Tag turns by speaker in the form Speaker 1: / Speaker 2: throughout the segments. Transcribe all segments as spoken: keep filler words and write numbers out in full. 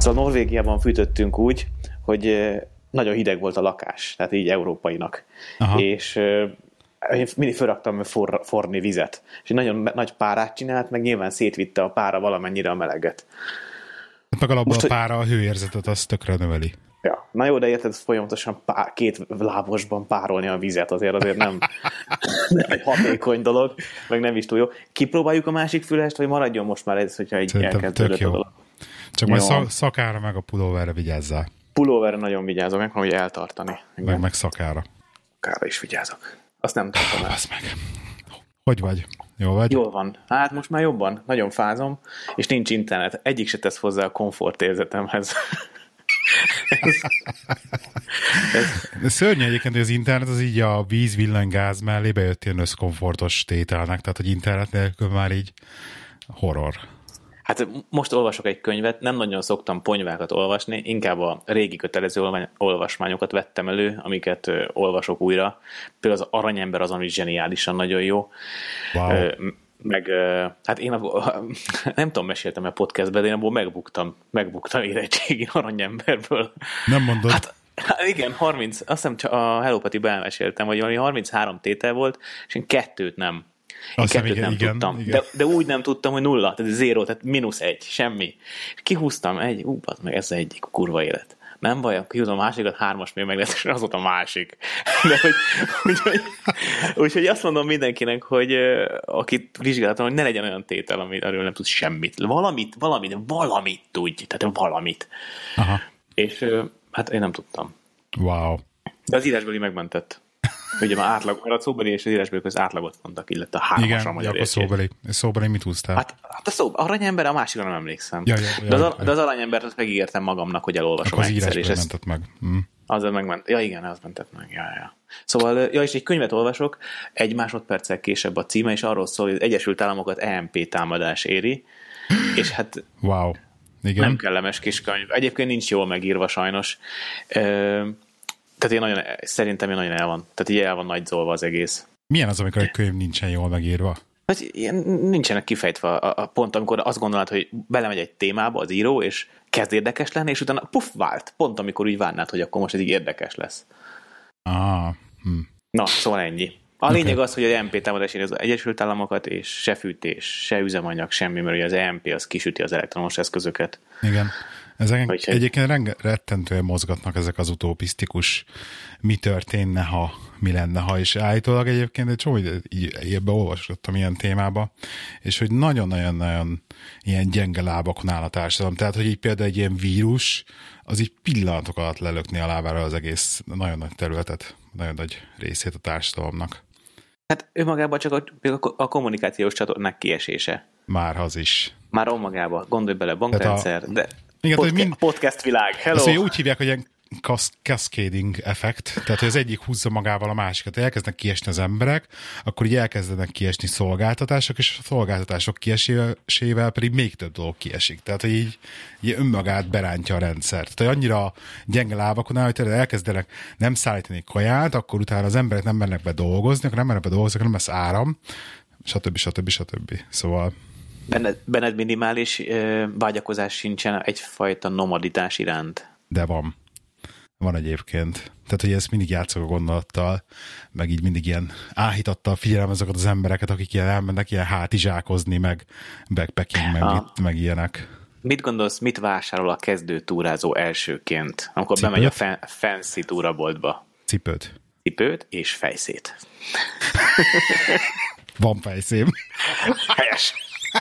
Speaker 1: Szóval Norvégiában fűtöttünk úgy, hogy nagyon hideg volt a lakás, tehát így európainak. Aha. És én mindig felraktam for, forni vizet. És egy nagyon nagy párát csinált, meg nyilván szétvitte a pára valamennyire a meleget.
Speaker 2: Meg alapban a pára a hőérzetet azt tökre növeli.
Speaker 1: Ja, na jó, de érted, folyamatosan pá- két lábosban párolni a vizet, azért azért nem, nem egy hatékony dolog, meg nem is túl jó. Kipróbáljuk a másik fülest, vagy maradjon most már ez, hogyha így elkezdődött a dolog?
Speaker 2: Csak jó. Majd szakára meg a pulóverre vigyázzál.
Speaker 1: Pulóverre nagyon vigyázok, meg hogy eltartani.
Speaker 2: Meg, meg szakára.
Speaker 1: Szakára is vigyázok. Azt nem tartom el.
Speaker 2: Azt meg. Hogy vagy? Jól vagy?
Speaker 1: Jól van. Hát most már jobban. Nagyon fázom, és nincs internet. Egyik se tesz hozzá a komfortérzetemhez. ez,
Speaker 2: ez... Szörnyű egyébként, hogy az internet az így a víz, villany, gáz mellé bejött ilyen összkomfortos tételnek, tehát hogy internet nélkül már így horror.
Speaker 1: Hát most olvasok egy könyvet, nem nagyon szoktam ponyvákat olvasni, inkább a régi kötelező olvasmányokat vettem elő, amiket ö, olvasok újra. Például az Aranyember az, ami zseniálisan nagyon jó.
Speaker 2: Wow.
Speaker 1: Ö, meg, ö, hát én abból, nem tudom, meséltem a podcastben, de én abból megbuktam, megbuktam érettségén Aranyemberből.
Speaker 2: Nem mondod?
Speaker 1: Hát, hát igen, harminc, azt hiszem csak a Hello Petiben elmeséltem, hogy valami harminchárom tétel volt, és én kettőt nem. Én kettőt igen, nem igen, tudtam. Igen. De, de úgy nem tudtam, hogy nulla, tehát zéro, tehát mínusz egy, semmi. És kihúztam egy, ú, meg ez egyik kurva élet. Nem baj, akkor kihúzom a másikat, hármas még meg lesz, és az volt a másik. De hogy, úgyhogy, úgyhogy azt mondom mindenkinek, hogy akit vizsgáltam, hogy ne legyen olyan tétel, amit arról nem tudsz semmit. Valamit, valamit, valamit tudj, tehát valamit.
Speaker 2: Aha.
Speaker 1: És hát én nem tudtam.
Speaker 2: Wow.
Speaker 1: De az írásbeli megmentett. Ugye már átlag, mert a szóbeli és az írásbeli az átlagot mondtak, illetve a hármasra
Speaker 2: a magyar. Igen, a szóbeli. Szóbeli mit húztál?
Speaker 1: Hát, hát a szó, aranyember, a másikra nem emlékszem.
Speaker 2: Ja, ja, ja,
Speaker 1: de, az,
Speaker 2: ja, ja.
Speaker 1: de az aranyembert azt megígértem magamnak, hogy elolvasom
Speaker 2: az
Speaker 1: egyszer.
Speaker 2: És
Speaker 1: ezt
Speaker 2: mentett meg. Mm.
Speaker 1: Az megment. Ja, igen, az mentett meg. Ja, ja. Szóval, ja, és egy könyvet olvasok, egy másodperccel később a címe, és arról szól, hogy az Egyesült Államokat E M P támadás éri, és hát
Speaker 2: wow. Igen.
Speaker 1: Nem kellemes kis könyv. Egyébként nincs jól megírva sajnos. Ö, Tehát én nagyon, szerintem én nagyon el van. Tehát így el van nagyzolva az egész.
Speaker 2: Milyen az, amikor egy könyv nincsen jól megírva?
Speaker 1: Hát ilyen nincsenek kifejtve a, a pont, amikor azt gondolod, hogy belemegy egy témába az író, és kezd érdekes lenni, és utána puff, vált. Pont amikor úgy várnád, hogy akkor most ez így érdekes lesz.
Speaker 2: Ah, hm.
Speaker 1: Na, szóval ennyi. A okay. lényeg az, hogy az E M P támadás az Egyesült Államokat, és se fűtés, se üzemanyag, semmi, mert ugye az E M P az kisüti az elektromos eszközöket.
Speaker 2: Igen. Ezek
Speaker 1: hogy
Speaker 2: egyébként renge, rettentően mozgatnak ezek az utopisztikus mi történne, ha, mi lenne, ha, és állítólag egyébként egy csomó ebbe olvasottam ilyen témába, és hogy nagyon-nagyon-nagyon ilyen gyenge lábakon áll a társadalom. Tehát, hogy így például egy ilyen vírus, az így pillanatok alatt lelökni a lábára az egész nagyon nagy területet, nagyon nagy részét a társadalomnak.
Speaker 1: Hát önmagában csak a, a kommunikációs csatornák kiesése.
Speaker 2: Már az is.
Speaker 1: Már önmagában. Gondolj bele, bankrendszer, a... de
Speaker 2: igen,
Speaker 1: Podca-
Speaker 2: mind...
Speaker 1: podcast világ. Hello!
Speaker 2: Azt úgy hívják, hogy ilyen cascading effekt, tehát hogy az egyik húzza magával a másikat. Elkezdenek kiesni az emberek, akkor így elkezdenek kiesni szolgáltatások, és a szolgáltatások kiesésével pedig még több dolog kiesik. Tehát, hogy így, így önmagát berántja a rendszert. Tehát, hogy annyira gyenge lábakon áll, hogy elkezdenek nem szállítani kaját, akkor utána az emberek nem mennek be dolgozni, akkor nem mennek be dolgozni, akkor nem lesz áram, stb. stb. stb. Szóval...
Speaker 1: Benned, benned minimális ö, vágyakozás sincsen egyfajta nomaditás iránt?
Speaker 2: De van. Van egyébként. Tehát, hogy ezt mindig játszok a gondolattal, meg így mindig ilyen áhítattal figyelem azokat az embereket, akik ilyen elmennek ilyen hátizsákozni, meg backpacking, meg, mit, meg ilyenek.
Speaker 1: Mit gondolsz, mit vásárol a kezdő túrázó elsőként, amikor
Speaker 2: Cipőt?
Speaker 1: bemegy a fa- fancy túraboltba?
Speaker 2: Cipőt.
Speaker 1: Cipőt és fejszét.
Speaker 2: Van fejszém.
Speaker 1: Helyes.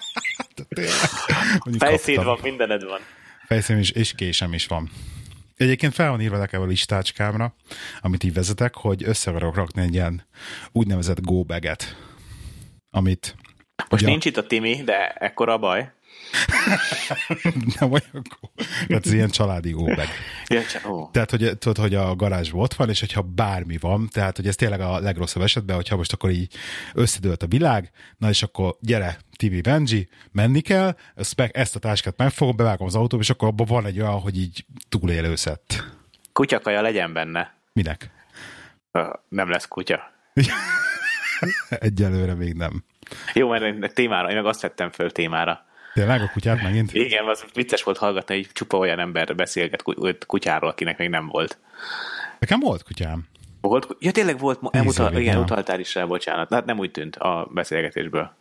Speaker 1: Fejszéd van, mindened van.
Speaker 2: Fejszém is, és késem is van. Egyébként fel van írva nekem a listácskámra, amit így vezetek, hogy össze akarok rakni egy ilyen úgynevezett go baget, amit...
Speaker 1: Most ugye, nincs itt a Timi, de ekkora a baj.
Speaker 2: Nem olyan go. Tehát ez ilyen családi go bag.
Speaker 1: Ja, csa- oh.
Speaker 2: Tehát, hogy tudod, hogy a garázsban ott van, és hogyha bármi van, tehát, hogy ez tényleg a legrosszabb esetben, hogyha most akkor így összedőlt a világ, na és akkor gyere, Tibi, Benji, menni kell, ezt, meg, ezt a táskát megfogom, bevágom az autóba, és akkor abban van egy olyan, hogy így túlélő szett.
Speaker 1: Kutyakaja legyen benne.
Speaker 2: Minek?
Speaker 1: Uh, nem lesz kutya.
Speaker 2: Egyelőre még nem.
Speaker 1: Jó, mert témára, én meg azt vettem föl témára.
Speaker 2: Tényleg a kutyát megint?
Speaker 1: Igen, az vicces volt hallgatni, hogy csupa olyan ember beszélget kutyáról, akinek még nem volt.
Speaker 2: Nekem volt kutyám.
Speaker 1: Volt? Ja, tényleg volt, utal, igen, utaltál is rá, bocsánat. Hát nem úgy tűnt a beszélgetésből.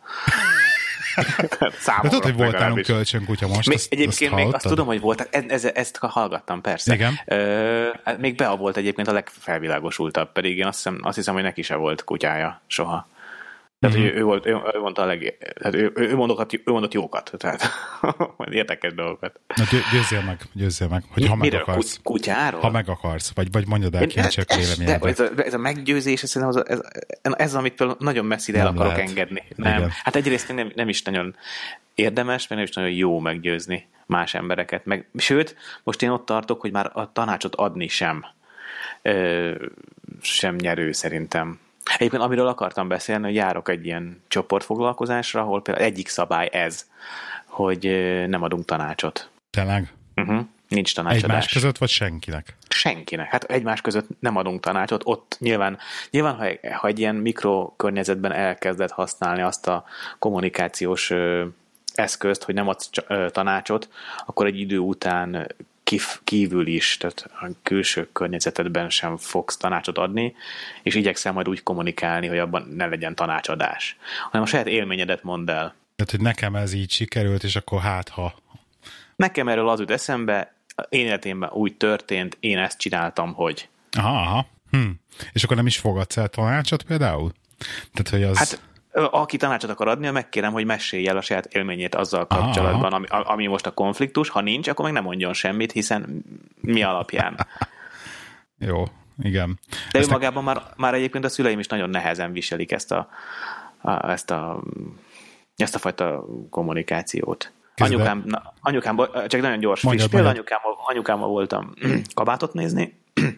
Speaker 2: De tudod, hogy volt nálunk kölcsönkutya most,
Speaker 1: még,
Speaker 2: azt,
Speaker 1: egyébként
Speaker 2: azt
Speaker 1: még azt tudom, hogy voltak, ez, ezt hallgattam, persze.
Speaker 2: Igen.
Speaker 1: Ö, még Bea volt egyébként a legfelvilágosultabb, pedig én azt hiszem, azt hiszem, hogy neki se volt kutyája soha. Tehát, mm-hmm. hogy ő, ő, volt, ő, ő mondta a leg... Tehát ő, ő, mondott, ő mondott jókat, tehát érdekes dolgokat.
Speaker 2: Na, győzzél meg, győzzél meg, hogy Mi, ha meg akarsz.
Speaker 1: Kutyáról?
Speaker 2: Ha meg akarsz, vagy, vagy mondjad el kíváncsiak véleményedre.
Speaker 1: Ez, ez a meggyőzés, ez, ez, ez amit például nagyon messzire el akarok lehet. engedni. Nem. Igen. Hát egyrészt nem, nem is nagyon érdemes, meg nem is nagyon jó meggyőzni más embereket. Meg, sőt, most én ott tartok, hogy már a tanácsot adni sem, ö, sem nyerő szerintem. Egyébként amiről akartam beszélni, hogy járok egy ilyen csoportfoglalkozásra, ahol például egyik szabály ez, hogy nem adunk tanácsot.
Speaker 2: Tényleg?
Speaker 1: Uh-huh. Nincs tanácsadás.
Speaker 2: Egymás között, vagy senkinek?
Speaker 1: Senkinek. Hát egymás között nem adunk tanácsot. Ott nyilván, nyilván ha, ha egy ilyen mikrokörnyezetben elkezded használni azt a kommunikációs ö, eszközt, hogy nem adsz ö, tanácsot, akkor egy idő után kívül is, tehát a külső környezetedben sem fogsz tanácsot adni, és igyekszel majd úgy kommunikálni, hogy abban ne legyen tanácsadás, hanem a saját élményedet mondd el.
Speaker 2: Tehát, hogy nekem ez így sikerült, és akkor hát, ha...
Speaker 1: Nekem erről az jut eszembe, én életémben úgy történt, én ezt csináltam, hogy...
Speaker 2: Aha, aha. Hm. És akkor nem is fogadsz el tanácsot például? Tehát, hogy az...
Speaker 1: Hát, aki tanácsot akar adni, megkérem, hogy mesélj el a saját élményét azzal kapcsolatban, ami, ami most a konfliktus. Ha nincs, akkor meg nem mondjon semmit, hiszen mi alapján.
Speaker 2: Jó, igen.
Speaker 1: De ő magában már, már egyébként a szüleim is nagyon nehezen viselik ezt a, a, ezt a, ezt a fajta kommunikációt. Anyukám, na, anyukám, csak nagyon gyors friss, például anyukámmal, anyukámmal voltam kabátot nézni,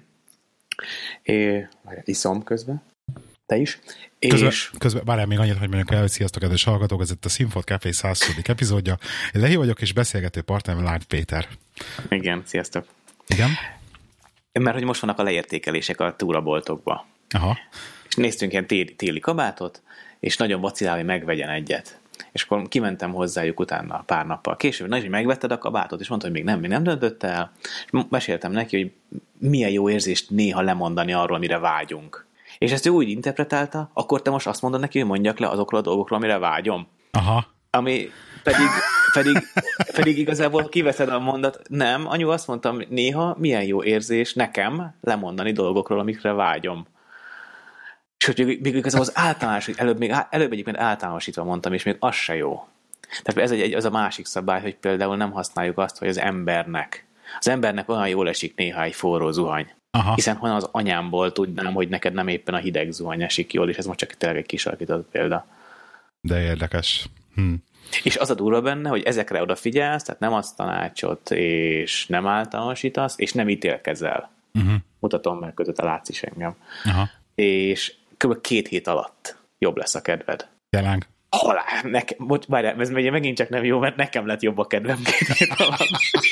Speaker 1: és iszom közben. Te is.
Speaker 2: Közben,
Speaker 1: és...
Speaker 2: közben várjál még annyit, hogy mondjuk el, hogy sziasztok, kedves hallgatók, ez itt a Színfolt Café százszódik epizódja. Én Lehi vagyok, és beszélgető partnerem Láng Péter.
Speaker 1: Igen, sziasztok.
Speaker 2: Igen?
Speaker 1: Mert hogy most vannak a leértékelések a túraboltokba.
Speaker 2: Aha.
Speaker 1: És néztünk ilyen téli, téli kabátot, és nagyon vacilál, hogy megvegyen egyet. És akkor kimentem hozzájuk utána pár nappal később, na, hogy megvetted a kabátot, és mondta, hogy még nem, még nem döntött el. És meséltem neki, hogy milyen jó érzést néha lemondani arról, amire vágyunk. És ezt ő úgy interpretálta, akkor te most azt mondod neki, hogy mondjak le azokról a dolgokról, amire vágyom.
Speaker 2: Aha.
Speaker 1: Ami pedig, pedig, pedig igazából kiveszed a mondat. Nem, anyu, azt mondtam, néha milyen jó érzés nekem lemondani dolgokról, amikre vágyom. És hogy még igazából az általános, előbb, még, előbb egyébként általánosítva mondtam, és még az se jó. Tehát ez egy, az a másik szabály, hogy például nem használjuk azt, hogy az embernek. Az embernek olyan jól esik néha egy forró zuhany. Aha. Hiszen honnan az anyámból tudnám, hogy neked nem éppen a hideg zuhany esik jól, és ez most csak tényleg egy kisarkított példa.
Speaker 2: De érdekes. Hm.
Speaker 1: És az a durva benne, hogy ezekre odafigyelsz, tehát nem adsz tanácsot, és nem általánosítasz, és nem ítélkezel. Uh-huh. Mutatom meg, között a látsz is engem. Aha. És kb. két hét alatt jobb lesz a kedved.
Speaker 2: Tényleg.
Speaker 1: Halál, nekem, bocs, várjál, ez megint csak nem jó, mert nekem lett jobb a kedvem két hét alatt.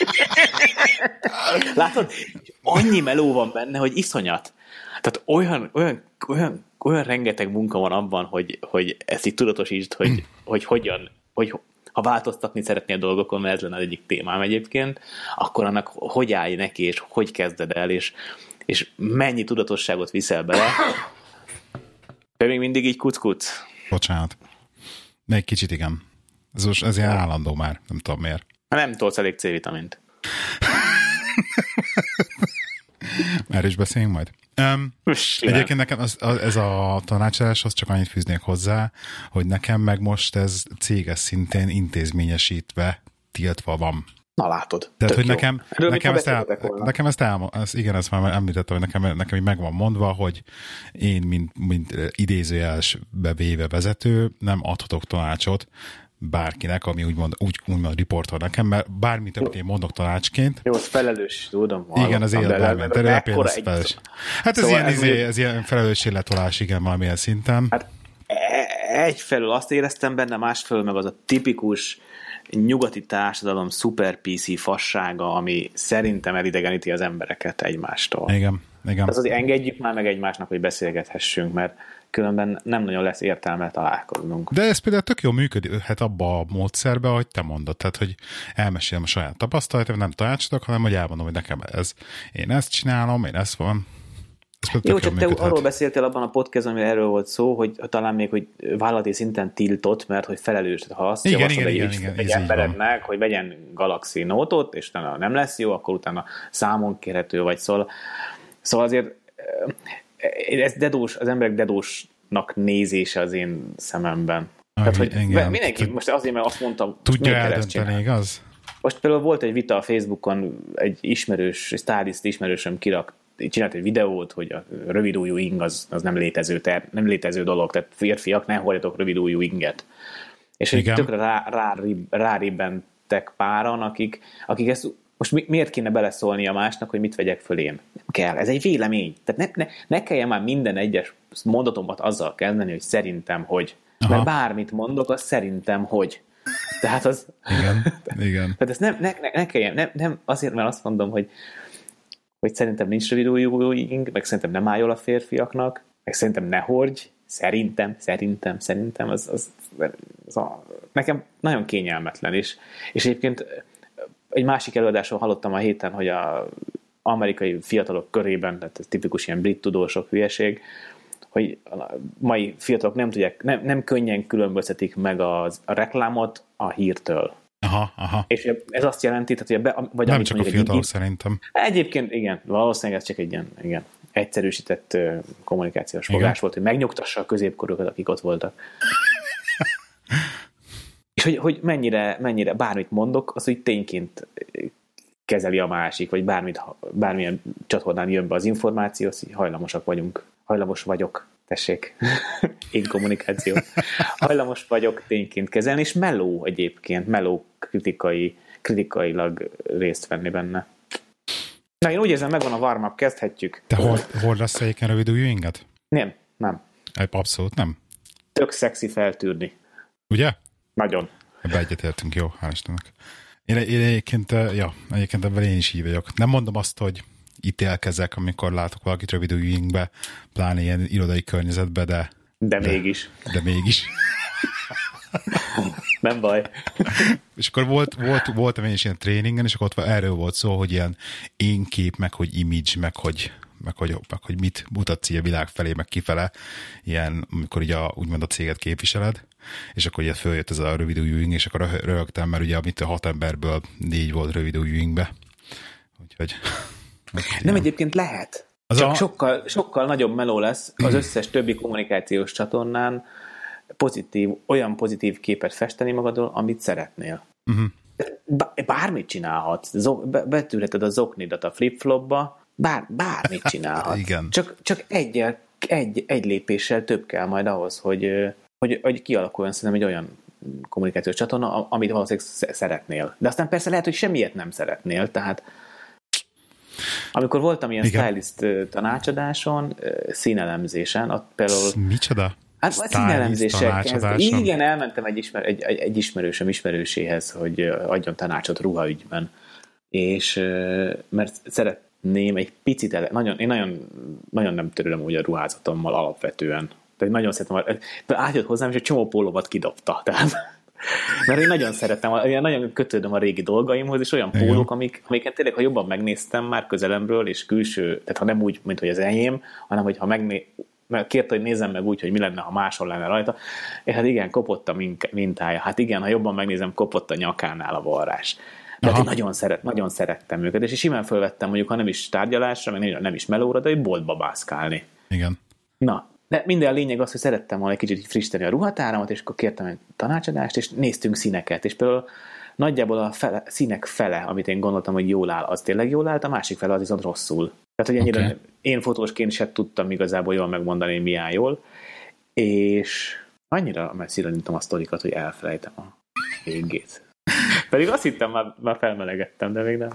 Speaker 1: Látod? Annyi meló van benne, hogy iszonyat. Tehát olyan, olyan, olyan, olyan rengeteg munka van abban, hogy, hogy ezt így tudatosítsd, hogy, hmm. hogy hogyan, hogy ha változtatni szeretnél dolgokon, mert ez lenne az egyik témám egyébként, akkor annak hogy állj neki, és hogy kezded el, és, és mennyi tudatosságot viszel bele. De még mindig így kuc-kuc.
Speaker 2: Bocsánat. De egy kicsit igen. Ez, most, ez ilyen állandó már, nem tudom miért.
Speaker 1: Nem tolsz elég C-vitamint.
Speaker 2: Erről is beszéljünk majd. Um, egyébként nekem az, az, ez a tanácsadáshoz csak annyit fűznék hozzá, hogy nekem meg most ez céges szintén intézményesítve, tiltva van.
Speaker 1: Na látod.
Speaker 2: Tehát, hogy nekem, nekem, ezt el, nekem ezt el, ez, igen, ezt már említettem, hogy nekem, nekem így meg van mondva, hogy én, mint, mint idézőjelesbe véve vezető, nem adhatok tanácsot bárkinek, ami úgymond, úgy, úgymond riportol nekem, mert bármit, amit én mondok tanácsként.
Speaker 1: Jó, az felelős, tudom.
Speaker 2: Igen, az életben területen az felelős. Hát ez, szóval ilyen, ez, izé, ez ilyen felelősségletolás, igen, valamilyen szinten. Hát
Speaker 1: egyfelől azt éreztem benne, másfelől meg az a tipikus nyugati társadalom szuper pé cé fassága, ami szerintem elidegeníti az embereket egymástól.
Speaker 2: Igen, igen.
Speaker 1: Tehát azért engedjük már meg egymásnak, hogy beszélgethessünk, mert különben nem nagyon lesz értelme találkoznunk.
Speaker 2: De ez például tök jól működhet abba a módszerbe, ahogy te mondod, tehát, hogy elmesélem a saját tapasztalatot, nem tanácsodok, hanem hogy elmondom, hogy nekem ez. Én ezt csinálom, én ezt van.
Speaker 1: Jó, csak te arról beszéltél abban a podcastban, amire erről volt szó, hogy talán még, hogy vállalati szinten tiltott, mert hogy felelős. Tehát ha azt javaslod egy, egy, egy emberednek, hogy vegyen Galaxy Note-ot, és utána nem lesz jó, akkor utána számon kérhető vagy. Szóval, szóval azért ez dedós, az emberek dedósnak nézése az én szememben. Ah, tehát, hogy igen, mindenki, most azért, mert azt mondtam,
Speaker 2: tudja eldönteni, igaz?
Speaker 1: Most például volt egy vita a Facebookon, egy ismerős, egy stylist ismerősöm kirak, csinált egy videót, hogy a rövidújú ing az, az nem, létező, ter, nem létező dolog, tehát férfiak, ne hordjatok rövidújú inget. És hogy tökre rá, rá, ráribbentek páran, akik, akik ezt, most mi, miért kéne beleszólni a másnak, hogy mit vegyek föl én? Nem kell, ez egy vélemény. Tehát ne, ne, ne kelljen már minden egyes mondatomat azzal kezdeni, hogy szerintem, hogy. Aha. Mert bármit mondok, az szerintem, hogy. Tehát az...
Speaker 2: Igen, igen.
Speaker 1: Tehát ezt nem, ne, ne, ne kelljen, nem, nem azért, mert azt mondom, hogy hogy szerintem nincs rövidújú ing, meg szerintem nem áll jól a férfiaknak, meg szerintem ne hordj, szerintem, szerintem, szerintem, az, az, az a, nekem nagyon kényelmetlen, és, és egyébként egy másik előadáson hallottam a héten, hogy az amerikai fiatalok körében, tehát ez tipikus ilyen brit tudósok hülyeség, hogy a mai fiatalok nem tudják, nem, nem könnyen különböztetik meg az, a reklámot a hírtől.
Speaker 2: Aha, aha.
Speaker 1: És ez azt jelenti, tehát, hogy a be, vagy
Speaker 2: nem
Speaker 1: amit
Speaker 2: csak a fiatalok
Speaker 1: egy,
Speaker 2: szerintem.
Speaker 1: Egyébként igen, valószínűleg ez csak egy ilyen igen, egyszerűsített uh, kommunikációs fogás volt, hogy megnyugtassa a középkorúakat, akik ott voltak. És hogy, hogy mennyire, mennyire bármit mondok, az, hogy tényként kezeli a másik, vagy bármit, bármilyen csatornán jön be az információ, az, hogy hajlamosak vagyunk, hajlamos vagyok, tessék, én kommunikáció. Hajlamos vagyok tényként kezelni, és meló egyébként, meló kritikai, kritikailag részt venni benne. Na, én úgy érzem, megvan a warm-up, kezdhetjük.
Speaker 2: Te hord, hordasz egyébként rövidújú inget?
Speaker 1: Nem, nem.
Speaker 2: Abszolút nem.
Speaker 1: Tök szexi feltűrni.
Speaker 2: Ugye?
Speaker 1: Nagyon.
Speaker 2: Ebbe egyetértünk, jó, hál' Istennek. Én, én egyébként, ja, egyébként ebben én is így vagyok. Nem mondom azt, hogy ítélkezek, amikor látok valakit rövidújú ingbe, pláne ilyen irodai környezetbe, de...
Speaker 1: De, de mégis.
Speaker 2: De mégis.
Speaker 1: Nem baj.
Speaker 2: És akkor volt, volt, voltam én is ilyen tréningen, és akkor ott erről volt szó, hogy ilyen én kép, meg hogy image, meg hogy, meg hogy, meg hogy mit mutatsz így a világ felé, meg kifele, ilyen, amikor ugye a, úgymond a céget képviseled, és akkor ugye följött ez a rövidújú ing, és akkor röhögtem, mert ugye amit a hat emberből négy volt rövidújú ingbe. Úgyhogy...
Speaker 1: Nem, ilyen. Egyébként lehet. Az Csak a... sokkal, sokkal nagyobb meló lesz az összes többi kommunikációs csatornán pozitív, olyan pozitív képet festeni magadról, amit szeretnél. Uh-huh. Bármit csinálhatsz. Betűrheted a zoknidat a flip-flopba, bár, bármit csinálhatsz.
Speaker 2: Igen.
Speaker 1: Csak, csak egy, egy, egy lépéssel több kell majd ahhoz, hogy, hogy, hogy kialakuljon szerintem egy olyan kommunikációs csatorna, amit valószínűleg szeretnél. De aztán persze lehet, hogy semmiet nem szeretnél, tehát amikor voltam ilyen igen. stylist tanácsadáson, színelemzésen, ott például...
Speaker 2: Micsoda?
Speaker 1: Hát a színelemzésekhez. Igen, elmentem egy, ismer, egy, egy, egy ismerősöm ismerőséhez, hogy adjon tanácsot ruhaügyben. És mert szeretném egy picit, ele, nagyon, én nagyon, nagyon nem törülöm úgy a ruházatommal alapvetően. Tehát nagyon szeretem, átjött hozzám, és egy csomó pólómat kidobta. Tehát... Mert én nagyon szeretem, én nagyon kötődöm a régi dolgaimhoz, és olyan pólók, amik, amiket tényleg, ha jobban megnéztem már közelembről, és külső, tehát ha nem úgy, mint hogy az enyém, hanem hogy ha megné... kérte, hogy nézzem meg úgy, hogy mi lenne, ha máshol lenne rajta, és hát igen, kopott a mintája. Hát igen, ha jobban megnézem, kopott a nyakánál a varrás. De hát én nagyon, szeret, nagyon szerettem őket, és simán fölvettem, mondjuk, ha nem is tárgyalásra, meg nem is melóra, de egy boltba bászkálni.
Speaker 2: Igen.
Speaker 1: Na, de minden lényeg az, hogy szerettem volna egy kicsit frissíteni a ruhatáramat, és akkor kértem egy tanácsadást, és néztünk színeket, és például nagyjából a fele, színek fele, amit én gondoltam, hogy jól áll, az tényleg jól állt, a másik fele az viszont rosszul. Tehát, hogy ennyire okay. Én fotósként sem tudtam igazából jól megmondani, mi áll jól, és annyira messzire nyitom a sztorikat, hogy elfelejtem a végét. Pedig azt hittem, már, már felmelegettem, de még nem.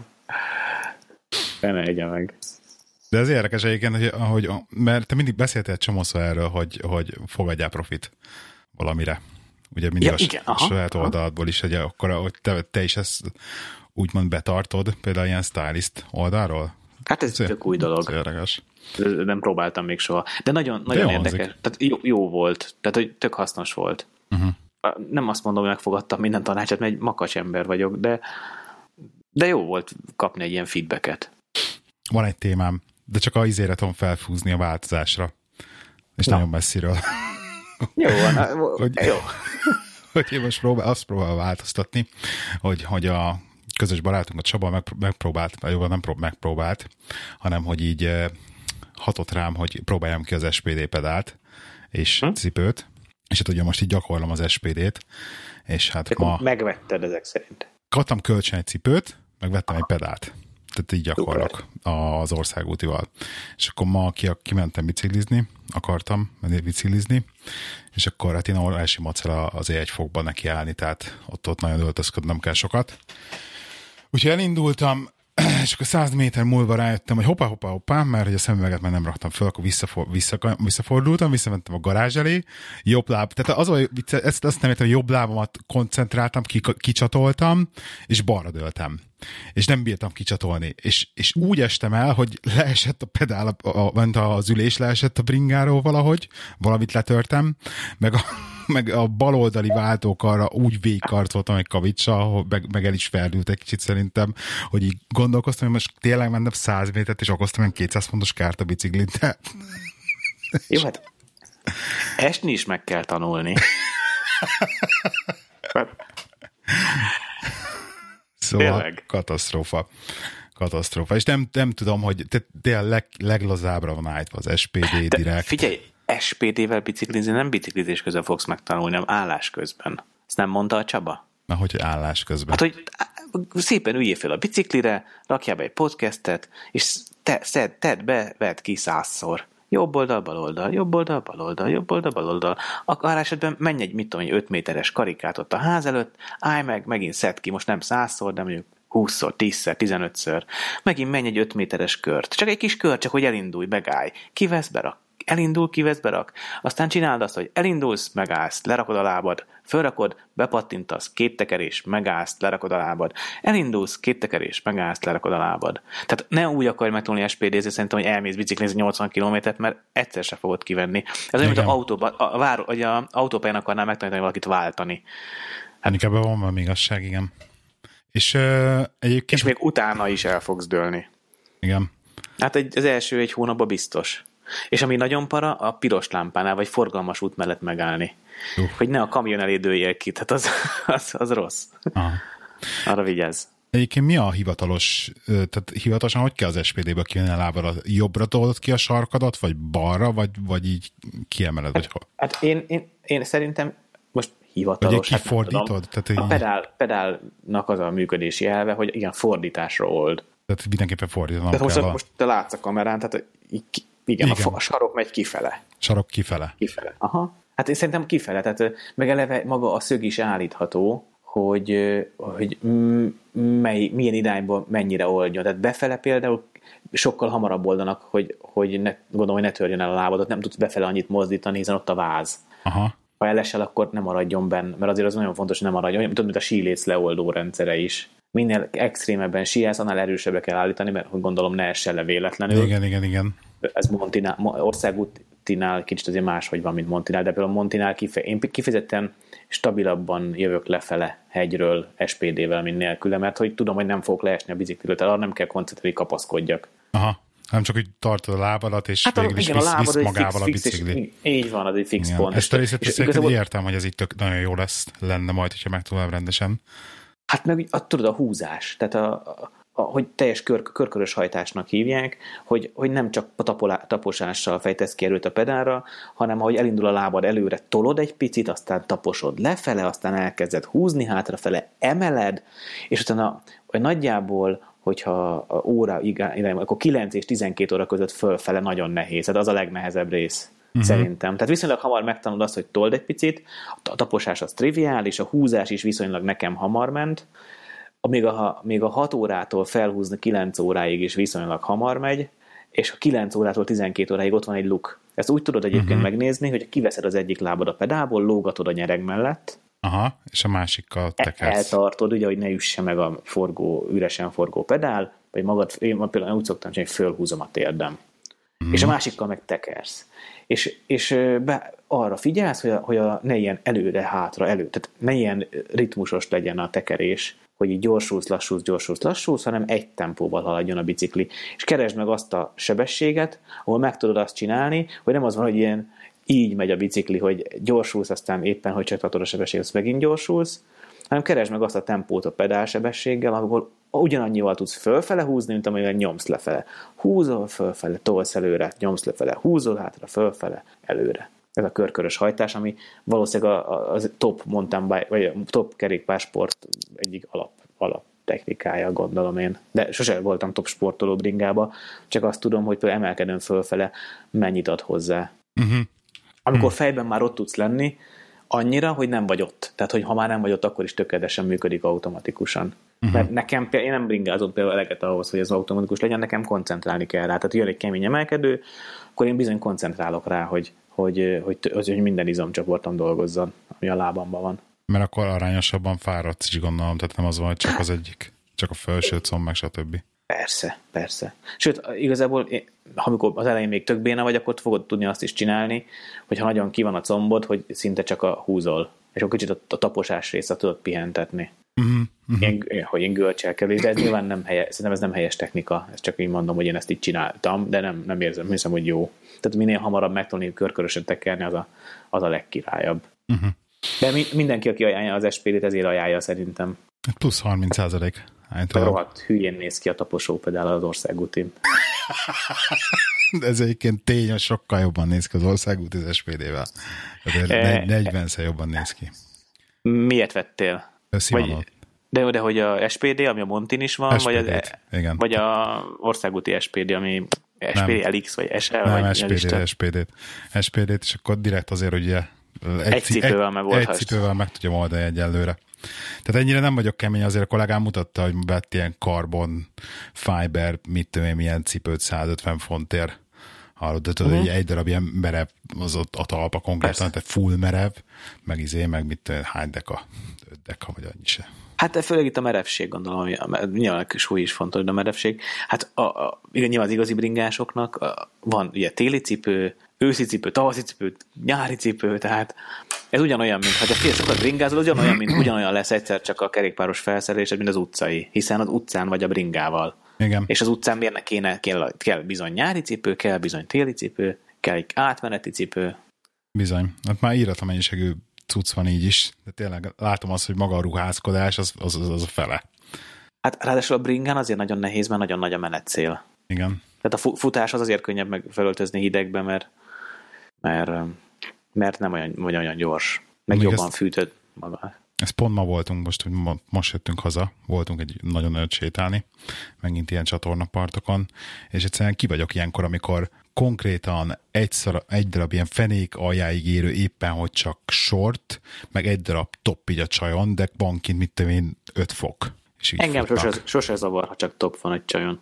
Speaker 1: Ne egye meg.
Speaker 2: De ez érdekes egyébként, hogy, hogy, mert te mindig beszéltél egy csomószor erről, hogy, hogy fogadjál profit valamire. Ugye mindig ja, a, igen, a saját oldaladból is, hogy akkor hogy te, te is ezt úgymond betartod, például ilyen stylist oldalról?
Speaker 1: Hát ez tök új dolog.
Speaker 2: Érdekes.
Speaker 1: Nem próbáltam még soha. De nagyon, nagyon érdekes. Tehát jó, jó volt. Tehát, hogy tök hasznos volt. Uh-huh. Nem azt mondom, hogy megfogadtam minden tanácsot, mert egy makacs ember vagyok, de, de jó volt kapni egy ilyen feedbacket.
Speaker 2: Van egy témám, de csak a izére tudom felfúzni a változásra. És Na. nagyon messziről.
Speaker 1: Jó, hogy, jó.
Speaker 2: Hogy én most próbál, azt próbál változtatni, hogy, hogy a közös barátunkat Csaba megpróbált, jó, nem prób, megpróbált, hanem hogy így hatott rám, hogy próbáljam ki az es pé dé pedált és hm? cipőt, és hát ugye most így gyakorlom az es pé dét, és hát
Speaker 1: de ma... megvetted ezek szerint.
Speaker 2: Kaptam kölcsön egy cipőt, megvettem Aha. egy pedált. Tehát így gyakorlok az országútival. És akkor ma ki, kimentem biciklizni, akartam menni biciklizni, és akkor hát én óriási macera azért egy fokban nekiállni, tehát ott, ott nagyon öltözködnöm kell sokat. Úgyhogy elindultam, és akkor száz méter múlva rájöttem, hogy hoppá, hoppá, hoppá, mert hogy a szemüveget már nem raktam föl, akkor visszafor, vissza, visszafordultam, visszamentem a garázs elé, jobb láb, tehát az, hogy ezt azt nem értem, hogy jobb lábamat koncentráltam, kicsatoltam, és balra dőltem. És nem bírtam kicsatolni. És, és úgy estem el, hogy leesett a pedál, a, a, az ülés leesett a bringáról valahogy, valamit letörtem, meg a meg a baloldali váltókarra úgy végigkarcoltam egy kavicsal, meg, meg el is ferdült egy kicsit szerintem, hogy így gondolkoztam, hogy most tényleg mentem száz métert, és okoztam egy kétszáz fontos kárt a biciklin, de...
Speaker 1: Jó, hát esni is meg kell tanulni.
Speaker 2: Szóval tényleg. katasztrófa. Katasztrófa. És nem, nem tudom, hogy tényleg leg, leglazábbra van állítva az es pé dé
Speaker 1: de
Speaker 2: direkt.
Speaker 1: Figyelj, es pé dé-vel biciklizni nem biciklizés közben fogsz megtanulni, hanem állás közben. Ezt nem mondta a Csaba?
Speaker 2: Na, hogy állás közben.
Speaker 1: Hát, hogy szépen üljél fel a biciklire, rakjál be egy podcastet, és te, szed, tedd be, vedd ki százszor. Jobb oldal, bal oldal, jobb oldal, bal oldal, jobb oldal, bal oldal. Akár esetben menj egy, mit tudom, egy öt méteres karikát ott a ház előtt, állj meg, megint szedd ki, most nem százszor, de mondjuk húszszor, tízszer, tizenötször. Megint menj egy öt méteres kört. Csak egy kis kör, csak hogy elindulj, megállj. Kivesz, berak. Elindul, kivesz, berak. Aztán csináld azt, hogy elindulsz, megállsz, lerakod a lábad, fölrakod, bepattintasz, két tekerés, megállsz, lerakod a lábad. Elindulsz, két tekerés, megállsz, lerakod a lábad. Tehát ne úgy akarj megtanulni es pé dé-zni, szerintem, hogy elmész biciklizni nyolcvan kilométert, mert egyszer se fogod kivenni. Ez olyan, mint az autóban, a, vár, hogy a autópályán akarnál megtanítani valakit váltani.
Speaker 2: Hát, inkább van valami igazság, igen. És, uh, egyébként...
Speaker 1: és még utána is el fogsz dőlni.
Speaker 2: Igen.
Speaker 1: Hát egy, az első egy hónapban biztos. És ami nagyon para, a piros lámpánál, vagy forgalmas út mellett megállni. Uh. Hogy ne a kamion elé dőljél ki, tehát az, az, az rossz. Aha. Arra vigyázz.
Speaker 2: Egyébként mi a hivatalos, tehát hivatalosan hogy kell az es pé dé-ből kijönni a lábra? Jobbra tolod ki a sarkadat, vagy balra, vagy, vagy így kiemeled?
Speaker 1: Hát,
Speaker 2: vagy
Speaker 1: hát én, én, én szerintem most hivatalos.
Speaker 2: Vagy egy kifordítod?
Speaker 1: Hát
Speaker 2: tehát
Speaker 1: a így... pedál, pedálnak az a működési elve, hogy igen, fordításra old.
Speaker 2: Tehát mindenképpen fordítanom
Speaker 1: tehát
Speaker 2: kell.
Speaker 1: Most, most te látsz a kamerán, tehát így, igen, igen. A, a sarok megy kifele.
Speaker 2: Sarok kifele.
Speaker 1: Kifele, aha. Hát én szerintem kifele, tehát meg eleve maga a szög is állítható, hogy, hogy mely, milyen irányból mennyire oldjon. Tehát befele például sokkal hamarabb oldanak, hogy, hogy ne, gondolom, hogy ne törjön el a lábadat, nem tudsz befele annyit mozdítani, hiszen ott a váz. Aha. Ha elesel, akkor nem maradjon benne, mert azért az nagyon fontos, hogy nem maradjon. Tudod, mint a síléc leoldó rendszere is. Minél extrémebben síelsz, annál erősebbre kell állítani, mert gondolom ne essen le véletlenül.
Speaker 2: Igen, igen, igen.
Speaker 1: Ez Montinál, országútinál kicsit azért máshogy van, mint Montinál, de például Montinál kife, én kifejezetten stabilabban jövök lefele hegyről es pé dé-vel, mint nélküle, mert hogy tudom, hogy nem fogok leesni a bicikliről, tehát arra nem kell koncentrálni, hogy kapaszkodjak.
Speaker 2: Aha, nem csak, hogy tartod a lábadat, és hát végül is visz, visz magával
Speaker 1: fix,
Speaker 2: a bicikli.
Speaker 1: Fix, így van, az egy fix igen. pont.
Speaker 2: Ezt a részlet is igazából... értem, hogy ez itt tök nagyon jó lesz, lenne majd, hogyha megtudom rendesen.
Speaker 1: Hát meg a, tudod, a húzás, tehát a, a, a, hogy teljes kör, körkörös hajtásnak hívják, hogy, hogy nem csak a tapolá, taposással fejtesz ki erőt a pedálra, hanem ahogy elindul a lábad előre, tolod egy picit, aztán taposod lefele, aztán elkezded húzni hátrafele, emeled, és utána hogy nagyjából, hogyha a óra irányban, akkor kilenc és tizenkét óra között fölfele nagyon nehéz, tehát az a legnehezebb rész. Uh-huh. Szerintem. Tehát viszonylag hamar megtanulod azt, hogy told egy picit, a taposás az triviális, a húzás is viszonylag nekem hamar ment, még a, még a hat órától felhúzni kilenc óráig is viszonylag hamar megy, és a kilenc órától tizenkét óráig ott van egy luk. Ezt úgy tudod egyébként uh-huh. megnézni, hogy kiveszed az egyik lábad a pedálból, lógatod a nyereg mellett,
Speaker 2: Aha, és a másikkal tekersz.
Speaker 1: Eltartod, ugye, hogy ne üsse meg a forgó, üresen forgó pedál, vagy magad, én például úgy szoktam csinálni, hogy fölhúzom a térdem. Mm. És a másikkal meg tekersz. És, és be, arra figyelsz, hogy, a, hogy a, ne ilyen előre-hátra, elő, tehát ne ilyen ritmusos legyen a tekerés, hogy így gyorsulsz, lassulsz, gyorsulsz, lassulsz, hanem egy tempóval haladjon a bicikli. És keresd meg azt a sebességet, ahol meg tudod azt csinálni, hogy nem az van, hogy ilyen így megy a bicikli, hogy gyorsulsz, aztán éppen, hogy csatlatod a sebességet, azt megint gyorsulsz, hanem keresd meg azt a tempót a pedálsebességgel, ahol ugyanannyival tudsz fölfele húzni, mint amilyen nyomsz lefele. Húzol fölfele, tolsz előre, nyomsz lefele, húzol hátra, fölfele, előre. Ez a körkörös hajtás, ami valószínűleg a, a, a top mountain bike, vagy a top kerékpársport egyik alap, alap technikája, gondolom én. De sose voltam top sportoló bringába, csak azt tudom, hogy például emelkedőn fölfele mennyit ad hozzá. Uh-huh. Amikor fejben már ott tudsz lenni, annyira, hogy nem vagy ott. Tehát, hogy ha már nem vagy ott, akkor is tökéletesen működik automatikusan. Uh-huh. Mert nekem, én nem bringázom például eleget ahhoz, hogy ez automatikus legyen, nekem koncentrálni kell rá. Tehát, jön egy kemény emelkedő, akkor én bizony koncentrálok rá, hogy, hogy, hogy, hogy, hogy minden izomcsoportom dolgozzon, ami a lábamban van.
Speaker 2: Mert akkor arányosabban fáradsz is, gondolom, tehát nem az van, hogy csak az egyik, csak a felső comb, meg stb.
Speaker 1: Persze, persze. Sőt, igazából, én, amikor az elején még tök béna vagy, akkor fogod tudni azt is csinálni, hogyha nagyon ki van a combod, hogy szinte csak a húzol, és akkor kicsit a, a taposás részre tudod pihentetni. Uh-huh, uh-huh. Én, hogy én görcselkelés, de ez nyilván nem helyes, szerintem ez nem helyes technika, ezt csak így mondom, hogy én ezt így csináltam, de nem, nem érzem, hiszem, hogy jó. Tehát minél hamarabb meg tudni körkörösen tekerni, az a, az a legkirályabb. Uh-huh. De mi, mindenki, aki ajánlja az es pé dét, ezért ajánlja szerintem.
Speaker 2: Plusz harminc százalék.
Speaker 1: Rohadt hülyén néz ki a taposópedál az országútin.
Speaker 2: De ez egyébként tény, hogy sokkal jobban néz ki az országút az es pé dé-vel. negyvenszer jobban néz ki.
Speaker 1: Miért vettél? Vagy, de, de hogy a es pé dé, ami a Montin is van, vagy, az,
Speaker 2: igen.
Speaker 1: vagy a országúti es pé dé, ami es pé dé el iksz, vagy es el?
Speaker 2: Nem,
Speaker 1: vagy
Speaker 2: es pé dé, es pé dét. es pé dét, és akkor direkt azért ugye
Speaker 1: egy, egy cipővel megoldhatsz.
Speaker 2: Egy cipővel meg tudja oldani egyelőre. Tehát ennyire nem vagyok kemény, azért a kollégám mutatta, hogy vett ilyen carbon fiber, mit tudom én, milyen cipőt százötven fontért. Hallod, de tudod, uh-huh. egy darab ilyen merev, az ott a talpa konkrétan, tehát full merev, meg izé, meg mit tudom, hány deka, öt deka, vagy annyi se.
Speaker 1: Hát főleg itt a merevség, gondolom, ami nyilván a súly is fontos, de a merevség. Hát a, a, nyilván az igazi bringásoknak a, van ugye téli cipő, őszi cipő, tavaszi cipő, nyári cipő, tehát ez ugyanolyan, mint ha te sokat bringázol, az ugyanolyan, mint ugyanolyan lesz egyszer csak a kerékpáros felszerelésed, mint az utcai, hiszen az utcán vagy a bringával.
Speaker 2: Igen.
Speaker 1: És az utcán miért kéne, kell, kell bizony nyári cipő, kell bizony téli cipő, kell egy átmeneti cipő.
Speaker 2: Bizony. Hát már íratlan mennyiségű cucc van így is, de tényleg látom azt, hogy maga a ruházkodás az, az, az, az a fele.
Speaker 1: Hát ráadásul a bringán azért nagyon nehéz, mert nagyon nagy a menetszél.
Speaker 2: Igen.
Speaker 1: Tehát a futás az azért könnyebb meg felöltözni hidegbe, mert, mert, mert nem olyan, vagy olyan gyors. Meg még jobban ezt, fűtöd maga.
Speaker 2: Ez pont ma voltunk, most, hogy ma, most jöttünk haza, voltunk egy nagyon nagyot sétálni, megint ilyen csatornapartokon, és egyszerűen ki vagyok ilyenkor, amikor konkrétan egy, szara, egy darab ilyen fenék aljáig érő éppen, hogy csak short, meg egy darab top így a csajon, de van kint, mit tudom én, öt fok. És
Speaker 1: engem sose, sose zavar, ha csak top van egy csajon.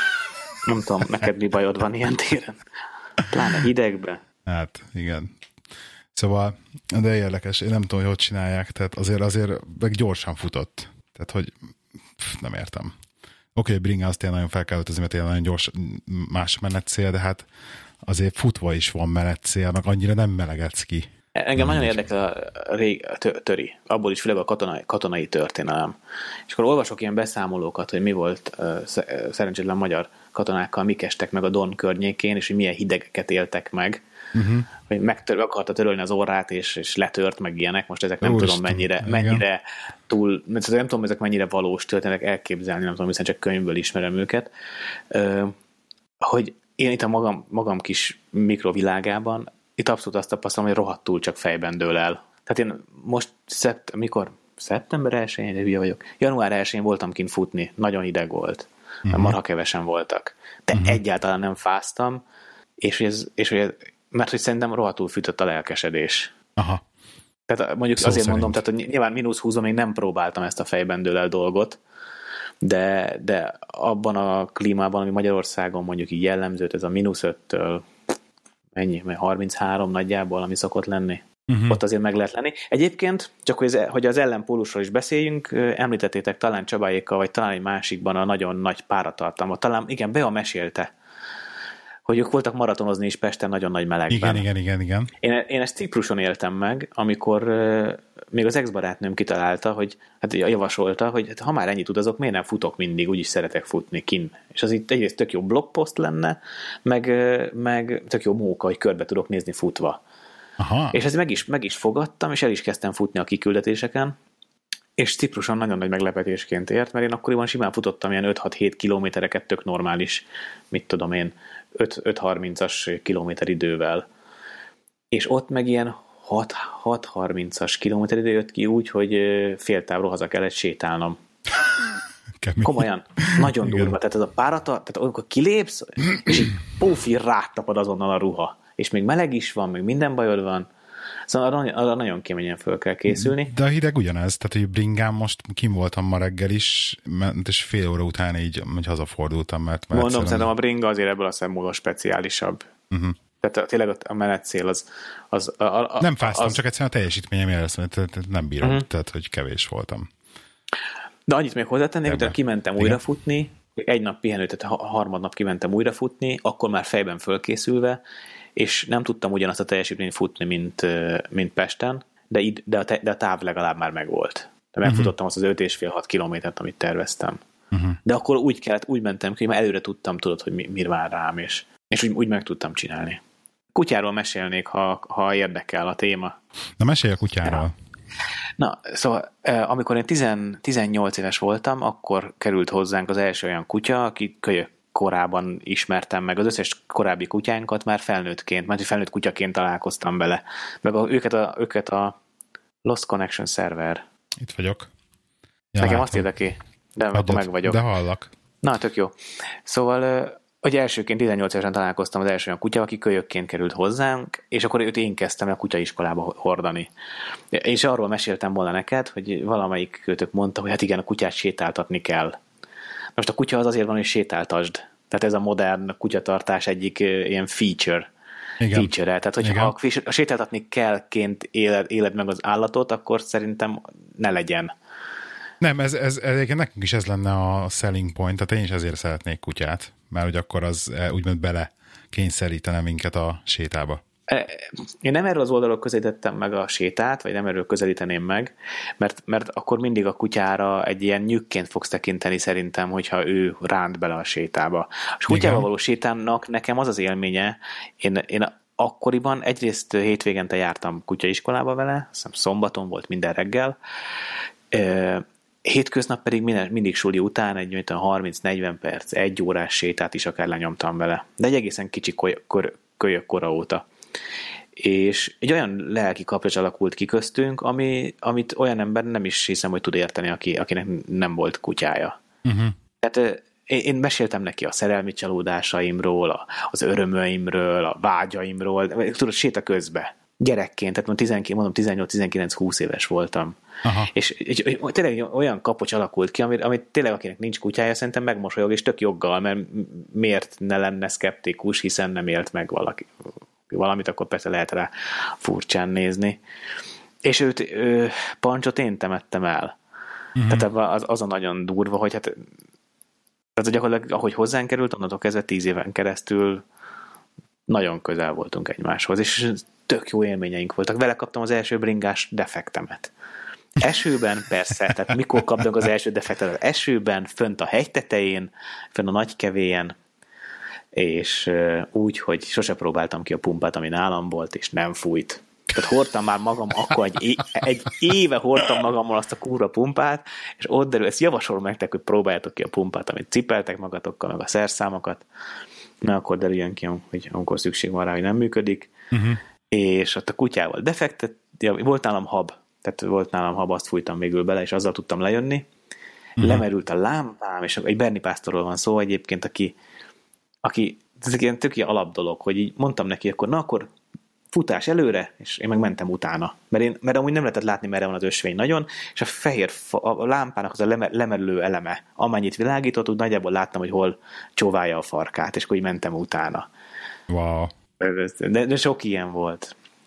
Speaker 1: Nem tudom, neked mi bajod van ilyen téren. Pláne hidegbe.
Speaker 2: Hát, igen. Szóval, de érdekes, én nem tudom, hogy hogy csinálják, tehát azért, azért meg gyorsan futott. Tehát, hogy pff, nem értem. Oké, okay, bringa azt tényleg nagyon fel kell öltözni, mert tényleg nagyon gyors más menetszél, de hát azért futva is van menetszél, meg annyira nem melegedsz ki.
Speaker 1: Engem nagyon érdekel a rég, a töri, abból is főleg a katonai, katonai történelem. És akkor olvasok ilyen beszámolókat, hogy mi volt uh, szerencsétlen magyar katonákkal, mik estek meg a Don környékén, és hogy milyen hidegeket éltek meg, uh-huh. hogy megtör, akarta törölni az orrát, és, és letört, meg ilyenek. Most ezek nem Úristen, tudom mennyire, mennyire túl, nem tudom, ezek mennyire valós történetek elképzelni, nem tudom, hiszen csak könyvből ismerem őket. Uh, hogy én itt a magam, magam kis mikrovilágában itt abszolút azt tapasztalom, hogy rohadtul csak fejben dől el. Tehát én most, szept, mikor? Szeptember elsején, de hülye vagyok. január elsején voltam kint futni, nagyon hideg volt, uh-huh. mert marha kevesen voltak. De uh-huh. egyáltalán nem fáztam, és hogy ez, és hogy ez, mert hogy szerintem rohadtul fűtött a lelkesedés. Aha. Tehát mondjuk Szó azért szerint. mondom, tehát hogy nyilván mínusz húszon még nem próbáltam ezt a fejben dől el dolgot, de, de abban a klímában, ami Magyarországon mondjuk így jellemző, ez a mínusz öttől ennyi, mert harminchárom nagyjából, ami szokott lenni. Uh-huh. Ott azért meg lehet lenni. Egyébként, csak hogy az, hogy az ellenpólusról is beszéljünk, említettétek talán Csabáékkal, vagy talán egy másikban a nagyon nagy páratartalmat. Talán, igen, Bea mesélte, hogy ők voltak maratonozni is Pesten nagyon nagy melegben.
Speaker 2: Igen, igen, igen, igen.
Speaker 1: Én, én ezt Cipruson éltem meg, amikor uh, még az ex-barátnőm kitalálta, hogy hát javasolta, hogy hát, ha már ennyit utazok, miért nem futok mindig, úgyis szeretek futni kin. És az itt egyrészt tök jó blogpost lenne, meg, uh, meg tök jó móka, hogy körbe tudok nézni futva.
Speaker 2: Aha.
Speaker 1: És ezt meg is, meg is fogadtam, és el is kezdtem futni a kiküldetéseken, és Cipruson nagyon nagy meglepetésként ért, mert én akkoriban simán futottam ilyen öt-hat-hét kilométereket, tök normális, mit tudom én, öt harmincas kilométer idővel. És ott meg ilyen hat harmincas kilométer idő jött ki úgy, hogy fél távról haza kellett sétálnom.
Speaker 2: Kemény.
Speaker 1: Komolyan, nagyon igen. Durva. Tehát ez a párata, tehát amikor kilépsz, és így pófi rátapad azonnal a ruha. És még meleg is van, még minden bajod van. Szóval arra, arra nagyon keményen föl kell készülni.
Speaker 2: De a hideg ugyanez, tehát hogy Bringán most kim voltam ma reggel is, és fél óra után így, így hazafordultam, mert... mert
Speaker 1: Mondom, szerintem a Bringa azért ebből a szempontból speciálisabb. Uh-huh. Tehát tényleg a menetszél az... az a, a, a,
Speaker 2: nem fáztam,
Speaker 1: az...
Speaker 2: csak egyszerűen a teljesítményem jeleztem, tehát nem bírom, uh-huh. tehát hogy kevés voltam.
Speaker 1: De annyit még hozzátennék, hogy kimentem igen. újra futni, egy nap pihenő, tehát a harmadnap kimentem újra futni, akkor már fejben fölkészülve, és nem tudtam ugyanazt a teljesítményt futni, mint, mint Pesten, de, id, de, a, de a táv legalább már megvolt. De megfutottam azt az öt és fél hat kilométert, amit terveztem. Uh-huh. De akkor úgy kellett, úgy mentem ki, hogy már előre tudtam, tudod, hogy mi, mi vár rám, és, és úgy, úgy meg tudtam csinálni. Kutyáról mesélnék, ha, ha érdekel a téma.
Speaker 2: Na, mesélj a kutyáról.
Speaker 1: Na, szóval amikor én tizennyolc éves voltam, akkor került hozzánk az első olyan kutya, aki kölyök korában ismertem meg. Az összes korábbi kutyánkat már felnőttként, mert felnőtt kutyaként találkoztam bele. Meg a, őket, a, őket a Lost Connection szerver.
Speaker 2: Itt vagyok.
Speaker 1: Ja, nekem azt érdekli, de Hagyjad, akkor meg vagyok.
Speaker 2: De hallak.
Speaker 1: Na, tök jó. Szóval, hogy elsőként tizennyolc évesen találkoztam az első olyan kutya, aki kölyökként került hozzánk, és akkor őt én kezdtem a kutyaiskolába hordani. És arról meséltem volna neked, hogy valamelyik kötök mondta, hogy hát igen, a kutyát sétáltatni kell. Most a kutya az azért van, hogy sétáltasd. Tehát ez a modern kutyatartás egyik ilyen feature.
Speaker 2: Igen.
Speaker 1: feature-e. Tehát, hogyha a sétáltatni kellként éled, éled meg az állatot, akkor szerintem ne legyen.
Speaker 2: Nem, ez, ez, ez nekünk is ez lenne a selling point, tehát én is ezért szeretnék kutyát, mert hogy akkor az úgymond bele kényszerítene minket a sétába.
Speaker 1: Én nem erről az oldalról közelítettem meg a sétát, vagy nem erről közelíteném meg, mert, mert akkor mindig a kutyára egy ilyen nyükként fogsz tekinteni szerintem, hogyha ő ránt bele a sétába. És kutyával való sétának nekem az az élménye, én, én akkoriban egyrészt hétvégente jártam kutyaiskolába vele, azt hiszem szombaton volt minden reggel, hétköznap pedig minden, mindig suli után egy harminc-negyven perc, egy órás sétát is akár lenyomtam vele. De egy egészen kicsi kölyök kora óta. És egy olyan lelki kapcsolat alakult ki köztünk, ami, amit olyan ember nem is hiszem, hogy tud érteni, aki, akinek nem volt kutyája. Uh-huh. Tehát én meséltem neki a szerelmi csalódásaimról, az örömöimről, a vágyaimról, tudod, séta közbe. Gyerekként, tehát tizenkilenc, mondom tizennyolc-tizenkilenc-húsz éves voltam. Aha. És, és, és tényleg olyan kapocs alakult ki, amit, amit tényleg akinek nincs kutyája, szerintem megmosolyog, és tök joggal, mert miért ne lenne szkeptikus, hiszen nem élt meg valaki, valamit, akkor persze lehet rá furcsán nézni. És őt, ő, Pancsot én temettem el. Uh-huh. Tehát az, az a nagyon durva, hogy hát tehát gyakorlatilag, ahogy hozzánk került, onnantól kezdve tíz éven keresztül nagyon közel voltunk egymáshoz, és tök jó élményeink voltak. Vele kaptam az első bringás defektemet. Esőben persze, tehát mikor kaptunk az első defektet? Esőben, fönt a hegy tetején, fönt a nagy kevélyen, és úgy, hogy sose próbáltam ki a pumpát, ami nálam volt, és nem fújt. Tehát hordtam már magam, akkor egy, é- egy éve hordtam magammal azt a kurva pumpát, és ott derül, ezt javasolom nektek, hogy próbáljátok ki a pumpát, amit cipeltek magatokkal, meg a szerszámokat, mert akkor derüljön ki, hogy amikor szükség van rá, hogy nem működik. Uh-huh. És ott a kutyával defektet, ja, volt nálam hab, tehát volt nálam hab, azt fújtam végül bele, és azzal tudtam lejönni. Uh-huh. Lemerült a lámpám, és egy Bernie pásztorról van szó egyébként, aki, aki ez egy ilyen tök ilyen alap dolog, hogy így mondtam neki, akkor na akkor futás előre, és én meg mentem utána. Mert, én, mert amúgy nem lehetett látni, merre van az ösvény nagyon, és a fehér fa, a lámpának az a leme, lemerülő eleme, amennyit világított, úgy nagyjából láttam, hogy hol csóválja a farkát, és akkor így mentem utána.
Speaker 2: Wow.
Speaker 1: De, de sok ilyen volt.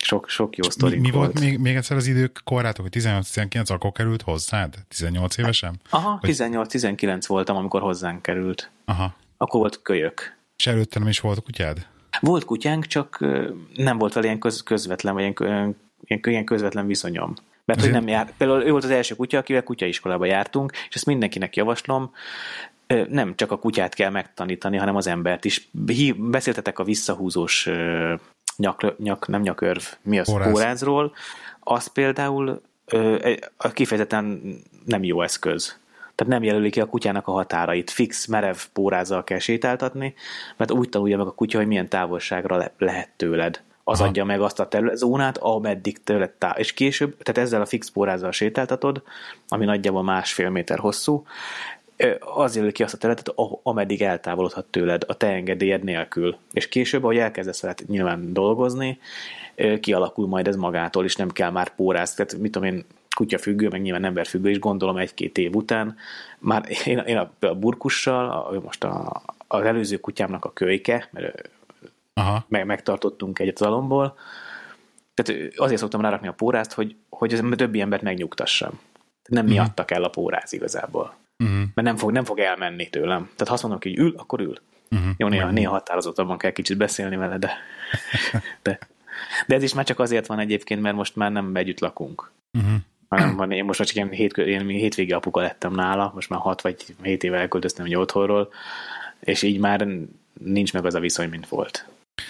Speaker 1: Sok, sok jó sztorink
Speaker 2: mi, mi
Speaker 1: volt.
Speaker 2: volt még, még egyszer az idők korlátok, hogy tizennyolc-tizenkilenc akkor került hozzád? tizennyolc évesen?
Speaker 1: Aha, tizennyolc-tizenkilenc voltam, amikor hozzánk került.
Speaker 2: Aha.
Speaker 1: Akkor volt kölyök.
Speaker 2: És előtte nem is volt kutyád?
Speaker 1: Volt kutyánk, csak nem volt vele ilyen köz, közvetlen, vagy ilyen, ilyen közvetlen viszonyom. Mert hogy nem járt. Például ő volt az első kutya, akivel kutyaiskolába jártunk, és ezt mindenkinek javaslom, nem csak a kutyát kell megtanítani, hanem az embert is. Beszéltetek a visszahúzós nyak, nyak, nem nyakörv, mi az?
Speaker 2: Póráz.
Speaker 1: Pórázról. Az például kifejezetten nem jó eszköz. Tehát nem jelöli ki a kutyának a határait. Fix, merev pórázzal kell sétáltatni, mert úgy tanulja meg a kutya, hogy milyen távolságra le- lehet tőled. Az Aha. adja meg azt a terület, zónát, ameddig tőled táv. És később, tehát ezzel a fix pórázzal sétáltatod, ami nagyjából másfél méter hosszú, az jelöli ki azt a területet, ameddig eltávolodhat tőled a te engedélyed nélkül. És később, ahogy elkezdesz vele nyilván dolgozni, kialakul majd ez magától, és nem kell már pórázni. Tehát mit tudom én, kutyafüggő, meg nyilván emberfüggő is, gondolom egy-két év után. Már én, én a, a burkussal, a, most a, az előző kutyámnak a kölyke, mert Aha. Meg, megtartottunk egyet az alomból, tehát azért szoktam rárakni a pórázt, hogy, hogy az többi embert megnyugtassam. Nem uh-huh. miatta kell a póráz igazából. Uh-huh. Mert nem fog, nem fog elmenni tőlem. Tehát ha azt mondom, hogy ül, akkor ül. Uh-huh. Jó, néha, uh-huh. néha határozottabban kell kicsit beszélni vele, de, de, de ez is már csak azért van egyébként, mert most már nem együtt lakunk. Uh-huh. Hanem van, én most csak ilyen, hét, én hétvégi apuka lettem nála, most már hat vagy hét éve elköltöztem egy otthonról, és így már nincs meg az a viszony, mint volt.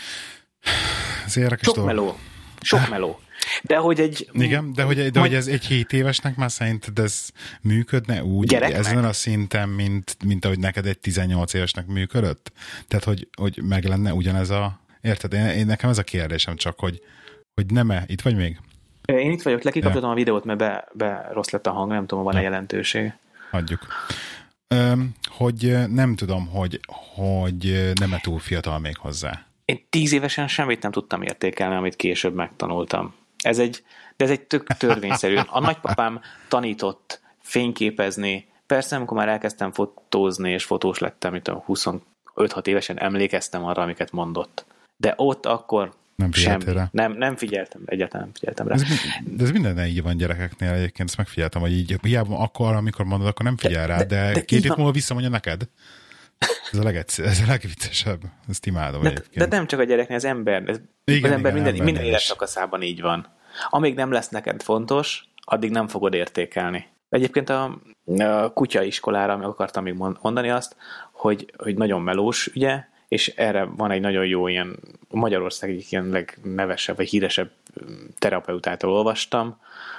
Speaker 2: Ez érdekes
Speaker 1: Sok
Speaker 2: dolog.
Speaker 1: meló. Sok meló. De hogy egy...
Speaker 2: Igen, de hogy, de
Speaker 1: majd...
Speaker 2: hogy ez egy hét évesnek már szerinted ez működne úgy,
Speaker 1: Gyereknek?
Speaker 2: ezen a szinten, mint, mint ahogy neked egy tizennyolc évesnek működött? Tehát, hogy, hogy meg lenne ugyanez a... Érted? Én, én nekem ez a kérdésem csak, hogy, hogy nem-e? Itt vagy még?
Speaker 1: Én itt vagyok, lekikapcsoltam ja. a videót, mert be, be rossz lett a hang, nem tudom, van-e ja. jelentőség.
Speaker 2: Hagyjuk. Öm, hogy nem tudom, hogy, hogy nem-e túl fiatal még hozzá.
Speaker 1: Én tíz évesen semmit nem tudtam értékelni, amit később megtanultam. Ez egy, de ez egy tök törvényszerű. A nagypapám tanított fényképezni. Persze, amikor már elkezdtem fotózni, és fotós lettem, mint a huszonöt-hat évesen emlékeztem arra, amiket mondott. De ott akkor
Speaker 2: nem semmi.
Speaker 1: Nem, nem figyeltem, egyáltalán nem figyeltem rá.
Speaker 2: Ez, de ez minden így van gyerekeknél egyébként, ezt megfigyeltem, hogy így hiába akkor, amikor mondod, akkor nem figyel rá, de, de, de két hét múlva visszamondja neked. Ez a, legegyszer, ez a legviccesebb. Ezt imádom
Speaker 1: de,
Speaker 2: egyébként.
Speaker 1: de nem csak a gyereknél, az ember. Ez,
Speaker 2: igen,
Speaker 1: az ember
Speaker 2: igen,
Speaker 1: minden, minden életszakaszában így van. Amíg nem lesz neked fontos, addig nem fogod értékelni. Egyébként a, a kutyaiskolára meg akartam még mondani azt, hogy, hogy nagyon melós ügye, és erre van egy nagyon jó ilyen, Magyarország egyik ilyen legnevesebb, vagy híresebb terapeutától olvastam,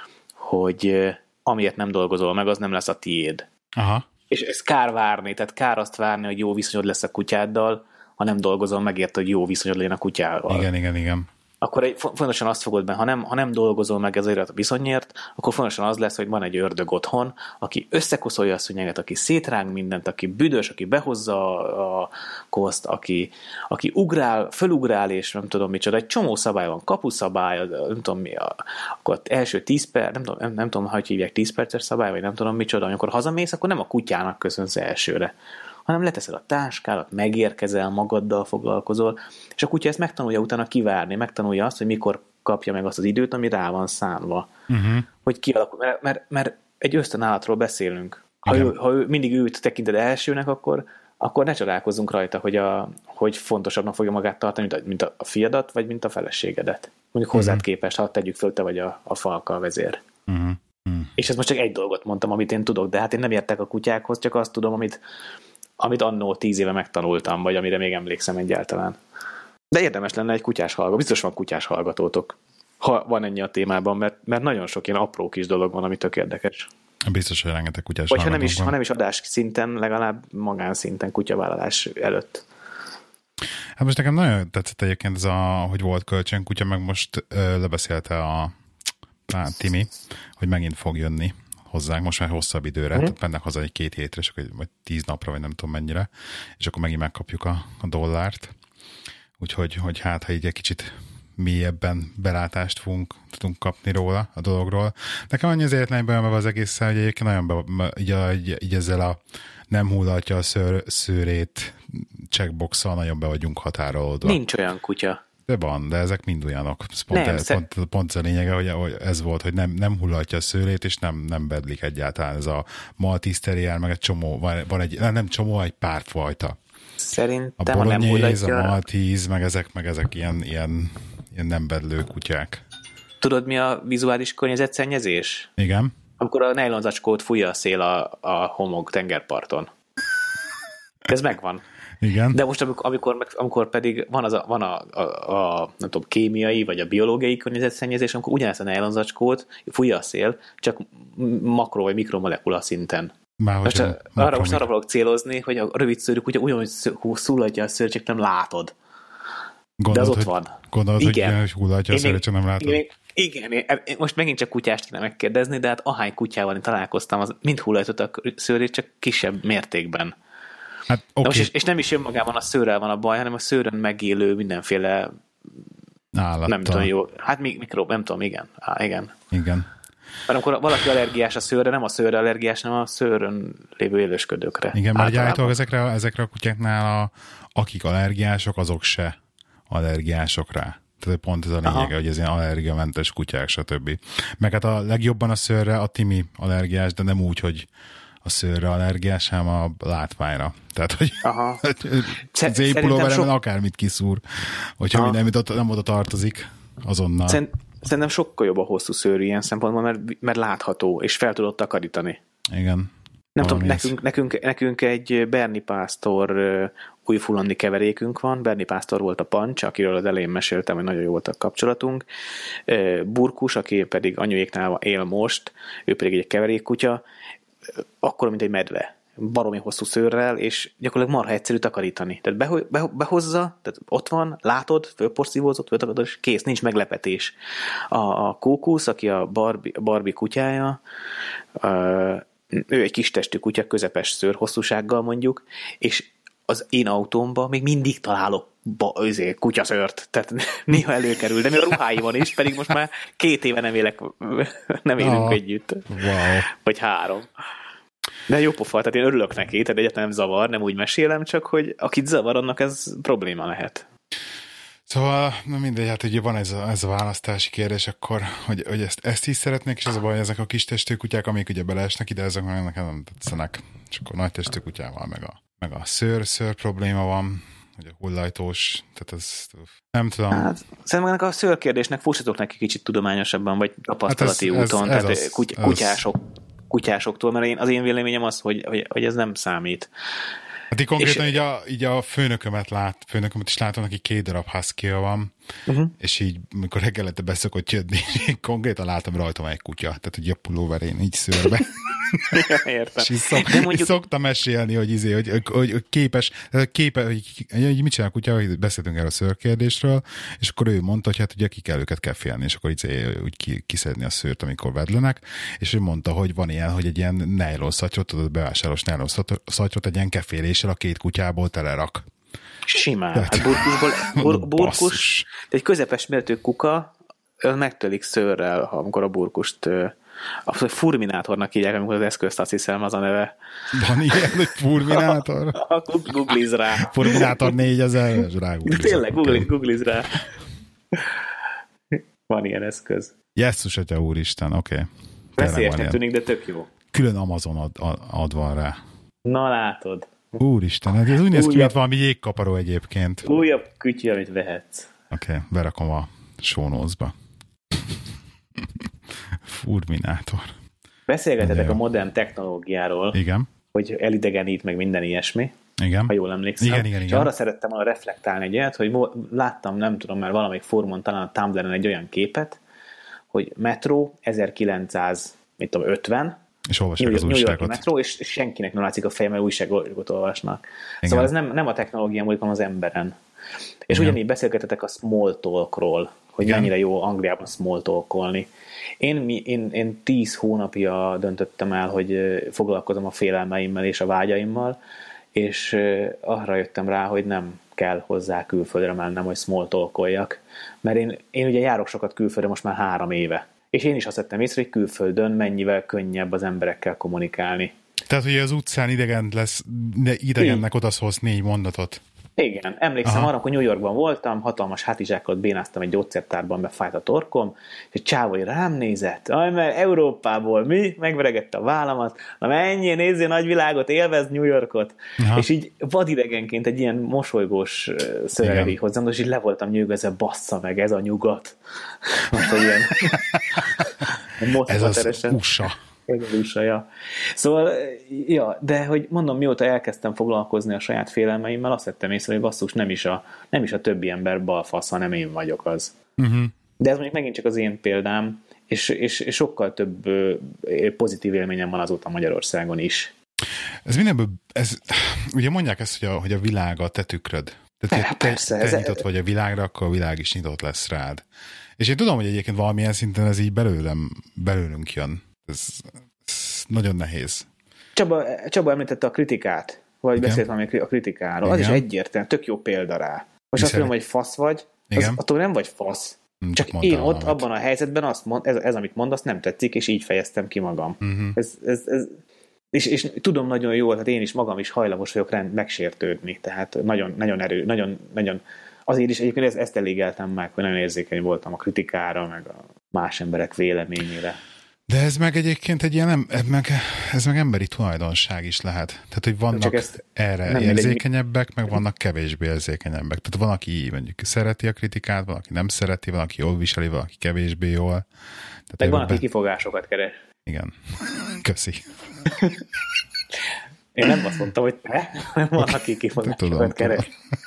Speaker 1: hogy amiért nem dolgozol meg, az nem lesz a tiéd. Aha. És ez kár várni, tehát kár azt várni, hogy jó viszonyod lesz a kutyáddal, ha nem dolgozol megért, hogy jó viszonyod legyen a kutyával.
Speaker 2: Igen, igen, igen.
Speaker 1: Akkor egy, fontosan azt fogod be, ha nem, ha nem dolgozol meg ezért a viszonyért, akkor fontosan az lesz, hogy van egy ördög otthon, aki összekoszolja a szőnyeget, aki szétráng mindent, aki büdös, aki behozza a, a koszt, aki, aki ugrál, fölugrál, és nem tudom micsoda, egy csomó szabály van, kapuszabály, nem tudom mi, a, akkor első tíz perc, nem tudom, nem, nem tudom, hogy hívják tíz perces szabály, vagy nem tudom micsoda, amikor hazamész, akkor nem a kutyának köszönsz elsőre, hanem leteszed a táskádat, megérkezel, magaddal foglalkozol, és a kutya ezt megtanulja utána kivárni, megtanulja azt, hogy mikor kapja meg azt az időt, ami rá van szánva. Uh-huh. Hogy kialakul, mert, mert, mert egy ösztönállatról beszélünk. Ha ő, ha ő mindig őt tekinted elsőnek, akkor, akkor ne csodálkozzunk rajta, hogy, a, hogy fontosabbnak fogja magát tartani, mint a, mint a fiadat, vagy mint a feleségedet. Mondjuk hozzád uh-huh. képest, ha tegyük föl, te vagy a, a falka a vezér. Uh-huh. Uh-huh. És ez most csak egy dolgot mondtam, amit én tudok, de hát én nem értek a kutyákhoz, csak azt tudom, amit amit annó tíz éve megtanultam, vagy amire még emlékszem egyáltalán. De érdemes lenne egy kutyás hallgató. Biztos van kutyás hallgatótok, ha van ennyi a témában, mert, mert nagyon sok ilyen apró kis dolog van, ami tök érdekes.
Speaker 2: Biztos, hogy rengeteg kutyás
Speaker 1: vagy ha nem, is,
Speaker 2: van.
Speaker 1: ha nem is adás szinten, legalább magánszinten kutyavállalás előtt.
Speaker 2: Hát most nekem nagyon tetszett egyébként ez a, hogy volt kölcsönkutya, meg most ö, lebeszélte a, a Timi, hogy megint fog jönni hozzánk, most már hosszabb időre, uh-huh. mennek haza egy két hétre, és akkor vagy tíz napra, vagy nem tudom mennyire, és akkor megint megkapjuk a, a dollárt. Úgyhogy hogy hát, ha így egy kicsit mélyebben belátást fogunk, tudunk kapni róla, a dologról. Nekem annyi az életlenben az egészen, hogy egyébként nagyon be, így, így, így ezzel a nem hullatja a szőr, szőrét checkbox-szal nagyon be vagyunk határolódva.
Speaker 1: Nincs olyan kutya.
Speaker 2: De van, de ezek mind olyanok. Pont, nem, e, pont, pont a lényege, hogy, hogy ez volt, hogy nem, nem hullatja a szőlét, és nem, nem bedlik egyáltalán. Ez a Maltese Terrier, meg egy csomó, van, van egy, nem csomó, egy pár fajta.
Speaker 1: Szerintem
Speaker 2: a
Speaker 1: nem hullatja.
Speaker 2: A Maltese, meg ezek, meg ezek ilyen, ilyen, ilyen nem bedlő kutyák.
Speaker 1: Tudod, mi a vizuális környezetszennyezés?
Speaker 2: Igen.
Speaker 1: Amikor a nejlonzacskót fújja a szél a, a homok tengerparton. Ez megvan.
Speaker 2: Igen.
Speaker 1: De most amikor, amikor, amikor pedig van, az a, van a, a, a nem tudom, kémiai vagy a biológiai környezetszennyezés, amikor ugyanezt a nejlonzacskót fújja a szél, csak makro vagy mikromolekula szinten.
Speaker 2: Már
Speaker 1: most a, arra most arra valok célozni, hogy a rövid szőrük ugye ugyanúgy szulladja a szőr, csak nem látod.
Speaker 2: Gondolod,
Speaker 1: de az ott
Speaker 2: hogy,
Speaker 1: van.
Speaker 2: Gondolod, igen. hogy hullatja a szőr, csak nem látod?
Speaker 1: Igen, igen, én most megint csak kutyást kéne megkérdezni, de hát ahány kutyával én találkoztam, az mind hullajtott a szőrét, csak kisebb mértékben.
Speaker 2: Hát, okay.
Speaker 1: Most, és, és nem is önmagában a szőrrel van a baj, hanem a szőrön megélő mindenféle
Speaker 2: állattal.
Speaker 1: Nem tudom, jó. Hát mikrób, nem tudom, igen. Á, igen.
Speaker 2: Igen.
Speaker 1: Mert amikor valaki allergiás a szőrre, nem a szőrre allergiás, hanem a szőrön lévő élősködőkre.
Speaker 2: Igen, mert állítólag ezekre, ezekre a kutyáknál, a, akik allergiások, azok se allergiások rá. Tehát pont ez a lényege, Aha. hogy ez ilyen allergiamentes kutyák, stb. Meg hát a legjobban a szőrre a Timi allergiás, de nem úgy, hogy a szőrre allergiás, hanem a látványra. Tehát, hogy az épulóveremben sok... akármit kiszúr, hogyha nem, nem oda tartozik azonnal.
Speaker 1: Szerint, szerintem sokkal jobb a hosszú szőrű ilyen szempontból, mert, mert látható, és fel tudod takarítani.
Speaker 2: Igen.
Speaker 1: Nem tudom, nekünk, nekünk, nekünk egy Bernie Pásztor uh, újfulandi keverékünk van. Bernie Pásztor volt a Pancs, akiről az elején meséltem, hogy nagyon jó volt a kapcsolatunk. Uh, Burkus, aki pedig anyuéknál él most, ő pedig egy keverékkutya, akkor, mint egy medve. Baromi hosszú szőrrel, és gyakorlatilag marha egyszerű takarítani. Tehát beho- beho- behozza, tehát ott van, látod, fölporszívózott, föltakarítod, és kész, nincs meglepetés. A, a Kókusz, aki a Barbie, a Barbie kutyája, uh, ő egy kis testű kutya, közepes szőr hosszúsággal mondjuk, és az én autómban még mindig találok ba, azért, kutyaszőrt, tehát néha előkerül, de még a ruháimon is, pedig most már két éve nem élek, nem élünk oh, együtt.
Speaker 2: Wow.
Speaker 1: Vagy három. De jó pofa, tehát én örülök neki, tehát egyáltalán nem zavar, nem úgy mesélem, csak hogy akit zavar, annak ez probléma lehet.
Speaker 2: Szóval, na mindegy, hát ugye van ez a, ez a választási kérdés, akkor, hogy, hogy ezt, ezt is szeretnék, és az a baj, hogy ezek a kis testű kutyák, amik ugye beleesnek ide, ezek meg nekem nem tetszenek. És akkor nagy testű kutyával, meg a, meg a szőr, szőr probléma van, hogy a hullajtós, tehát ez nem tudom. Hát,
Speaker 1: szerintem a szőrkérdésnek fussatok neki kicsit tudományosabban, vagy tapasztalati hát ez, úton, ez, ez tehát az, kuty- kutyások, kutyásoktól, mert én, az én véleményem az, hogy, hogy, hogy ez nem számít.
Speaker 2: Hát így konkrétan és, így, a, így a főnökömet lát, főnökömet is látom, aki két darab husky-ja van, uh-huh. és így, amikor reggelente beszokott jönni, én konkrétan látom rajtam egy kutya, tehát hogy a pulóverén így szőrbe.
Speaker 1: Ja, értem.
Speaker 2: És szok, De mondjuk... szoktam mesélni, hogy, izé, hogy, hogy, hogy képes, képe, hogy, hogy mit csinál a kutya, hogy beszéltünk erről a szőrkérdésről, és akkor ő mondta, hogy hát ugye ki kell őket kell félni, és akkor izé, úgy ki, kiszedni a szőrt, amikor vedlenek, és ő mondta, hogy van ilyen, hogy egy ilyen nylon szatyrot, tudod, bevásárolós nylon szatyrot egy ilyen keféléssel a két kutyából telerak.
Speaker 1: Simán. Hát burkusból, bur, burkus, egy közepes méretű kuka, megtölik szőrrel, amikor a burkust a furminátornak hívják, amikor az eszközt, azt hiszem, az a neve.
Speaker 2: Van ilyen, hogy furminátor?
Speaker 1: Googliz rá.
Speaker 2: Furminátor négyezer, rá
Speaker 1: googliz. Tényleg, googliz rá. Van ilyen eszköz.
Speaker 2: Jesszus, atya úristen, oké. Okay.
Speaker 1: Veszélyesnek tűnik, de tök jó.
Speaker 2: Külön Amazon ad, ad, ad van rá.
Speaker 1: Na látod.
Speaker 2: Úristen, ez úgy néz ki, mint valami jégkaparó egyébként.
Speaker 1: Újabb kütyű, amit vehetsz.
Speaker 2: Oké, okay, berakom a show notes-ba. Furminátor.
Speaker 1: Beszélgetetek a modern technológiáról.
Speaker 2: Igen.
Speaker 1: Hogy elidegenít meg minden ilyesmi.
Speaker 2: Igen.
Speaker 1: Ha jól emlékszem.
Speaker 2: Igen, igen,
Speaker 1: és
Speaker 2: igen.
Speaker 1: arra szerettem volna reflektálni egy ilyet, hogy láttam, nem tudom, már valamelyik fórumon, talán a Tumblr-en egy olyan képet, hogy metró ezerkilencszázötven,
Speaker 2: és olvassák az újságot.
Speaker 1: Metró, és senkinek nem látszik a feje, mert újságot olvasnak. Igen. Szóval ez nem, nem a technológia múlik, hanem az emberen. És igen. Ugyanígy beszélgetetek a small talkról, hogy igen. mennyire jó Angliában small talkolni. Én, én, én tíz hónapja döntöttem el, hogy foglalkozom a félelmeimmel és a vágyaimmal, és arra jöttem rá, hogy nem kell hozzá külföldre mennem, hogy small talkoljak. Mert én, én ugye járok sokat külföldre most már három éve. És én is azt vettem észre, hogy külföldön mennyivel könnyebb az emberekkel kommunikálni.
Speaker 2: Tehát, hogy az utcán idegen lesz, idegennek odaszólsz négy mondatot.
Speaker 1: Igen, emlékszem Aha. arra, hogy New Yorkban voltam, hatalmas hátizsákkal bénáztam egy gyógyszertárban, befájt a torkom, és egy csávó rám nézett, aj, mert Európából mi? Megveregette a vállamat, na menjél, nézzél nagyvilágot, élvezd New Yorkot. Aha. És így vadidegenként egy ilyen mosolygós szöveg hozzám, és így le voltam nyűgözve, bassza meg, ez a nyugat. Most egy ilyen
Speaker 2: ez az u es á.
Speaker 1: Ja. Szóval, ja, de hogy mondom, mióta elkezdtem foglalkozni a saját félelmeimmel, azt vettem észre, hogy basszus, nem is a, nem is a többi ember balfasz, hanem én vagyok az. Uh-huh. De ez mondjuk megint csak az én példám, és, és, és sokkal több pozitív élményem van azóta Magyarországon is.
Speaker 2: Ez mindenből, ez, ugye mondják ezt, hogy a, hogy a világ a te tükröd. Tehát, ha te, persze, te ez nyitott vagy a világra, akkor a világ is nyitott lesz rád. És én tudom, hogy egyébként valamilyen szinten ez így belőlem, belőlünk jön. Ez, ez nagyon nehéz.
Speaker 1: Csaba, Csaba említette a kritikát, vagy igen. beszélt valami a kritikáról. Igen. Az is egyértelmű, tök jó példa rá. Most azt mondom, hogy fasz vagy, az, attól nem vagy fasz. Hmm, csak, csak én ott, valamit. Abban a helyzetben azt mond, ez, ez, amit mondasz, nem tetszik, és így fejeztem ki magam. Uh-huh. Ez, ez, ez, és, és tudom nagyon jól, hát én is magam is hajlamos vagyok rend megsértődni. Tehát nagyon, nagyon erő, nagyon, nagyon azért is egyébként ezt, ezt elégeltem meg, hogy nagyon érzékeny voltam a kritikára, meg a más emberek véleményére.
Speaker 2: De ez meg egyébként egy ilyen, meg, ez meg emberi tulajdonság is lehet. Tehát, hogy vannak erre érzékenyebbek, meg vannak kevésbé érzékenyebbek. Tehát van, aki mondjuk szereti a kritikát, van, aki nem szereti, van, aki jól viseli, van, aki kevésbé jól. Tehát
Speaker 1: meg van, aki be... kifogásokat keres.
Speaker 2: Igen. Köszi.
Speaker 1: Én nem azt mondtam, hogy te, hanem van, aki kifogásokat keres.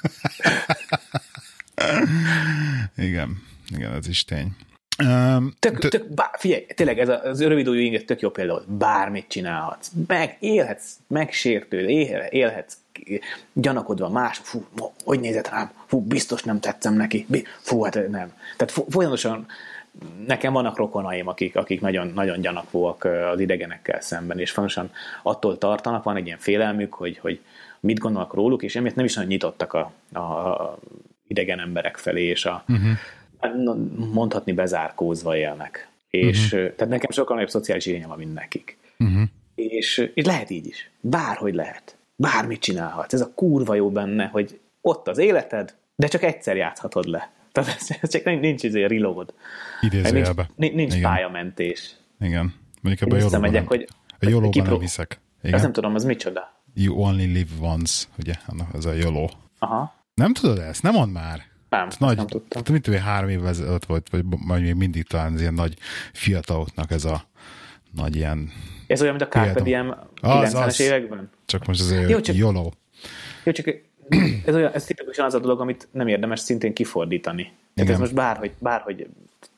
Speaker 2: Igen. Igen, ez is tény.
Speaker 1: Um, tök, tök, tök, bár, figyelj, tényleg ez az rövidújú inget tök jó példa, bármit csinálhatsz, meg élhetsz, megsértőd, él, élhetsz gyanakodva más, fú, hogy nézett rám, fú, biztos nem tetszem neki, fú, hát nem. Tehát folyamatosan nekem vannak rokonaim, akik, akik nagyon, nagyon gyanakvóak az idegenekkel szemben, és folyamatosan attól tartanak, van egy ilyen félelmük, hogy, hogy mit gondolnak róluk, és emiatt nem is nagyon nyitottak a, a, a idegen emberek felé, és a uh-huh. mondhatni bezárkózva élnek. És uh-huh. tehát nekem sokkal nagyobb szociális igényem van, mint nekik. Uh-huh. És, és lehet így is. Bárhogy lehet. Bármit csinálhatsz. Ez a kurva jó benne, hogy ott az életed, de csak egyszer játszhatod le. Tehát ez csak nincs izé reload.
Speaker 2: Idézőjelbe.
Speaker 1: Nincs, nincs pályamentés.
Speaker 2: Igen. Mondjuk ebben a jólóban nem, hogy a jólóban kipró... nem hiszek. Igen.
Speaker 1: Azt nem tudom, az micsoda?
Speaker 2: You only live once, ugye? Ez a jóló.
Speaker 1: Aha.
Speaker 2: Nem tudod ezt? Nem mondd már.
Speaker 1: Nem, nagy, nem tudtam.
Speaker 2: Mit tudom, három évvel ezelőtt volt, vagy majd még mindig talán az ilyen nagy fiataloknak ez a nagy ilyen...
Speaker 1: Ez olyan, mint a Carpe Diem kilencvenes években?
Speaker 2: Csak most azért jó, csak, YOLO.
Speaker 1: Jó, csak ez, olyan, ez tipikusan az a dolog, amit nem érdemes szintén kifordítani. Tehát ez most bárhogy, bárhogy...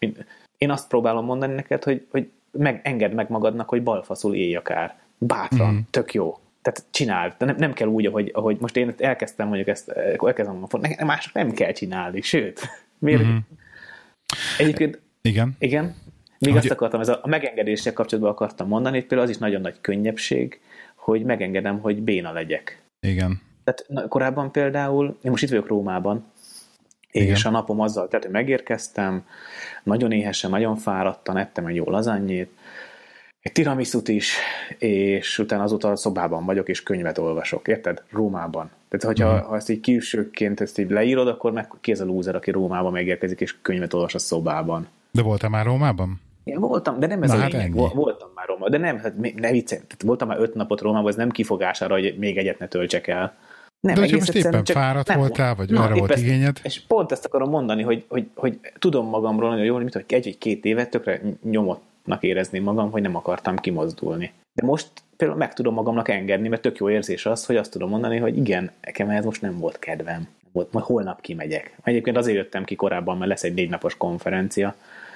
Speaker 1: Én azt próbálom mondani neked, hogy, hogy meg, engedd meg magadnak, hogy balfaszul élj akár. Bátran, mm. tök jó. Tehát csináld, de nem, nem kell úgy, ahogy, ahogy most én elkezdtem, mondjuk ezt, elkezdem, nekem mások nem kell csinálni, sőt. Miért? Mm-hmm. Egyébként,
Speaker 2: igen.
Speaker 1: Igen. Még hogy... azt akartam, ez a, a megengedéssel kapcsolatban akartam mondani, hogy például az is nagyon nagy könnyebbség, hogy megengedem, hogy béna legyek.
Speaker 2: Igen.
Speaker 1: Tehát na, korábban például, én most itt vagyok Rómában, igen. És a napom azzal, tehát hogy megérkeztem, nagyon éhesen, nagyon fáradtan, ettem egy jó lazanyét, egy tiramisut is, és utána azóta a szobában vagyok, és könyvet olvasok. Érted? Rómában. Tehát, hogyha mm. ha ezt így külsőként ezt így leírod, akkor meg ki ez a lúzer, aki Rómában megérkezik, és könyvet olvas a szobában.
Speaker 2: De voltál már Rómában?
Speaker 1: Én voltam, de nem ez Na, a hát lényeg. Ennyi. Voltam már Rómában, de nem, hát ne viccelj. Voltam már öt napot Rómában, ez nem kifogás arra, hogy még egyet ne töltsek el. Nem,
Speaker 2: de hogyha most éppen csak fáradt nem, voltál, vagy na, arra volt ezt, igényed?
Speaker 1: És pont ezt akarom mondani, hogy, hogy, hogy tudom magamról nagyon jól, hogy egy-két évet tökre nyomottnak érezni magam, hogy nem akartam kimozdulni. De most például meg tudom magamnak engedni, mert tök jó érzés az, hogy azt tudom mondani, hogy igen, nekem ez most nem volt kedvem. Volt, majd holnap kimegyek. Egyébként azért jöttem ki korábban, mert lesz egy négy napos konferencia,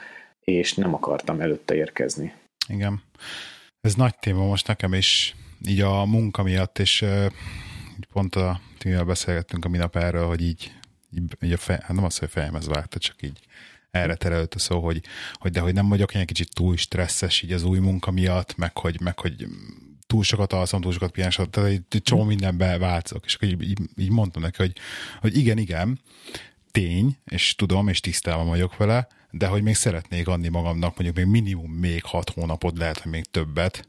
Speaker 1: és nem akartam előtte érkezni. Igen.
Speaker 2: Ez nagy téma most nekem is, így a munka miatt, és pont a tűnvel beszélgettünk a minap erről, hogy így, így, így a fej, hát nem az, hogy a fejemhez vágta, csak így erre terelődte szó, hogy, hogy de hogy nem vagyok egy kicsit túl stresszes így az új munka miatt, meg hogy, meg hogy túl sokat alszom, túl sokat pihenszem, tehát egy csomó mindenbe változok. És akkor így, így, így mondtam neki, hogy, hogy igen, igen, tény, és tudom, és tisztában vagyok vele, de hogy még szeretnék adni magamnak mondjuk még minimum még hat hónapot, lehet, hogy még többet,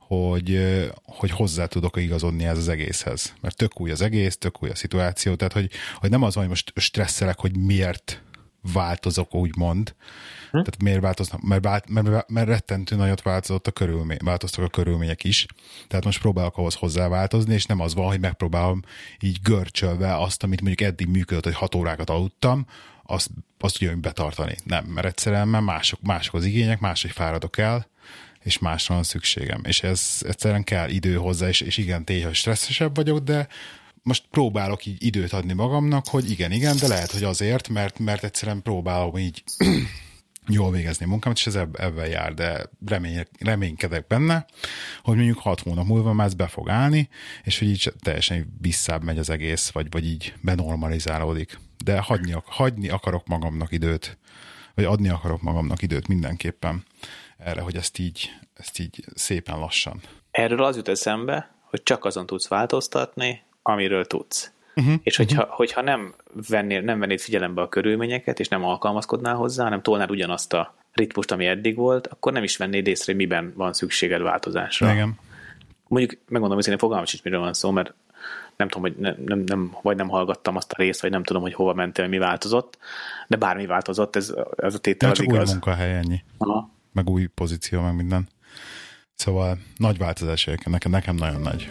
Speaker 2: hogy, hogy hozzá tudok igazodni ez az egészhez. Mert tök új az egész, tök új a szituáció, tehát hogy, hogy nem az van, hogy most stresszelek, hogy miért változok, úgymond. Hm? Tehát miért változnak, mert, mert, mert rettentő nagyot változott a körülmény, változtak a körülmények is. Tehát most próbálok ahhoz hozzáváltozni, és nem az van, hogy megpróbálom így görcsölve azt, amit mondjuk eddig működött, hogy hat órákat aludtam, azt, azt ugyanúgy betartani. Nem, mert egyszerűen mert mások, mások az igények, máshogy fáradok el, és másra van szükségem. És ez egyszerűen kell idő hozzá, és, és igen, tény, hogy stresszesebb vagyok, de most próbálok így időt adni magamnak, hogy igen, igen, de lehet, hogy azért, mert, mert egyszerűen próbálom így jól végezni a munkámat, és ez ebben jár, de remény, reménykedek benne, hogy mondjuk hat hónap múlva már ez be fog állni, és hogy így teljesen visszább megy az egész, vagy, vagy így benormalizálódik. De hagyni, hagyni akarok magamnak időt, vagy adni akarok magamnak időt mindenképpen erre, hogy ezt így, ezt így szépen lassan. Erről
Speaker 1: az jut eszembe, hogy csak azon tudsz változtatni, amiről tudsz. Uh-huh, és hogyha, uh-huh. hogyha nem, vennél, nem vennéd figyelembe a körülményeket, és nem alkalmazkodnál hozzá, hanem tolnád ugyanazt a ritmust, ami eddig volt, akkor nem is vennéd észre, hogy miben van szükséged változásra.
Speaker 2: Igen.
Speaker 1: Mondjuk megmondom, hogy én fogalmam sincs, miről van szó, mert nem tudom, hogy nem, nem, nem, vagy nem hallgattam azt a részt, vagy nem tudom, hogy hova mentél, mi változott, de bármi változott, ez, ez a tétel az igaz.
Speaker 2: Csak új munkahely, ennyi. Aha. Meg új pozíció, meg minden. Szóval nagy változás nekem, nekem nagyon nagy.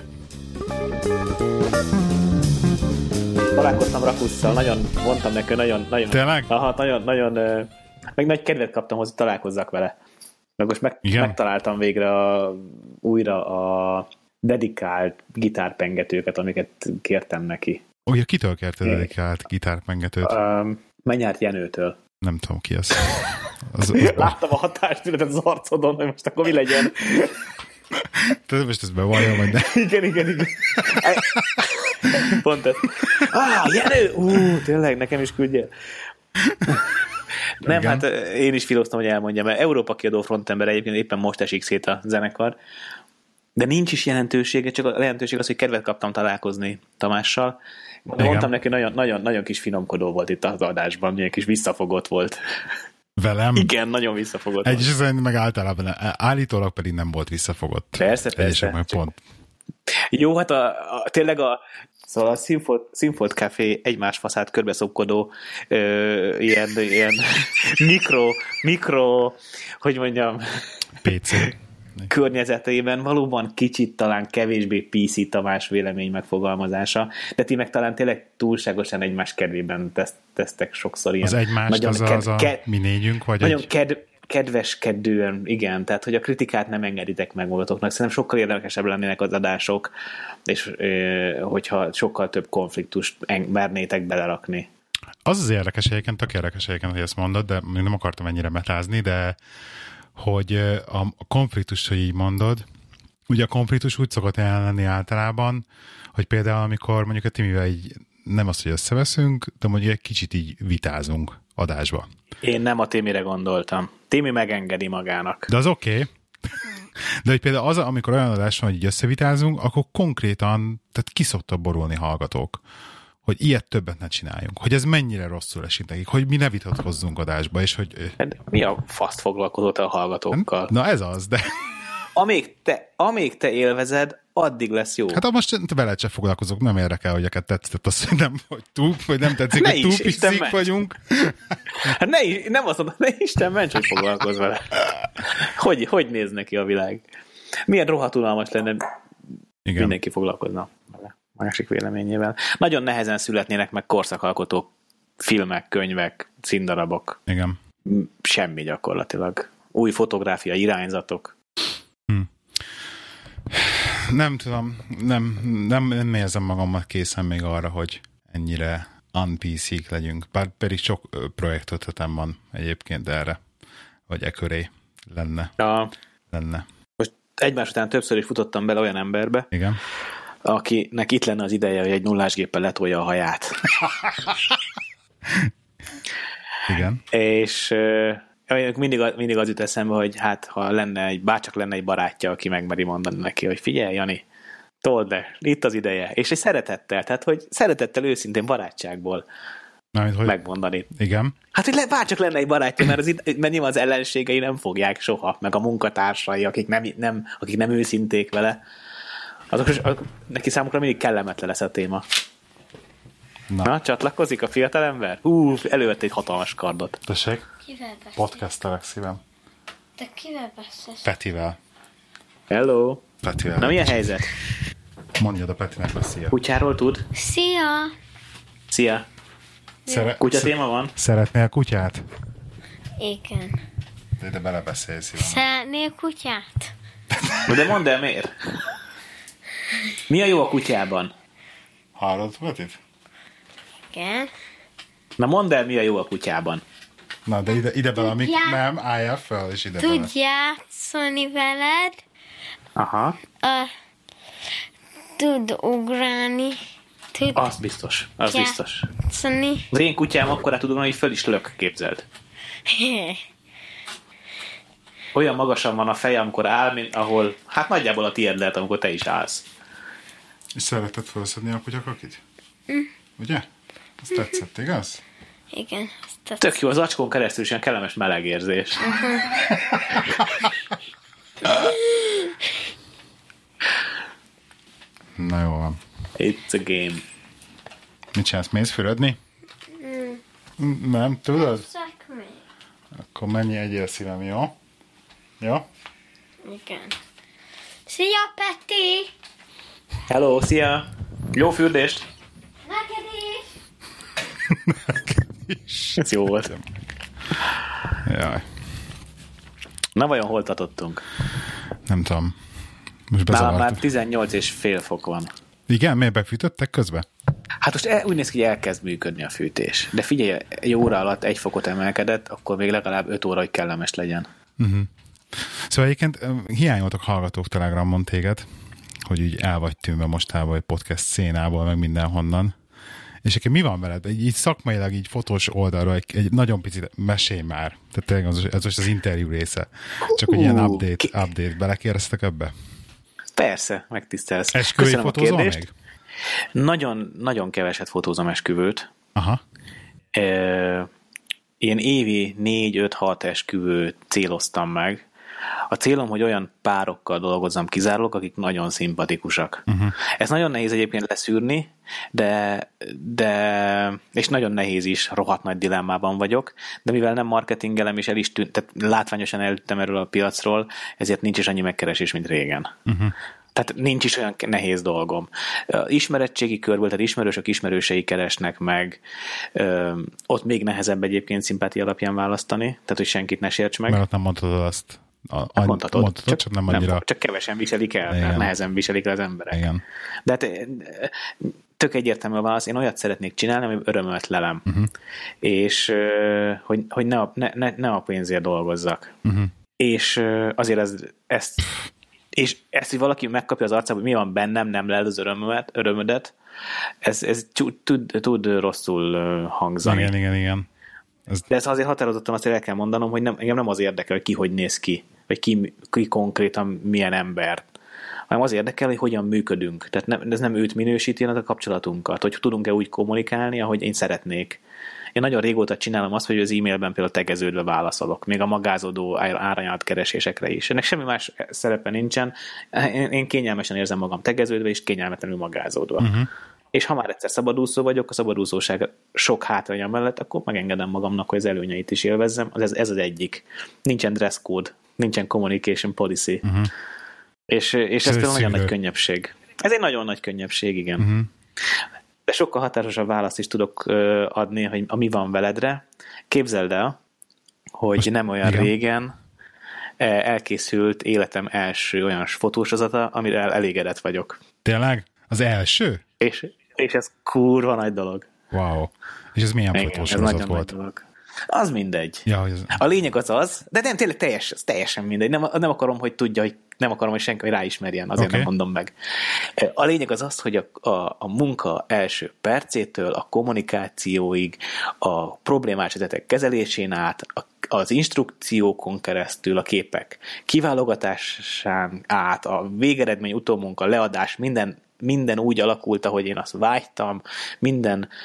Speaker 1: Találkoztam Rakusszal, nagyon mondtam neki, nagyon, nagyon,
Speaker 2: Tényleg?
Speaker 1: Aha, nagyon, nagyon, meg nagy kedvet kaptam hozzá, találkozzak vele. Meg most meg, megtaláltam végre a, újra a dedikált gitárpengetőket, amiket kértem neki.
Speaker 2: Ugye, kitől kérte dedikált gitárpengetőt?
Speaker 1: Um, Menyárt Jenőtől.
Speaker 2: Nem tudom, ki az. az, az
Speaker 1: Láttam a hatástületet az arcodon, hogy most akkor mi legyen.
Speaker 2: Tehát most ezt bevallja, vagy nem?
Speaker 1: Igen, igen, igen. Pont ez. Ah, Jenő! Ú, tényleg, nekem is küldjél. Nem, igen. Hát én is filoztam, hogy elmondjam, mert Európa kiadó frontember egyébként éppen most esik szét a zenekar, de nincs is jelentősége, csak a lehetőség az, hogy kedvet kaptam találkozni Tamással. De mondtam neki, nagyon, nagyon, nagyon kis finomkodó volt itt az adásban, milyen kis visszafogott volt.
Speaker 2: Velem?
Speaker 1: Igen, nagyon visszafogott.
Speaker 2: Egy szerint meg általában állítólag pedig nem volt visszafogott.
Speaker 1: Persze, persze.
Speaker 2: Meg pont.
Speaker 1: Jó, hát a, a, tényleg a szóval a Színfolt Café egymás faszát körbeszopkodó ö, ilyen, ilyen mikro, mikro, hogy mondjam,
Speaker 2: pé cé
Speaker 1: környezetében valóban kicsit talán kevésbé pé cé Tamás vélemény megfogalmazása, de ti meg talán tényleg túlságosan egymás kedvében teszt, tesztek sokszor ilyen.
Speaker 2: Az egymást, nagyon az, ked, az a ked, mi négyünk, vagy
Speaker 1: nagyon
Speaker 2: egy...
Speaker 1: ked, kedveskedően, igen, tehát hogy a kritikát nem engeditek meg magatoknak. Szerintem sokkal érdekesebb lennének az adások, és ö, hogyha sokkal több konfliktust eng- mernétek belerakni.
Speaker 2: Az az érdekes egyébként, tök érdekes egyébként, hogy ezt mondod, de még nem akartam ennyire metázni, de hogy a konfliktus, hogy így mondod, ugye a konfliktus úgy szokott jelenni általában, hogy például amikor mondjuk a Timivel így nem az, hogy összeveszünk, de mondjuk egy kicsit így vitázunk adásba.
Speaker 1: Én nem a Timire gondoltam. Timi megengedi magának.
Speaker 2: De az oké. Okay. De hogy például az, amikor olyan adás van, hogy így összevitázunk, akkor konkrétan, tehát ki szoktak borulni hallgatók, hogy ilyet többet ne csináljunk, hogy ez mennyire rosszul esik nekik, hogy mi ne vitatkozzunk adásba, és hogy...
Speaker 1: Hát mi a faszt foglalkozol te a hallgatókkal?
Speaker 2: Na ez az, de...
Speaker 1: Amíg te, amíg te élvezed, addig lesz jó.
Speaker 2: Hát most veled sem foglalkozok, nem érdekel, hogy neked tetszett az, hogy nem, hogy túl, vagy nem tetszik, ne hogy túl piszik vagyunk.
Speaker 1: Hát ne, nem azt mondom, ne Isten ments, hogy foglalkozz vele. Hogy, hogy néz neki a világ? Milyen rohadulalmas lenne, igen. Mindenki foglalkozna vele. Másik véleményével. Nagyon nehezen születnének meg korszakalkotó filmek, könyvek, színdarabok.
Speaker 2: Igen.
Speaker 1: Semmi gyakorlatilag. Új fotográfia, irányzatok.
Speaker 2: Hm. Nem tudom, nem, nem, nem érzem magamat készen még arra, hogy ennyire un-pé cé-k legyünk. Bár pedig sok projektötletem van egyébként erre, vagy e köré lenne.
Speaker 1: Ja.
Speaker 2: lenne.
Speaker 1: Most egymás után többször is futottam bele olyan emberbe,
Speaker 2: igen,
Speaker 1: akinek itt lenne az ideje, hogy egy nullásgéppel letolja a haját.
Speaker 2: Igen.
Speaker 1: És uh, mindig, mindig az jut eszembe, hogy hát ha lenne egy, bárcsak lenne egy barátja, aki megmeri mondani neki, hogy figyelj, Jani, told le, itt az ideje. És egy szeretettel, tehát hogy szeretettel őszintén barátságból
Speaker 2: Mármint, hogy...
Speaker 1: megmondani.
Speaker 2: Igen.
Speaker 1: Hát, hogy le, bárcsak lenne egy barátja, mert, az itt, mert nyilván az ellenségei nem fogják soha, meg a munkatársai, akik nem, nem, akik nem őszinték vele. Azok, azok, neki számukra mindig kellemetlen lesz a téma. Na, Na csatlakozik a fiatalember? Hú, elővett egy hatalmas kardot.
Speaker 2: Tessék?
Speaker 3: Kivel beszélsz?
Speaker 2: Podcastelek szívem.
Speaker 3: Te kivel beszélsz?
Speaker 2: Petivel.
Speaker 1: Hello.
Speaker 2: Petivel.
Speaker 1: Na, milyen helyzet?
Speaker 2: Mondjad a Petinek, hogy szia.
Speaker 1: Kutyáról tud?
Speaker 3: Szia!
Speaker 1: Szia.
Speaker 2: Szere-
Speaker 1: Kutya téma van?
Speaker 2: Szeretnél kutyát?
Speaker 3: Igen.
Speaker 2: De ide belebeszélsz, szívem.
Speaker 3: Szeretnél kutyát?
Speaker 1: De mondd el, miért? Mi a jó a kutyában?
Speaker 2: Hallod, Petit?
Speaker 3: Igen.
Speaker 1: Na mondd el, mi a jó a kutyában.
Speaker 2: Na, de ide, ide bele, amik...
Speaker 3: Tudjál-
Speaker 2: Nem, álljál fel, és ide bele.
Speaker 3: Tud játszani veled,
Speaker 1: Aha,
Speaker 3: uh, tud ugrálni, tud
Speaker 1: az biztos, az biztos.
Speaker 3: játszani.
Speaker 1: Az én kutyám akkorát tudom, hogy föl is lök, képzeld. Olyan magasan van a feje, amikor áll, mint ahol, hát nagyjából a tiéd lehet, amikor te is állsz.
Speaker 2: És szeretted felszedni a kutyakakit? Mm. Ugye? Ez tetszett, igaz?
Speaker 3: Igen. Azt
Speaker 1: Tök jó, az acskón keresztül is ilyen kellemes meleg érzés.
Speaker 2: Na jó van.
Speaker 1: It's a game.
Speaker 2: Mit csinálsz? Mész fürödni? Mm. Nem, tudod?
Speaker 3: Szak még.
Speaker 2: Akkor menj, egyél szívem, jó? Jó?
Speaker 3: Igen. Szia, Peti!
Speaker 1: Hello, szia! Jó fürdést!
Speaker 3: Neked is!
Speaker 1: Ez jó volt.
Speaker 2: Jaj,
Speaker 1: Na vajon hol tartottunk?
Speaker 2: nem tudom. Most
Speaker 1: Nálam már
Speaker 2: bezavartuk.
Speaker 1: tizennyolc és fél fok van.
Speaker 2: Igen, miért befűtöttek közben?
Speaker 1: Hát most el, úgy néz ki, hogy elkezd működni a fűtés. De figyelj, egy óra alatt egy fokot emelkedett, akkor még legalább öt óra, hogy kellemes legyen.
Speaker 2: Uh-huh. Szóval egyébként ö, hiányoltak hallgatók Telegramon téged, hogy így el vagy tűnve mostában egy podcast szénából, meg mindenhonnan. És egyébként mi van veled? Így, így szakmailag, így fotós oldalról egy, egy nagyon picit mesélj már. Tehát tényleg az, ez most az interjú része. Csak hogy ilyen update,
Speaker 1: ki-
Speaker 2: update. Belekérdeztek ebbe?
Speaker 1: Persze, megtisztelsz.
Speaker 2: Esküvői
Speaker 1: Köszönöm a
Speaker 2: fotózol
Speaker 1: kérdést.
Speaker 2: még?
Speaker 1: Nagyon, nagyon keveset fotózom esküvőt.
Speaker 2: Aha.
Speaker 1: E, ilyen évi négy öt hat esküvőt céloztam meg. A célom, hogy olyan párokkal dolgozzam kizárólag, akik nagyon szimpatikusak. Uh-huh. Ez nagyon nehéz egyébként leszűrni, de, de és nagyon nehéz is, rohadt nagy dilemmában vagyok, de mivel nem marketingelem, és el is tűnt, tehát látványosan eltűntem erről a piacról, ezért nincs is annyi megkeresés, mint régen. Uh-huh. Tehát nincs is olyan nehéz dolgom. Ismerettségi körből, tehát ismerősök ismerősei keresnek meg. Ö, ott még nehezebb egyébként szimpátia alapján választani, tehát hogy senkit ne sérts meg.
Speaker 2: Mert ott nem mondhatod azt. A, a,
Speaker 1: Mondhatod,
Speaker 2: mondhatod,
Speaker 1: csak,
Speaker 2: csak nem
Speaker 1: nem,
Speaker 2: annyira.
Speaker 1: csak kevesen viselik el,
Speaker 2: Igen.
Speaker 1: tehát nehezen viselik el az emberek.
Speaker 2: Igen.
Speaker 1: De hát tök egyértelmű a válasz, én olyat szeretnék csinálni, ami örömömet lelem. Uh-huh. És hogy, hogy ne, a, ne, ne, ne a pénzért dolgozzak. Uh-huh. És azért ez, ezt és ezt, hogy valaki megkapja az arcába, hogy mi van bennem, nem lel az örömömet, örömödet, ez, ez tud, tud rosszul hangzani.
Speaker 2: Igen, igen, igen.
Speaker 1: Ez... De ezt azért határozottan azt el kell mondanom, hogy nem, engem nem az érdekel, hogy ki hogy néz ki, vagy ki, ki konkrétan milyen ember, hanem az érdekel, hogy hogyan működünk. Tehát nem, ez nem őt minősíti, hanem a kapcsolatunkat, hogy tudunk-e úgy kommunikálni, ahogy én szeretnék. Én nagyon régóta csinálom azt, hogy az e-mailben például tegeződve válaszolok, még a magázódó áranyalt keresésekre is. Ennek semmi más szerepe nincsen. Én, én kényelmesen érzem magam tegeződve, és kényelmetlenül magázódva. Uh-huh. És ha már egyszer szabadúszó vagyok, a szabadúszóság sok hátránya mellett, akkor megengedem magamnak, hogy az előnyeit is élvezzem. Ez, ez az egyik. Nincsen dress code, nincsen communication policy. Uh-huh. És, és ez például nagyon nagy könnyebbség. Ez egy nagyon nagy könnyebbség, igen. Uh-huh. De sokkal határosabb választ is tudok adni, hogy a mi van veledre. Képzeld el, hogy most, nem olyan igen. régen elkészült életem első olyan fotósozata, amire elégedett vagyok.
Speaker 2: Tényleg? Az első?
Speaker 1: És, és ez kurva nagy dolog.
Speaker 2: Wow. És ez milyen fotósorozat volt?
Speaker 1: Az mindegy.
Speaker 2: Ja, ez...
Speaker 1: A lényeg az az, de nem, tényleg teljes, teljesen mindegy. Nem, nem akarom, hogy tudja, hogy nem akarom, hogy senki ráismerjen, azért okay. nem mondom meg. A lényeg az az, hogy a, a, a munka első percétől a kommunikációig, a problémás esetek kezelésén át, a, az instrukciókon keresztül, a képek kiválogatásán át, a végeredmény, utómunka, leadás, minden, minden úgy alakult, ahogy én azt vágytam, minden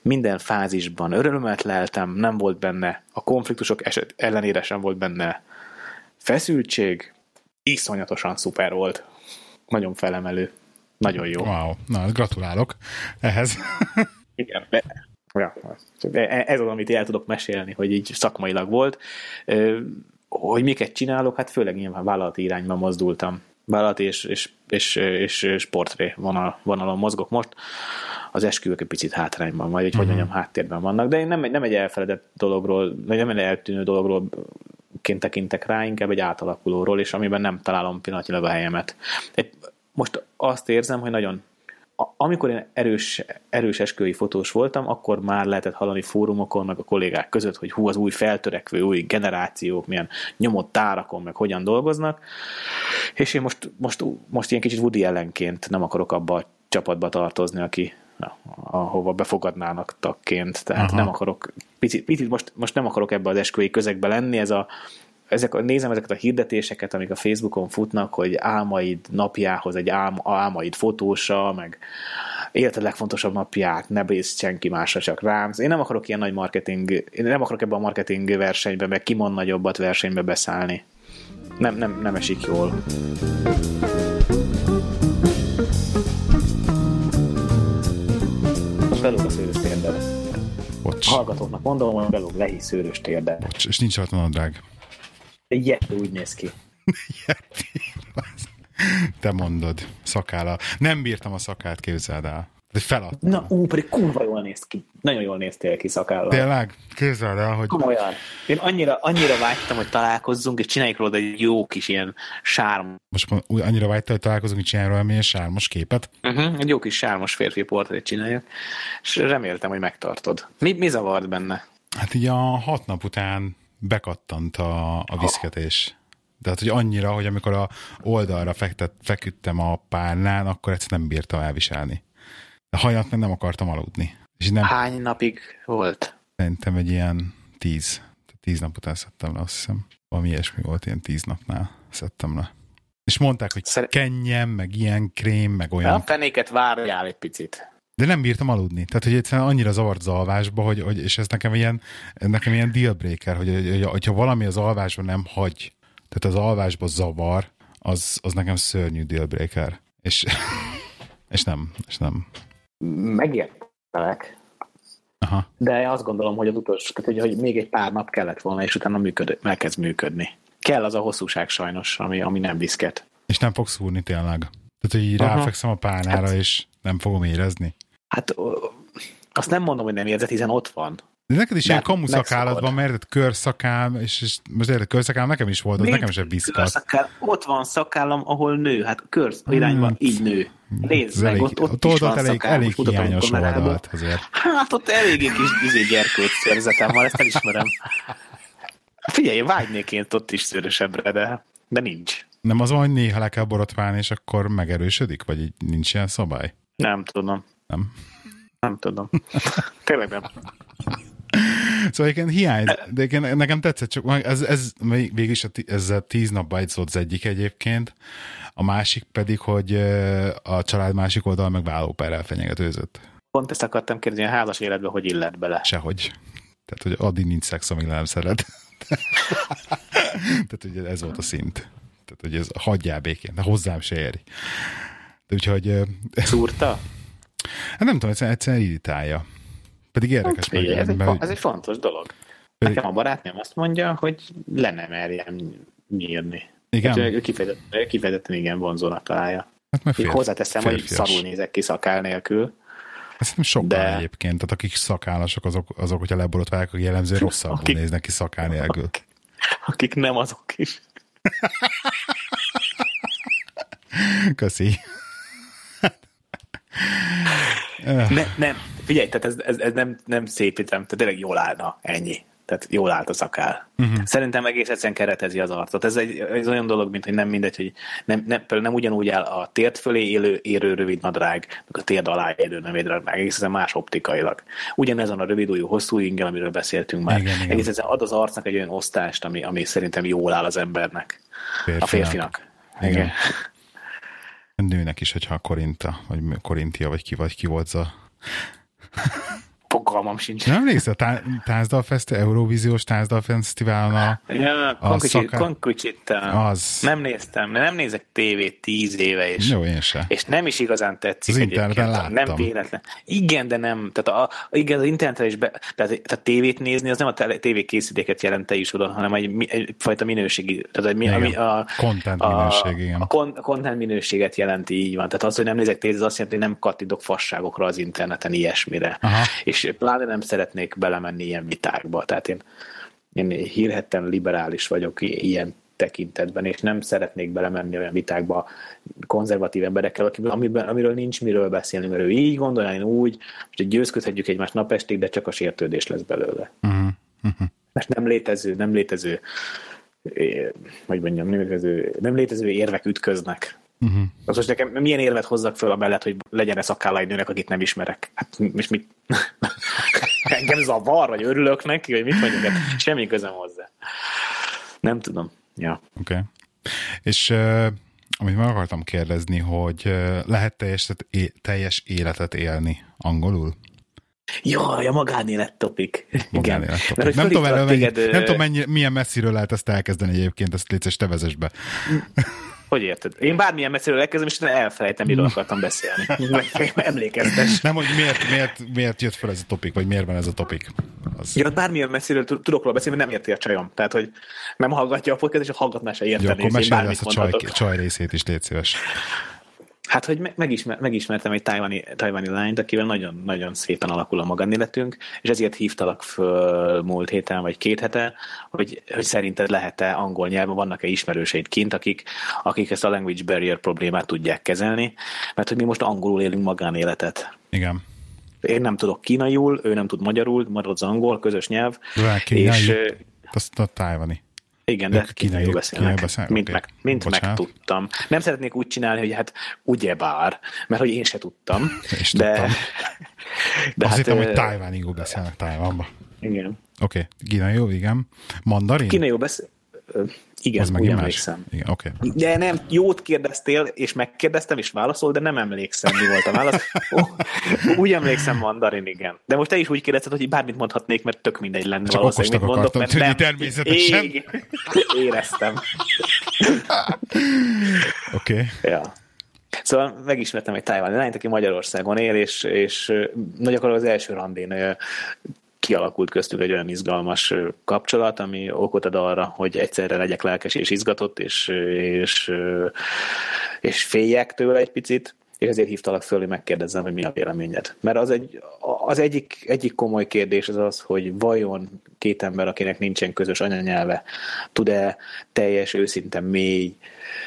Speaker 1: minden fázisban örömet leltem, nem volt benne, a konfliktusok eset ellenére sem volt benne feszültség, iszonyatosan szuper volt. Nagyon felemelő. Nagyon jó.
Speaker 2: Wow, na, gratulálok ehhez.
Speaker 1: Igen, ja, ez az, amit el tudok mesélni, hogy így szakmailag volt. Hogy miket csinálok, hát főleg nyilván vállalati irányba mozdultam. Vállalati és, és, és, és sportré vonal, vonalon mozgok most. Az esküvők egy picit hátrányban, vagy egy, hogy mondjam, háttérben vannak, de én nem, nem egy elfeledett dologról, vagy nem egy eltűnő dologról ként tekintek rá, inkább egy átalakulóról, és amiben nem találom pillanatilag a helyemet. Most azt érzem, hogy nagyon amikor én erős, erős esküvői fotós voltam, akkor már lehetett hallani fórumokon, meg a kollégák között, hogy hú, az új feltörekvő, új generációk milyen nyomott tárakon, meg hogyan dolgoznak, és én most, most, most ilyen kicsit Woody Allenként nem akarok abba a csapatba tartozni, aki ahova befogadnának tagként, tehát Aha. nem akarok, picit, picit most, most nem akarok ebbe az esküvői közegbe lenni, ez a Ezek, nézem ezeket a hirdetéseket, amik a Facebookon futnak, hogy álmaid napjához egy álm, álmaid fotósa, meg életed legfontosabb napját, ne bízz senki másra, csak rám. Én nem akarok ilyen nagy marketing, én nem akarok ebben a marketing versenyben, meg ki mond nagyobbat versenybe beszállni. Nem, nem, nem esik jól. Belóg a szőrös térded. Hallgatóknak mondom, hogy belóg lehi szőrös térded.
Speaker 2: Bocs, és nincs rajta nadrág.
Speaker 1: Yeti úgy néz ki.
Speaker 2: Yeti. Te mondod, szakállal. Nem bírtam a szakát, képzeld el. De feladtam.
Speaker 1: Na, ú, pedig kurva jól néz ki. Nagyon jól néztél ki szakállal.
Speaker 2: Tényleg? Képzeld el, hogy...
Speaker 1: Komolyan. Én annyira, annyira vágytam, hogy találkozzunk, és csináljuk róla egy jó kis ilyen sárm.
Speaker 2: Most annyira vágytam, hogy találkozunk, hogy csináljuk róla egy sármos képet?
Speaker 1: Uh-huh, egy jó kis sármos férfi portrét csináljak. És reméltem, hogy megtartod. Mi, mi zavart benne?
Speaker 2: Hát így a hat nap után bekattant a, a viszketés. Tehát, hogy annyira, hogy amikor a oldalra fektet, feküdtem a párnán, akkor egyszerűen nem bírtam elviselni. A hajat meg nem akartam aludni. És nem,
Speaker 1: Hány napig volt?
Speaker 2: Szerintem egy ilyen tíz. Tíz nap után szedtem le, azt hiszem. Valami ilyesmi volt, ilyen tíz napnál szedtem le. És mondták, hogy Szer- kenjem, meg ilyen krém, meg olyan.
Speaker 1: A fenéket várjál egy picit.
Speaker 2: De nem bírtam aludni. Tehát, hogy egyszerűen annyira zavart az alvásba, hogy, hogy, és ez nekem ilyen, nekem ilyen dealbreaker, hogy, hogy, hogyha valami az alvásban nem hagy, tehát az alvásba zavar, az, az nekem szörnyű dealbreaker. És, és nem, és nem.
Speaker 1: Megértelek.
Speaker 2: Aha.
Speaker 1: De azt gondolom, hogy az utolsó, hogy, hogy még egy pár nap kellett volna, és utána működ, elkezd működni. Kell az a hosszúság sajnos, ami, ami nem viszket.
Speaker 2: És nem fogsz szúrni tényleg. Tehát, hogy így ráfekszem a párnára, hát, és nem fogom érezni.
Speaker 1: Hát azt nem mondom, hogy nem érzed, hiszen ott van.
Speaker 2: De neked is de ilyen kamuszakállat van, mert körszakál, és, és most érted, körszakál nekem is volt, az nekem sem viszkat.
Speaker 1: Ott van szakállam, ahol nő, hát körsz irányban hmm. így nő. Nézd meg,
Speaker 2: elég,
Speaker 1: ott, ott,
Speaker 2: ott is van elég, szakál, elég hiányos oldalt azért.
Speaker 1: Hát ott eléggé kis bizé gyerkőt szőrzetem van, ezt elismerem. Figyelj, vágynék én ott is szőrösebbre, de, de nincs.
Speaker 2: Nem az van, hogy néha le kell borotválni, és akkor megerősödik? Vagy így nincs ilyen szabály?
Speaker 1: Nem tudom.
Speaker 2: Nem?
Speaker 1: Nem tudom. Tényleg nem.
Speaker 2: Szóval egyébként hiány, de egyébként nekem tetszett, csak ez, ez végülis ezzel tíz napba egy szólt az egyik egyébként, a másik pedig, hogy a család másik oldal meg vállóperrel fenyegetőzött.
Speaker 1: Pont ezt akartam kérdezni, a házas életben hogy illet bele?
Speaker 2: Sehogy. Tehát, hogy addig nincs szex, amíg nem szeret. Tehát, hogy ez volt a szint. Tehát, hogy ez hagyjál békén, de hozzám se éri. De úgyhogy...
Speaker 1: Szúrta?
Speaker 2: Hát nem tudom, egyszerűen, egyszerűen irritálja. Pedig érdekes.
Speaker 1: Meg, ez, egy, ez egy fontos dolog. Pedig... Nekem a barátnőm azt mondja, hogy le nem merjem nyírni.
Speaker 2: Igen?
Speaker 1: Hát, ő kifejezetten, kifejezetten igen vonzónak találja.
Speaker 2: Hát
Speaker 1: Én hozzáteszem, férfias. Hogy szarul nézek ki szakál nélkül.
Speaker 2: Ezt nem sokkal de... egyébként. Tehát akik szakállasok, azok, azok hogyha leborotválják, hogy jellemzően rosszabbul akik... néznek ki szakál nélkül.
Speaker 1: Akik, akik nem azok is.
Speaker 2: Köszi.
Speaker 1: ne, nem, figyelj, tehát ez, ez, ez nem, nem szépítem, tehát tényleg jól állna, ennyi. Tehát jól állt a szakál. Uh-huh. Szerintem egész egyszerűen keretezi az arcot. Ez egy ez olyan dolog, mint hogy nem mindegy, hogy nem, nem, nem ugyanúgy áll a térd fölé élő, érő rövid nadrág, meg a térd alá élő rövid nadrág, egész egyszerűen más optikailag. Ugyanezen a rövid ujjú, hosszú ingel, amiről beszéltünk már. Igen, egész igen. Egyszerűen ad az arcnak egy olyan osztást, ami, ami szerintem jól áll az embernek. Férfinak. A férfinak. Igen. Igen.
Speaker 2: Nőnek is, hogyha Korinta, vagy Korintia, vagy ki, vagy ki volt a...
Speaker 1: Fogalmam sincs.
Speaker 2: Nem emlékszel a Táncdalfesztivál, Eurovíziós Táncdalfesztiválon a,
Speaker 1: ja,
Speaker 2: a
Speaker 1: szakár... Konkucsitán.
Speaker 2: Az.
Speaker 1: Nem néztem, nem nézek tévét tíz éve, és,
Speaker 2: Jó, én se.
Speaker 1: és nem is igazán tetszik.
Speaker 2: Az interneten láttam.
Speaker 1: Nem véletlen. Igen, de nem. Tehát a, igen, az internetre is be, tehát a tévét nézni, az nem a tévékészüléket jelent te is oda, hanem egy, egyfajta minőségi, tehát egy, ami, a
Speaker 2: content minőség, igen.
Speaker 1: A, a content minőséget jelenti, így van. Tehát az, hogy nem nézek tévét, az azt jelenti, hogy nem kattidok fasságokra az interneten ilyesmire. Aha. És pláne nem szeretnék belemenni ilyen vitákba. Tehát én, én hírhedten liberális vagyok ilyen tekintetben, és nem szeretnék belemenni olyan vitákba konzervatív emberekkel, amiben, amiről nincs miről beszélni, mert ő így gondolja, én úgy, hogy győzködhetjük egymást napestig, de csak a sértődés lesz belőle. Uh-huh. Uh-huh. Mert nem létező, nem létező, hogy mondjam, nem létező, nem létező érvek ütköznek. Uh-huh. Az most nekem milyen érvet hozzak föl a mellett, hogy legyen-e szakállá egy nőnek, akit nem ismerek? Hát most mit? Engem zavar, vagy örülök neki, vagy mit mondjuk? Hát semmi közöm hozzá. Nem tudom. Ja.
Speaker 2: Oké. Okay. És uh, amit meg akartam kérdezni, hogy uh, lehet teljes, teljes életet élni angolul?
Speaker 1: Jaj, a magánélet topik.
Speaker 2: Magánélet topik. Nem tudom, erről téged, mennyi, nem tudom mennyi, milyen messziről lehet ezt elkezdeni egyébként, ezt létszés te vezess be.
Speaker 1: Hogy érted? Én bármilyen messziről elkezdem, és elfelejtem, miről akartam beszélni. Emlékeztes.
Speaker 2: Nem, hogy miért, miért, miért jött fel ez a topik, vagy miért van ez a topik. Az...
Speaker 1: Ja, bármilyen messziről tudok róla beszélni, mert nem érti a csajom. Tehát, hogy nem hallgatja a podcast, és a hallgatná se érteni.
Speaker 2: Jó, akkor mesélj ezt a csaj, csaj részét is, légy szíves.
Speaker 1: Hát, hogy megismer, megismertem egy tajvani, tajvani lányt, akivel nagyon, nagyon szépen alakul a magánéletünk, és ezért hívtalak föl múlt héten, vagy két hete, hogy, hogy szerinted lehet-e angol nyelven, vannak-e ismerőseid kint, akik, akik ezt a language barrier problémát tudják kezelni, mert hogy mi most angolul élünk magánéletet.
Speaker 2: Igen.
Speaker 1: Én nem tudok kínaiul, ő nem tud magyarul, marad az angol, közös nyelv.
Speaker 2: És azt a tajvani.
Speaker 1: Igen, de kínaiul beszélnek, beszél? mint, okay. meg, mint megtudtam. Nem szeretnék úgy csinálni, hogy hát ugyebár, mert hogy én se tudtam.
Speaker 2: És
Speaker 1: de,
Speaker 2: tudtam.
Speaker 1: de
Speaker 2: azt
Speaker 1: hát,
Speaker 2: hittem, hogy tajvaniul beszélnek Tajvanban.
Speaker 1: Igen.
Speaker 2: Oké, okay. Kínaiul, igen. Mandarin?
Speaker 1: Kínaiul beszél... Igen, úgy emlékszem.
Speaker 2: Igen, okay.
Speaker 1: De nem, jót kérdeztél, és megkérdeztem, és válaszol, de nem emlékszem, mi volt a válasz. Úgy emlékszem, mandarin, igen. De most te is úgy kérdezted, hogy bármit mondhatnék, mert tök mindegy lenne
Speaker 2: csak
Speaker 1: valószínűleg, mit mondok, mert nem.
Speaker 2: Természetesen.
Speaker 1: Ég, éreztem.
Speaker 2: Oké. Okay.
Speaker 1: Ja. Szóval megismertem egy tajvani lányt, aki Magyarországon él, és, és nagy akar az első randén kialakult köztük egy olyan izgalmas kapcsolat, ami okot ad arra, hogy egyszerre legyek lelkes és izgatott, és, és, és féljek tőle egy picit, és ezért hívtalak föl, hogy megkérdezzem, hogy mi a véleményed. Mert az, egy, az egyik, egyik komoly kérdés az az, hogy vajon két ember, akinek nincsen közös anyanyelve, tud-e teljes, őszinte, mély,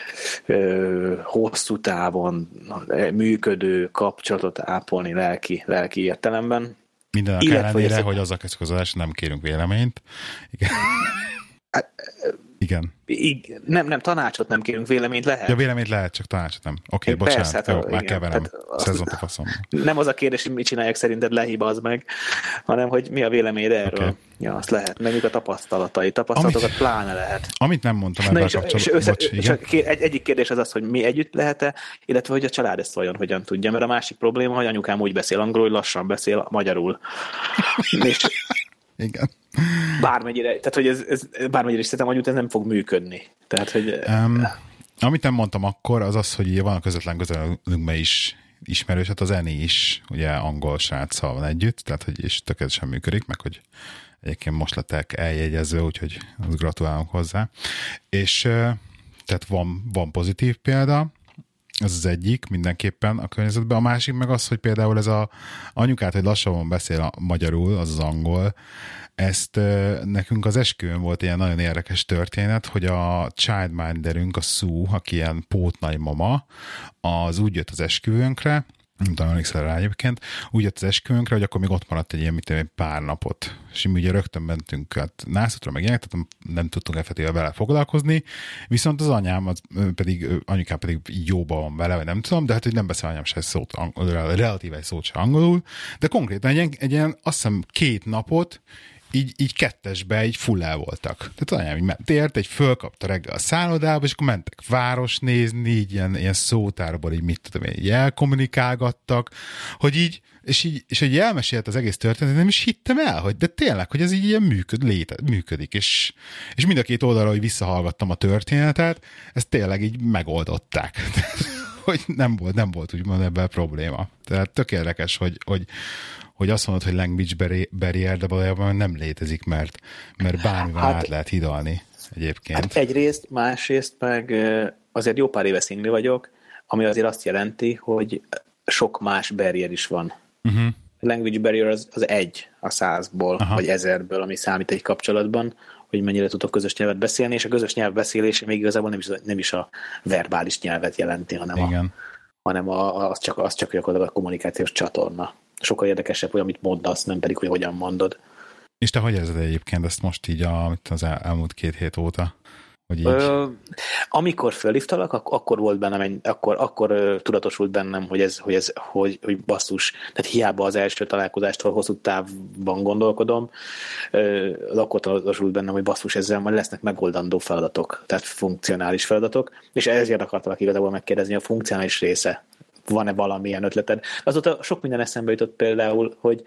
Speaker 1: hosszú távon működő kapcsolatot ápolni lelki, lelki értelemben.
Speaker 2: Mindenek illetve, ellenére, hogy, hogy az a közgazolás, nem kérünk véleményt. Igen. Igen.
Speaker 1: Igen. Nem, nem, tanácsot nem kérünk, véleményt lehet.
Speaker 2: Ja, véleményt lehet, csak tanácsot nem. Oké, okay, bocsánat, persze, hát, jó, már keverem. Szezont a faszom.
Speaker 1: Nem az a kérdés, hogy mit csinálják szerinted, lehibazd meg, hanem hogy mi a véleményed erről. Okay. Ja, azt lehet. Menjük a tapasztalatai. Tapasztalatokat amit, pláne lehet.
Speaker 2: Amit nem mondtam ebben kapcsolatban.
Speaker 1: Egy, egyik kérdés az az, hogy mi együtt lehet-e, illetve hogy a család ezt vajon hogyan tudja. Mert a másik probléma, hogy anyukám úgy beszél angolul, hogy lassan beszél magyarul. És
Speaker 2: igen.
Speaker 1: Bármennyire, tehát hogy ez, ez bármennyire is szerintem anyut, ez nem fog működni. Tehát, hogy...
Speaker 2: Um, amit nem mondtam akkor, az az, hogy van a közvetlen közelünkben is ismerős, hát az Eni is, ugye angol sráccal van együtt, tehát hogy és tökéletesen működik, meg hogy egyébként most lettek eljegyezve, úgyhogy azt gratulálunk hozzá. És tehát van, van pozitív példa, ez az egyik mindenképpen a környezetben. A másik meg az, hogy például ez a anyukát, hogy lassabban beszél a magyarul, az az angol, ezt nekünk az esküvőn volt ilyen nagyon érdekes történet, hogy a childminderünk, a Sue, aki ilyen pótnagymama, az úgy jött az esküvőnkre, nem tudom, emlékszel rá egyébként, úgy jött az esküvőnkre, hogy akkor még ott maradt egy ilyen, mit egy pár napot. És mi ugye rögtön mentünk hát Nászútra, meg ilyenek, tehát nem tudtunk effektíve vele foglalkozni, viszont az anyám, az pedig, anyukám pedig jóban van vele, vagy nem tudom, de hát hogy nem beszél anyám se szót, relatíve egy szót se angolul, de konkrétan egy, egy ilyen, azt hiszem két napot így, így kettesbe így full el voltak. Tehát anyám így ment, ért, egy fölkapta reggel a szállodába, és akkor mentek város nézni, így ilyen, ilyen szótárból így mit tudom én, így elkommunikálgattak, hogy így, és így, és hogy elmesélt az egész történetet, nem is hittem el, hogy de tényleg, hogy ez így ilyen működ, léte, működik, és, és mind a két oldalról, hogy visszahallgattam a történetet, ezt tényleg így megoldották. Hogy nem volt, nem volt úgymond ebben probléma. Tehát tök érdekes, hogy, hogy, hogy azt mondod, hogy language barrier, de valójában nem létezik, mert, mert bármivel hát, át lehet hidalni egyébként.
Speaker 1: Hát egyrészt, másrészt meg azért jó pár éve szingli vagyok, ami azért azt jelenti, hogy sok más barrier is van. Uh-huh. A language barrier az, az egy a százból, aha, vagy ezerből, ami számít egy kapcsolatban, hogy mennyire tudok közös nyelvet beszélni, és a közös nyelv beszélése még igazából nem is, nem is a verbális nyelvet jelenti, hanem, igen, a, hanem a, az, csak, az csak gyakorlatilag a kommunikációs csatorna. Sokkal érdekesebb, hogy amit mondasz, nem pedig, hogy hogyan mondod.
Speaker 2: És te hogy érzed egyébként ezt most így a, az el, elmúlt két hét óta? Hogy így...
Speaker 1: Ö, amikor fölhívtalak, ak- akkor volt bennem, egy, akkor, akkor ö, tudatosult bennem, hogy ez, hogy ez, hogy, hogy basszus, tehát hiába az első találkozástól hosszú távban gondolkodom, ö, akkor tudatosult bennem, hogy basszus, ezzel majd lesznek megoldandó feladatok, tehát funkcionális feladatok, és ezért akartalak igazából megkérdezni a funkcionális része. Van-e valamilyen ötleted? Azóta sok minden eszembe jutott például, hogy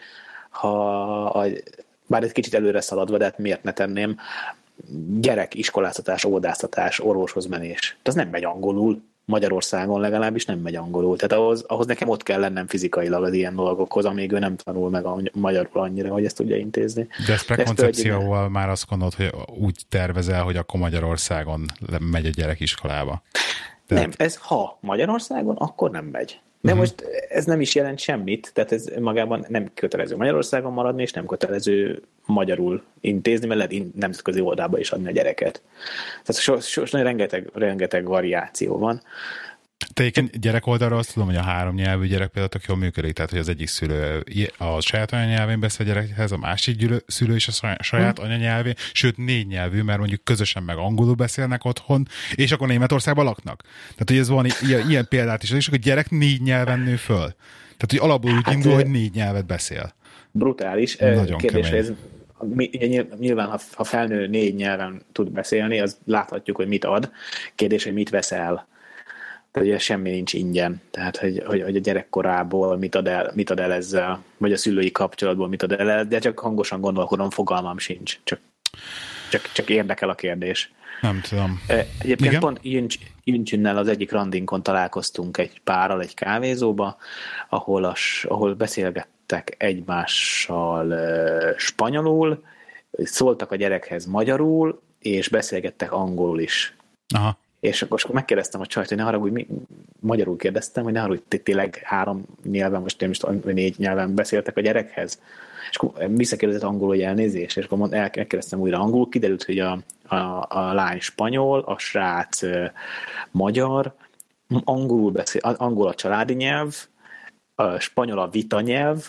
Speaker 1: ha, a, bár egy kicsit előre szaladva, de hát miért ne tenném, gyerek, iskoláztatás, óvodáztatás, orvoshoz menés. Ez nem megy angolul, Magyarországon legalábbis nem megy angolul. Tehát ahhoz, ahhoz nekem ott kell lennem fizikailag az ilyen dolgokhoz, amíg ő nem tanul meg a magyarul annyira, hogy ezt tudja intézni.
Speaker 2: De ezt prekoncepcióval már azt gondolod, hogy úgy tervezel, hogy akkor Magyarországon megy a gyerek iskolába.
Speaker 1: Tehát... Nem, ez ha Magyarországon, akkor nem megy. De uh-huh. most ez nem is jelent semmit, tehát ez magában nem kötelező Magyarországon maradni, és nem kötelező magyarul intézni, mert lehet nemzetközi oldába is adni a gyereket. Tehát so, so, so, rengeteg, rengeteg variáció van.
Speaker 2: Te egyébként gyerek oldalról azt tudom, hogy a három nyelvű gyerek például tök jól működik, tehát hogy az egyik szülő a saját anyanyelvén beszél a gyerekhez, a másik szülő is a saját hmm. anyanyelvén, sőt négy nyelvű, mert mondjuk közösen meg angolul beszélnek otthon, és akkor Németországban laknak. Tehát, hogy ez van ilyen, ilyen példát is, és akkor a gyerek négy nyelven nő föl. Tehát, hogy alapból úgy hát, indul, hogy négy nyelvet beszél.
Speaker 1: Brutális. Nagyon kérdés, kemény. Ez, nyilván, ha, ha felnő négy nyelven tud beszélni, az láthatjuk, hogy mit ad. Kérdés, hogy mit vesz el. Tehát ugye semmi nincs ingyen, tehát hogy, hogy, hogy a gyerekkorából mit ad, el, mit ad el ezzel, vagy a szülői kapcsolatból mit ad el, de csak hangosan gondolkodom, fogalmam sincs, csak, csak, csak érdekel a kérdés.
Speaker 2: Nem tudom.
Speaker 1: Egyébként igen? Pont Jüncsünnel az egyik randinkon találkoztunk egy párral egy kávézóba, ahol, as, ahol beszélgettek egymással uh, spanyolul, szóltak a gyerekhez magyarul, és beszélgettek angolul is. Aha. És akkor, akkor megkérdeztem a csajt, hogy ne haragudj, mi, magyarul kérdeztem, hogy ne haragudj, tényleg három nyelven, most nem is négy nyelven beszéltek a gyerekhez. És akkor visszakérdezett angolul, hogy elnézés, és akkor elkérdeztem újra angolul, kiderült, hogy a, a, a lány spanyol, a srác uh, magyar, angolul beszél, angol a családi nyelv, a spanyol a vita nyelv,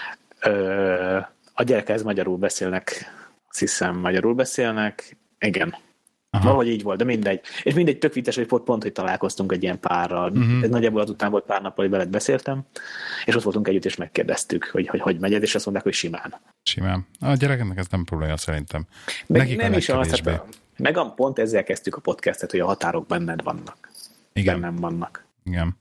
Speaker 1: uh, a gyerekhez magyarul beszélnek, azt hiszem magyarul beszélnek, igen. Aha. Valahogy így volt, de mindegy. És mindegy, tök vicces, hogy pont, pont hogy találkoztunk egy ilyen párral. Uh-huh. Ez nagyjából azután volt pár nappal, hogy veled beszéltem, és ott voltunk együtt, és megkérdeztük, hogy hogy, hogy megy ez, és azt mondták, hogy simán.
Speaker 2: Simán. A gyerekeknek ez nem probléma szerintem.
Speaker 1: Meg, Nekik nem is az, hát, meg pont ezzel kezdtük a podcastet, hogy a határok benned vannak. Igen. Bennem vannak.
Speaker 2: Igen.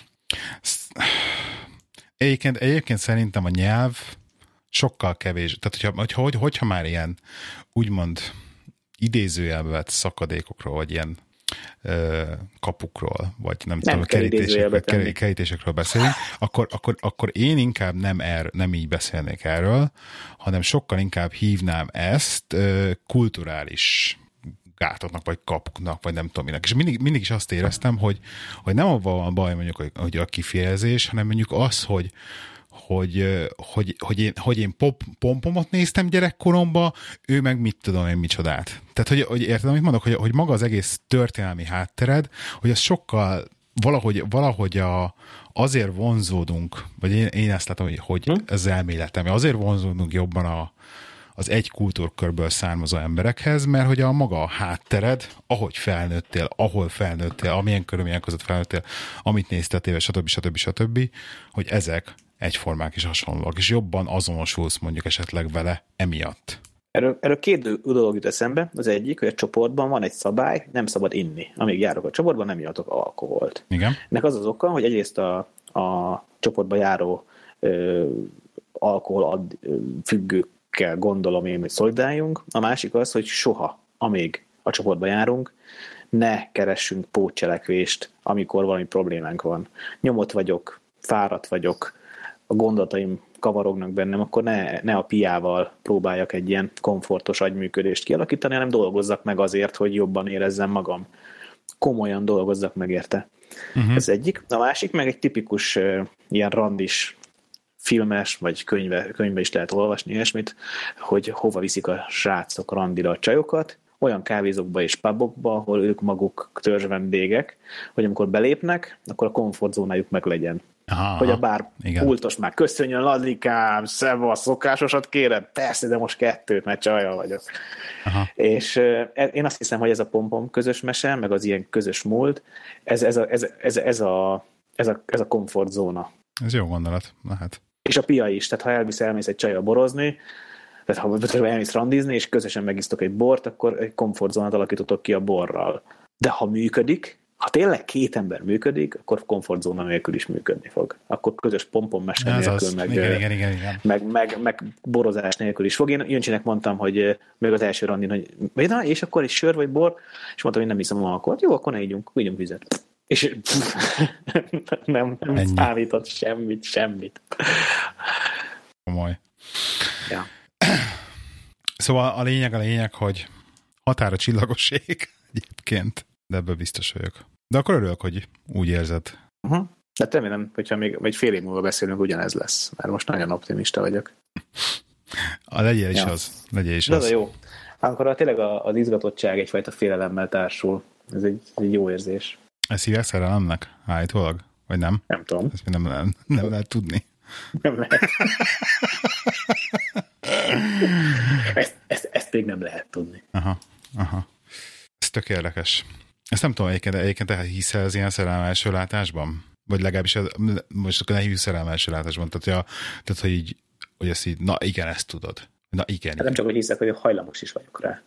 Speaker 2: Egyébként, egyébként szerintem a nyelv sokkal kevés. Tehát, hogyha, hogyha, hogy, hogyha már ilyen úgymond idézőjelbe vett szakadékokról, vagy ilyen ö, kapukról, vagy nem, nem tudom, kerítésekről, kerítésekről beszélünk, akkor, akkor, akkor én inkább nem, er, nem így beszélnék erről, hanem sokkal inkább hívnám ezt ö, kulturális gátoknak, vagy kapuknak, vagy nem tudom minek. És mindig, mindig is azt éreztem, hogy, hogy nem abban van baj mondjuk, hogy a kifejezés, hanem mondjuk az, hogy hogy, hogy, hogy én, hogy én pop, pompomot néztem gyerekkoromban, ő meg mit tudom én micsodát. Tehát, hogy, hogy érted, amit mondok, hogy, hogy maga az egész történelmi háttered, hogy az sokkal valahogy, valahogy a, azért vonzódunk, vagy én, én ezt látom, hogy, hogy hm? ez elméletem, azért vonzódunk jobban a, az egy kultúrkörből származó emberekhez, mert hogy a maga a háttered, ahogy felnőttél, ahol felnőttél, amilyen körülmények között felnőttél, amit néztél téve, stb. stb. stb., hogy ezek egyformák és hasonlóak, és jobban azonosulsz mondjuk esetleg vele emiatt.
Speaker 1: Erről, erről két dolog jut eszembe. Az egyik, hogy a csoportban van egy szabály, nem szabad inni. Amíg járok a csoportban, nem ihatok alkoholt.
Speaker 2: Igen.
Speaker 1: Ennek az az oka, hogy egyrészt a, a csoportba járó ö, alkohol ad, ö, függőkkel gondolom én, hogy szolidáljunk. A másik az, hogy soha, amíg a csoportba járunk, ne keressünk pótcselekvést, amikor valami problémánk van. Nyomott vagyok, fáradt vagyok, a gondolataim kavarognak bennem, akkor ne, ne a piával próbáljak egy ilyen komfortos agyműködést kialakítani, hanem dolgozzak meg azért, hogy jobban érezzem magam. Komolyan dolgozzak meg érte. Uh-huh. Ez egyik. A másik meg egy tipikus uh, ilyen randis filmes, vagy könyve, könyvbe is lehet olvasni ilyesmit, hogy hova viszik a srácok randira a csajokat, olyan kávézókba és pubokba, ahol ők maguk törzsvendégek, hogy amikor belépnek, akkor a komfortzónájuk meg legyen. Aha, hogy a bár pultos már köszönjön, Ladikám, szevasz, szokásosat kéred? Persze, de most kettőt, mert csajjal vagyok. Aha. És uh, én azt hiszem, hogy ez a pompom közös mese, meg az ilyen közös múlt, ez, ez, a, ez, ez, ez, a, ez, a, ez a komfortzóna.
Speaker 2: Ez jó gondolat, lehet.
Speaker 1: És a pia is, tehát ha elvisz, elmész egy csajjal borozni, tehát ha elmész randizni, és közösen megisztok egy bort, akkor egy komfortzónát alakítotok ki a borral. De ha működik, ha tényleg két ember működik, akkor komfortzóna nélkül is működni fog. Akkor közös pompon-mester nélkül, az. Meg,
Speaker 2: igen, igen, igen, igen.
Speaker 1: Meg, meg, meg borozás nélkül is fog. Én Jöncsinek mondtam, hogy még az első randin, hogy na, és akkor egy sör vagy bor, és mondtam, hogy nem hiszem a alkoholt. Jó, akkor ne ígyunk, ígyunk vizet. És nem, nem számított semmit, semmit.
Speaker 2: Komoly.
Speaker 1: Ja.
Speaker 2: Szóval a lényeg a lényeg, hogy határa csillagoség egyébként, de ebből biztos vagyok. De akkor örülök, hogy úgy érzed.
Speaker 1: Uh-huh. De remélem, hogyha még vagy fél év múlva beszélünk, ugyanez lesz, mert most nagyon optimista vagyok.
Speaker 2: A legyél is ja. az. Legyél is
Speaker 1: de
Speaker 2: az.
Speaker 1: De jó. Amikor tényleg az izgatottság egyfajta félelemmel társul. Ez egy, egy jó érzés.
Speaker 2: Ez hívják szerelemnek? Állítólag? Vagy nem?
Speaker 1: Nem tudom.
Speaker 2: Ezt nem, nem, nem lehet tudni.
Speaker 1: Nem lehet. ezt, ezt, ezt még nem lehet tudni.
Speaker 2: Aha, aha. Ez tök érdekes. Ezt nem tudom, egyébként, egyébként te hiszel az ilyen szerelem első látásban? Vagy legalábbis az, most akkor ne hívjuk szerelem első látásban. Tehát, ja, tehát hogy így, hogy ezt így, na igen, ezt tudod. Na igen.
Speaker 1: Hát nem csak, hogy hiszek, hogy hajlamos is vagyok rá.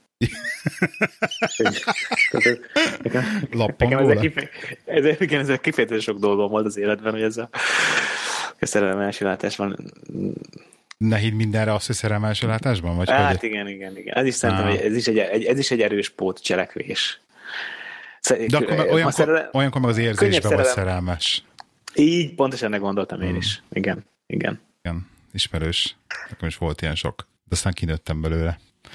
Speaker 2: Lappam
Speaker 1: róla? Ez, igen, ez kifejezetten sok dolgom volt az életben, hogy ez a, a szerelem első látásban.
Speaker 2: Ne hidd mindenre azt, hogy szerelem első látásban? Vagy
Speaker 1: hát
Speaker 2: hogy...
Speaker 1: igen, igen, igen. Ez is szerintem, hogy ez is egy, ez is egy erős pótcselekvés.
Speaker 2: De akkor meg olyankor, szerelem, olyankor meg az érzésben vagy szerelmes.
Speaker 1: Így, pontosan ennek gondoltam én hmm. is. Igen, igen.
Speaker 2: Igen, ismerős. Nekem is volt ilyen sok. De aztán kinőttem belőle.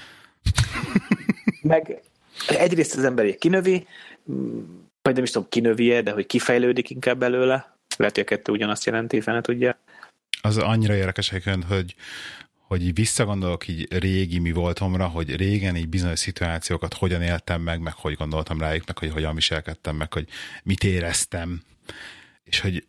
Speaker 1: Meg egyrészt az ember kinövi, vagy nem is tudom, kinövi-e, de hogy kifejlődik inkább belőle. Lehet, hogy a kettő ugyanazt jelenti, fene tudja.
Speaker 2: Az annyira érdekes, hogy, hogy így visszagondolok így régi mi voltomra, hogy régen így bizonyos szituációkat hogyan éltem meg, meg hogy gondoltam rájuk, meg hogy hogyan viselkedtem, meg hogy mit éreztem, és hogy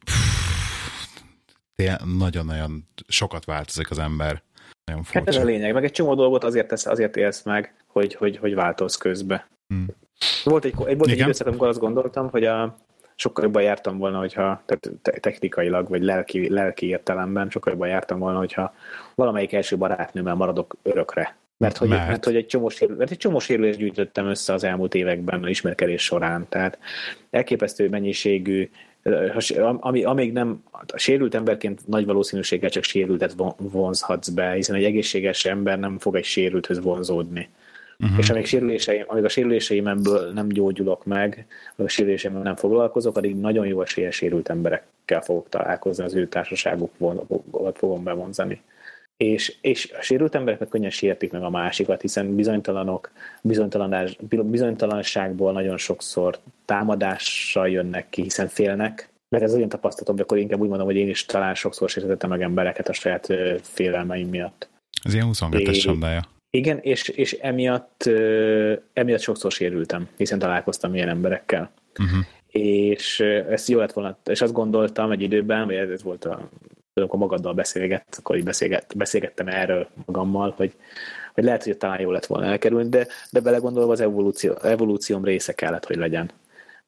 Speaker 2: nagyon-nagyon sokat változik az ember. Nagyon furcsa.
Speaker 1: Hát ez a lényeg, meg egy csomó dolgot azért, tesz, azért élsz meg, hogy, hogy, hogy változz közbe. Hmm. Volt egy, egy, volt egy időszak, amikor azt gondoltam, hogy a, sokkal jobban jártam volna, hogyha tehát technikailag, vagy lelki, lelki értelemben sokkal jobban jártam volna, hogyha valamelyik első barátnőmmel maradok örökre. Mert hogy, mert, hogy egy, csomó sérül, mert egy csomó sérülést gyűjtöttem össze az elmúlt években az ismerkedés során. Tehát elképesztő mennyiségű, ami, amíg nem, a sérült emberként nagy valószínűséggel csak sérültet vonzhatsz be, hiszen egy egészséges ember nem fog egy sérülthöz vonzódni. Uh-huh. És amíg, sérüléseim, amíg a sérüléseimemből nem gyógyulok meg, a sérüléseimmel nem foglalkozok, addig nagyon jó eséllyel sérült emberekkel fogok találkozni, az ő társaságukat fogom bevonzani. És, és a sérült emberek könnyen sértik meg a másikat, hiszen bizonytalanok, bizonytalanságból nagyon sokszor támadással jönnek ki, hiszen félnek, mert ez olyan tapasztalatom, hogy akkor inkább úgy mondom, hogy én is talán sokszor sértettem meg embereket a saját félelmeim miatt.
Speaker 2: Ez ilyen huszonkettes csapdája.
Speaker 1: Igen, és, és emiatt, emiatt sokszor sérültem, hiszen találkoztam ilyen emberekkel. Uh-huh. És ezt jó lett volna, és azt gondoltam egy időben, vagy ez volt a amikor magaddal beszélgett, akkor így beszélgett, beszélgettem erről magammal, hogy, hogy lehet, hogy talán jó lett volna elkerülni, de, de belegondolva az evolúció, evolúcióm része kellett, hogy legyen.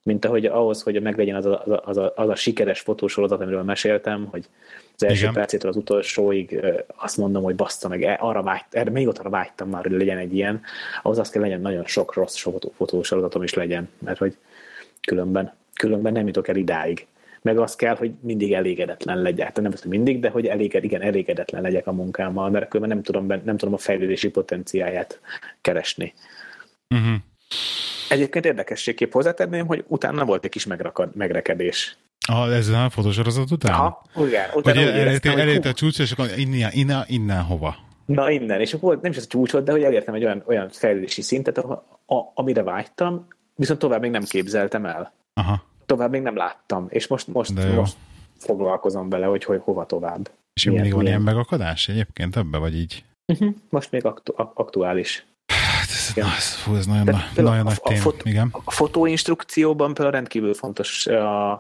Speaker 1: mint ahogy ahhoz, hogy meglegyen az a, az a, az a, az a sikeres fotósorozat, amiről meséltem, hogy az első Igen. percétől az utolsóig azt mondom, hogy bassza meg, arra vágy, erre még ott arra vágytam már, hogy legyen egy ilyen, ahhoz azt kell legyen nagyon sok rossz fotósorozatom is legyen, mert hogy különben, különben nem jutok el idáig. Meg az kell, hogy mindig elégedetlen legyek. Tehát nem azt, hogy mindig, de hogy eléged, igen, elégedetlen legyek a munkámmal, mert különben nem tudom, nem tudom a fejlődési potenciáját keresni. Uh-huh. Egyébként érdekességképp hozzátenném, hogy utána volt egy kis megrakad, megrekedés.
Speaker 2: Ah, ez a fotósorozat után?
Speaker 1: Aha, igen. Utána
Speaker 2: hogy elérte, elérte a csúcsra, és akkor innen, innen, innen hova?
Speaker 1: Na innen, és akkor nem is az a csúcs volt, de hogy elértem egy olyan, olyan fejlődési szintet, a, a, amire vágytam, viszont tovább még nem képzeltem el. Aha. Tovább még nem láttam, és most, most, most foglalkozom vele, hogy, hogy hova tovább.
Speaker 2: És milyen, mindig van ilyen megakadás egyébként ebbe, vagy így?
Speaker 1: Uh-huh. Most még aktu- aktuális.
Speaker 2: Hát ez, na, ez, fú, ez nagyon, na, nagyon nagy téma. A, fot- igen.
Speaker 1: a fotóinstrukcióban például rendkívül fontos a,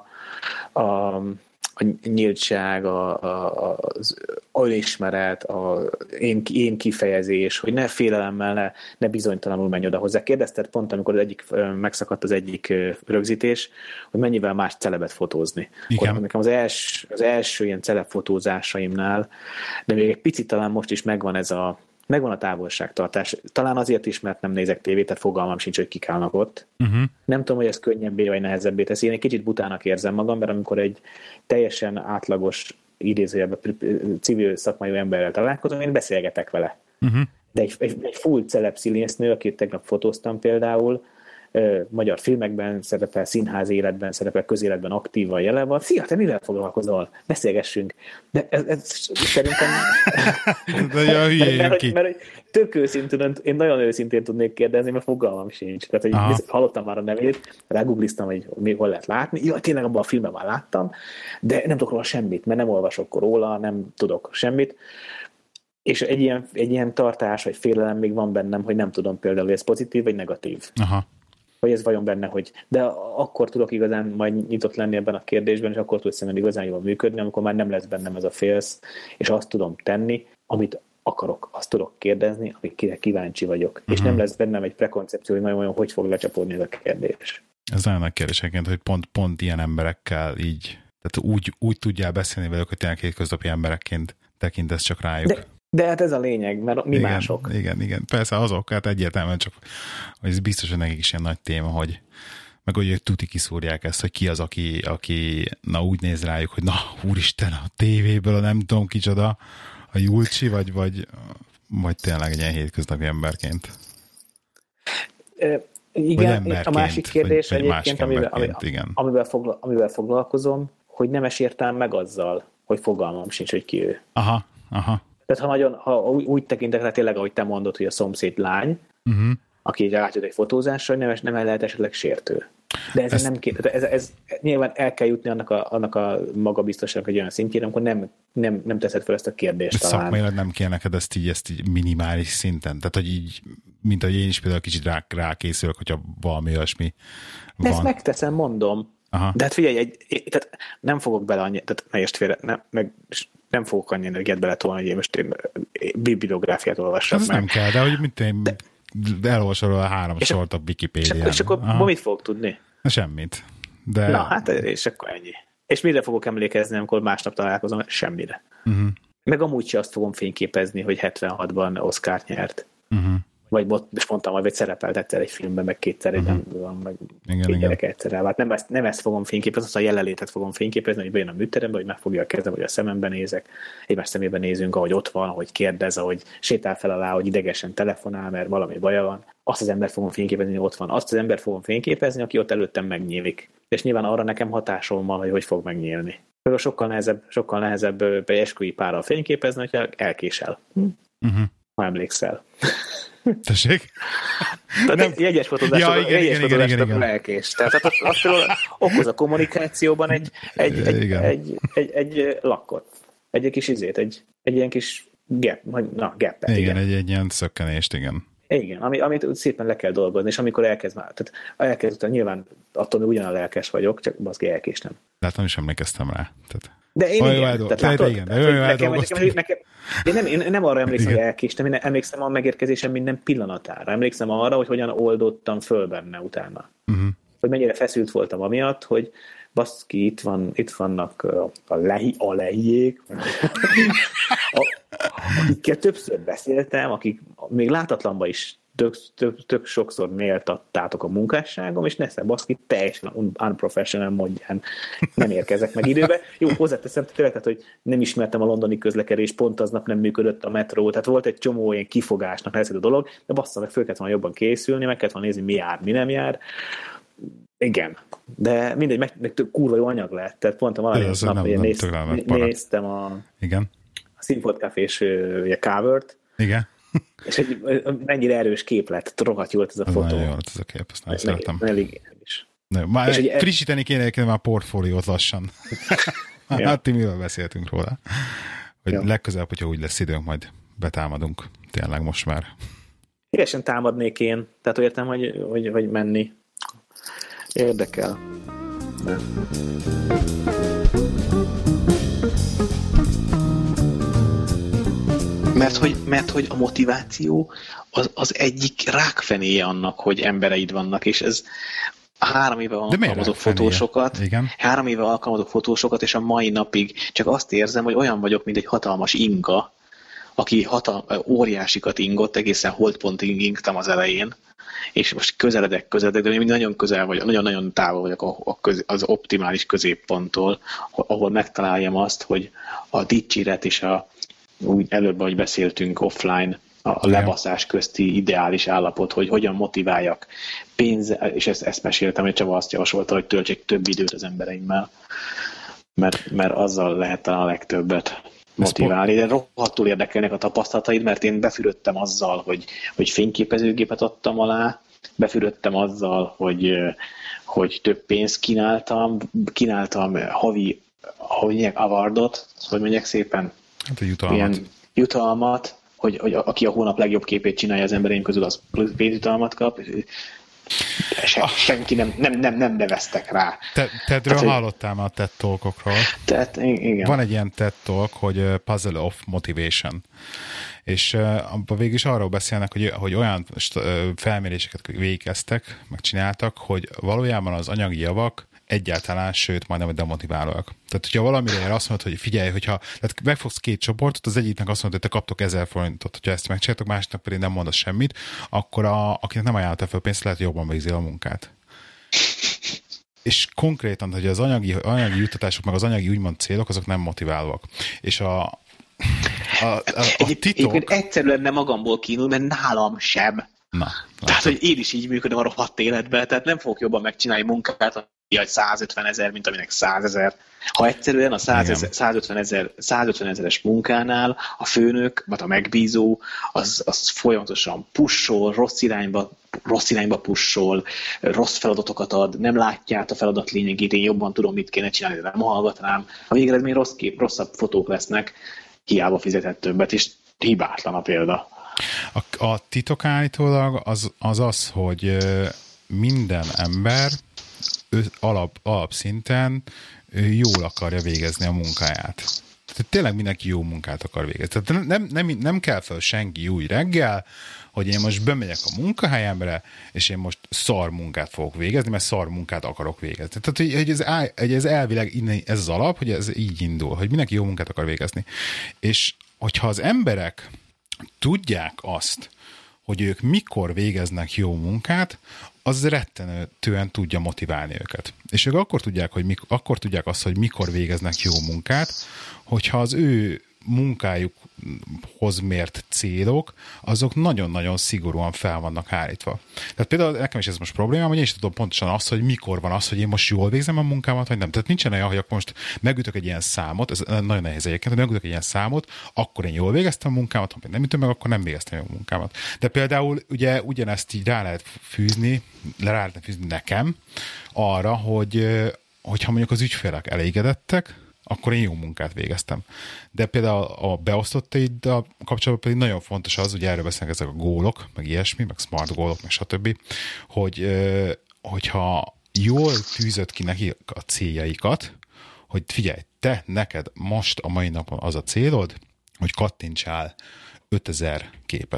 Speaker 1: a, a nyíltság, a, a, az önismeret, a én, én kifejezés, hogy ne félelemmel, ne, ne bizonytalanul menj oda hozzá. Kérdezted pont, amikor az egyik, megszakadt az egyik rögzítés, hogy mennyivel más celebet fotózni. Igen. Akkor nekem az, els, az első ilyen celebfotózásaimnál, de még egy picit talán most is megvan ez a megvan a távolságtartás. Talán azért is, mert nem nézek tévét, tehát fogalmam sincs, hogy kik állnak ott. Uh-huh. Nem tudom, hogy ez könnyebbé vagy nehezebbé teszi. Én egy kicsit butának érzem magam, mert amikor egy teljesen átlagos, idézőjelben civil szakmai emberrel találkozom, én beszélgetek vele. Uh-huh. De egy, egy, egy full celeb színésznő, akit tegnap fotóztam például, magyar filmekben szerepel, színház életben szerepel, közéletben aktívan jelen van. Szia, te mivel foglalkozol? Beszélgessünk. De ez, ez szerintem...
Speaker 2: De ja, hülye
Speaker 1: mert,
Speaker 2: ki.
Speaker 1: mert, mert tök őszintén, én nagyon őszintén tudnék kérdezni, mert fogalmam sincs. Tehát, hogy hallottam már a nevét, rágoogliztam, hogy mi hol lehet látni. Jó, tényleg abban a filmben már láttam, de nem tudok róla semmit, mert nem olvasok róla, nem tudok semmit. És egy ilyen, egy ilyen tartás, vagy félelem még van bennem, hogy nem tudom például, hogy ez pozitív, vagy negatív. Aha. Hogy ez vajon benne, hogy... De akkor tudok igazán majd nyitott lenni ebben a kérdésben, és akkor tud szerintem igazán jól működni, amikor már nem lesz bennem ez a félsz, és azt tudom tenni, amit akarok, azt tudok kérdezni, amikre kíváncsi vagyok. Uh-huh. És nem lesz bennem egy prekoncepció, hogy nagyon-nagyon hogy fog lecsapódni ez a kérdés.
Speaker 2: Ez nagyon nagy kérdés, hogy pont, pont ilyen emberekkel így, tehát úgy, úgy tudjál beszélni velük, hogy tényleg hétköznapi emberekként tekintesz csak rájuk.
Speaker 1: De... De hát ez a lényeg, mert mi
Speaker 2: igen,
Speaker 1: mások.
Speaker 2: Igen, igen. Persze azok, hát egyértelműen csak, hogy ez biztos, hogy nekik is ilyen nagy téma, hogy meg hogy ők tuti kiszúrják ezt, hogy ki az, aki, aki na úgy néz rájuk, hogy na, úristen, a tévéből, a nem tudom kicsoda, a Julcsi, vagy, vagy, vagy tényleg egy ilyen hétköznapi emberként.
Speaker 1: E, igen, a másik kérdés vagy, vagy egyébként, amivel, amivel, amivel, fogla, amivel foglalkozom, hogy nem esértem meg azzal, hogy fogalmam sincs, hogy ki ő.
Speaker 2: Aha, aha.
Speaker 1: Tehát ha, nagyon, ha úgy tekintek rá tényleg, ahogy te mondod, hogy a szomszéd lány, uh-huh. aki így rátjött egy fotózásra, hogy nem, nem lehet esetleg sértő. De ez, nem kéne, ez, ez, ez nyilván el kell jutni annak a, annak a magabiztosságnak egy olyan szintjén, amikor nem, nem, nem teszed fel ezt a kérdést.
Speaker 2: Szakmailag nem kell neked ezt így, ezt így minimális szinten. Tehát, hogy így, mint ahogy én is például kicsit rá, rákészülök, hogyha valami olyasmi van.
Speaker 1: De ezt megteszem, mondom. Aha. De hát figyelj, egy, tehát nem fogok bele annyi, tehát ne értsd félre, nem, meg nem fogok annyi energiát beletolni, hogy én most én bibliográfiát olvassam
Speaker 2: meg. Ez nem kell, de hogy mit én de, elolvasol a három sort a Wikipédián.
Speaker 1: És akkor, és akkor mit fogok tudni?
Speaker 2: Semmit. De...
Speaker 1: Na, hát és akkor ennyi. És mire fogok emlékezni, amikor másnap találkozom? Semmire. Uh-huh. Meg amúgy sem azt fogom fényképezni, hogy hetvenhatban Oscart nyert. Uh-huh. Vagy most mondtam, hogy szerepelt egyszer egy filmben, meg kétszer egy uh-huh. van, meg igen, két gyerek egyszer el. Hát nem ezt, nem ezt fogom fényképezni, azt a jelenlétet fogom fényképezni, hogy bejön a műterembe, hogy megfogja a kezem, hogy a szememben nézek, egymás szemében nézünk, ahogy ott van, ahogy kérdez, ahogy sétál fel alá, hogy idegesen telefonál, mert valami baja van. Azt az ember fogom fényképezni, hogy ott van. Azt az ember fogom fényképezni, aki ott előttem megnyílik. És nyilván arra nekem hatásom van, hogy hogy fog megnyílni. Például sokkal nehezebb, sokkal nehezebb egy esküvői párral fényképezni, hogyha elkésel. Hm? Uh-huh. Ha emlékszel.
Speaker 2: Tessék?
Speaker 1: Tehát nem. Egy jegyes fotózásra ja, jegyes fotózásra elkés. Tehát azt, azt okoz a kommunikációban egy, egy, egy, egy, egy, egy lakkot. Egy, egy kis izét, egy, egy ilyen kis gap, na, gap-et.
Speaker 2: Igen, igen. Egy, egy ilyen szökkenést, igen.
Speaker 1: Igen, ami, amit szépen le kell dolgozni, és amikor elkezd már, tehát elkezd után nyilván attól, hogy ugyan lelkes vagyok, csak baszki elkés nem.
Speaker 2: Látom, is emlékeztem rá. Tehát...
Speaker 1: De én igen,
Speaker 2: eldol- tehát látod, igen, tehát,
Speaker 1: nekem, nekem, nekem, én, nem, én nem arra emlékszem, igen. hogy elkéstem, én emlékszem a megérkezésem minden pillanatára. Emlékszem arra, hogy hogyan oldottam föl benne utána. Uh-huh. hogy mennyire feszült voltam amiatt, hogy baszki, itt, van, itt vannak a, lehi, a lehiék, akikkel többször beszéltem, akik még látatlanban is tök, tök, tök sokszor méltattátok a munkásságom, és nesze baszki, teljesen unprofessional módján nem érkezek meg időbe. Jó, hozzáteszem, tényleg, tehát, hogy nem ismertem a londoni közlekedést, pont aznap nem működött a metró, tehát volt egy csomó ilyen kifogásnak ez a dolog, de bassza, meg föl kellett volna jobban készülni, meg kellett volna nézni, mi jár, mi nem jár. Igen, de mindegy, meg, meg kurva jó anyag lett, tehát pont a valami nap nem, nem néz, néztem a,
Speaker 2: Igen.
Speaker 1: a Színfolt Cafés uh, cover-t,
Speaker 2: igen.
Speaker 1: És egy, mennyire erős kép lett, rohadt jó ez a
Speaker 2: az
Speaker 1: fotó.
Speaker 2: Nagyon jó lett ez a kép, azt nem szeretem.
Speaker 1: Elég is.
Speaker 2: Ne, már és egy, frissíteni kéne, kéne már a portfóliót lassan. Ja. Hát ti mivel beszéltünk róla? Hogy ja. Legközelebb, hogyha úgy lesz időnk, majd betámadunk. Tényleg most már.
Speaker 1: Híresen támadnék én, tehát értem, hogy, hogy, hogy menni. Érdekel. De. Mert hogy, mert hogy a motiváció az, az egyik rákfenéje annak, hogy embereid vannak, és ez három éve alkalmazok fotósokat, Igen. három éve alkalmazok fotósokat, és a mai napig csak azt érzem, hogy olyan vagyok, mint egy hatalmas inga, aki hatal, óriásikat ingott, egészen holdpontig ingtam az elején, és most közeledek, közeledek, de még nagyon közel vagy, nagyon-nagyon távol vagyok a, a köz, az optimális középponttól, ahol megtaláljam azt, hogy a dicséret és a úgy előbb, ahogy beszéltünk offline, a lebaszás közti ideális állapot, hogy hogyan motiváljak pénz, és ezt, ezt meséltem, hogy Csaba azt javasolta, hogy töltsék több időt az embereimmel, mert, mert azzal lehet talán a legtöbbet motiválni. De rohadtul érdekelnek a tapasztalataid, mert én befürödtem azzal, hogy, hogy fényképezőgépet adtam alá, befürödtem azzal, hogy, hogy több pénzt kínáltam, kínáltam havi, ahogy mondják, awardot, hogy mondják szépen,
Speaker 2: hát a jutalmat.
Speaker 1: Ilyen jutalmat, hogy, hogy aki a hónap legjobb képét csinálja az embereim közül, az pénzjutalmat kap. Se, senki nem, nem, nem, nem neveztek rá.
Speaker 2: Te, Tedről tehát, hallottál már a TED Talkokról.
Speaker 1: Tehát, igen.
Speaker 2: Van egy ilyen TED Talk, hogy Puzzle of Motivation. És uh, abban végül is arról beszélnek, hogy, hogy olyan felméréseket végeztek, megcsináltak, hogy valójában az anyagi javak egyáltalán, sőt, majdnem demotiválóak. Tehát, hogyha valamire azt mondod, hogy figyelj, hogyha tehát megfogsz két csoportot, az egyiknek azt mondod, hogy te kaptok ezer forintot, hogyha ezt megcsináltok, másnak pedig nem mondasz semmit, akkor a, akinek nem ajánlott fel pénzt, lehet, hogy jobban végzi a munkát. És konkrétan, hogy az anyagi, anyagi juttatások, meg az anyagi úgymond célok, azok nem motiválóak. És a, a, a, a titok...
Speaker 1: Egyébként egyszerűen nem magamból kínul, mert nálam sem.
Speaker 2: Na,
Speaker 1: tehát, hogy én is így működöm a rohadt életben, tehát nem fogok jobban megcsinálni munkát, hogy százötven ezer, mint aminek százezer. Ha egyszerűen a százötven ezeres munkánál a főnök, vagy a megbízó, az, az folyamatosan pushol, rossz irányba, rossz irányba pushol, rossz feladatokat ad, nem látja át a feladat lényegét, én jobban tudom, mit kéne csinálni, de nem hallgat rám. A végeredmény rossz kép, rosszabb fotók lesznek, hiába fizetett többet, és hibátlan a példa.
Speaker 2: A, a titok állítólag az, az az, hogy minden ember ő alap, alapszinten ő jól akarja végezni a munkáját. Tehát tényleg mindenki jó munkát akar végezni. Tehát nem, nem, nem kell fel senki új reggel, hogy én most bemegyek a munkahelyemre, és én most szar munkát fogok végezni, mert szar munkát akarok végezni. Tehát hogy ez, hogy ez elvileg ez az alap, hogy ez így indul, hogy mindenki jó munkát akar végezni. És hogyha az emberek tudják azt, hogy ők mikor végeznek jó munkát, az rettenetően tudja motiválni őket. És ők akkor tudják, hogy mikor, akkor tudják azt, hogy mikor végeznek jó munkát, hogyha az ő munkájukhoz mért célok, azok nagyon-nagyon szigorúan fel vannak állítva. Tehát például nekem is ez most problémám, hogy én is tudom pontosan azt, hogy mikor van az, hogy én most jól végzem a munkámat, vagy nem. Tehát nincsen olyan, hogy akkor most megütök egy ilyen számot, ez nagyon nehéz egyébként, hogy megütök egy ilyen számot, akkor én jól végeztem a munkámat, ha nem ütöm meg, akkor nem végeztem jó munkámat. De például ugye ugyanezt így rá lehet fűzni, rá lehet fűzni nekem arra, hogy hogyha mondjuk az ügyfélek elégedettek, akkor én jó munkát végeztem. De például a beosztottaiddal kapcsolatban pedig nagyon fontos az, hogy erről beszélnek ezek a gólok, meg ilyesmi, meg smart gólok, meg stb., hogy hogyha jól tűzött ki neki a céljaikat, hogy figyelj, te, neked most a mai napon az a célod, hogy kattintsál ötezer képet,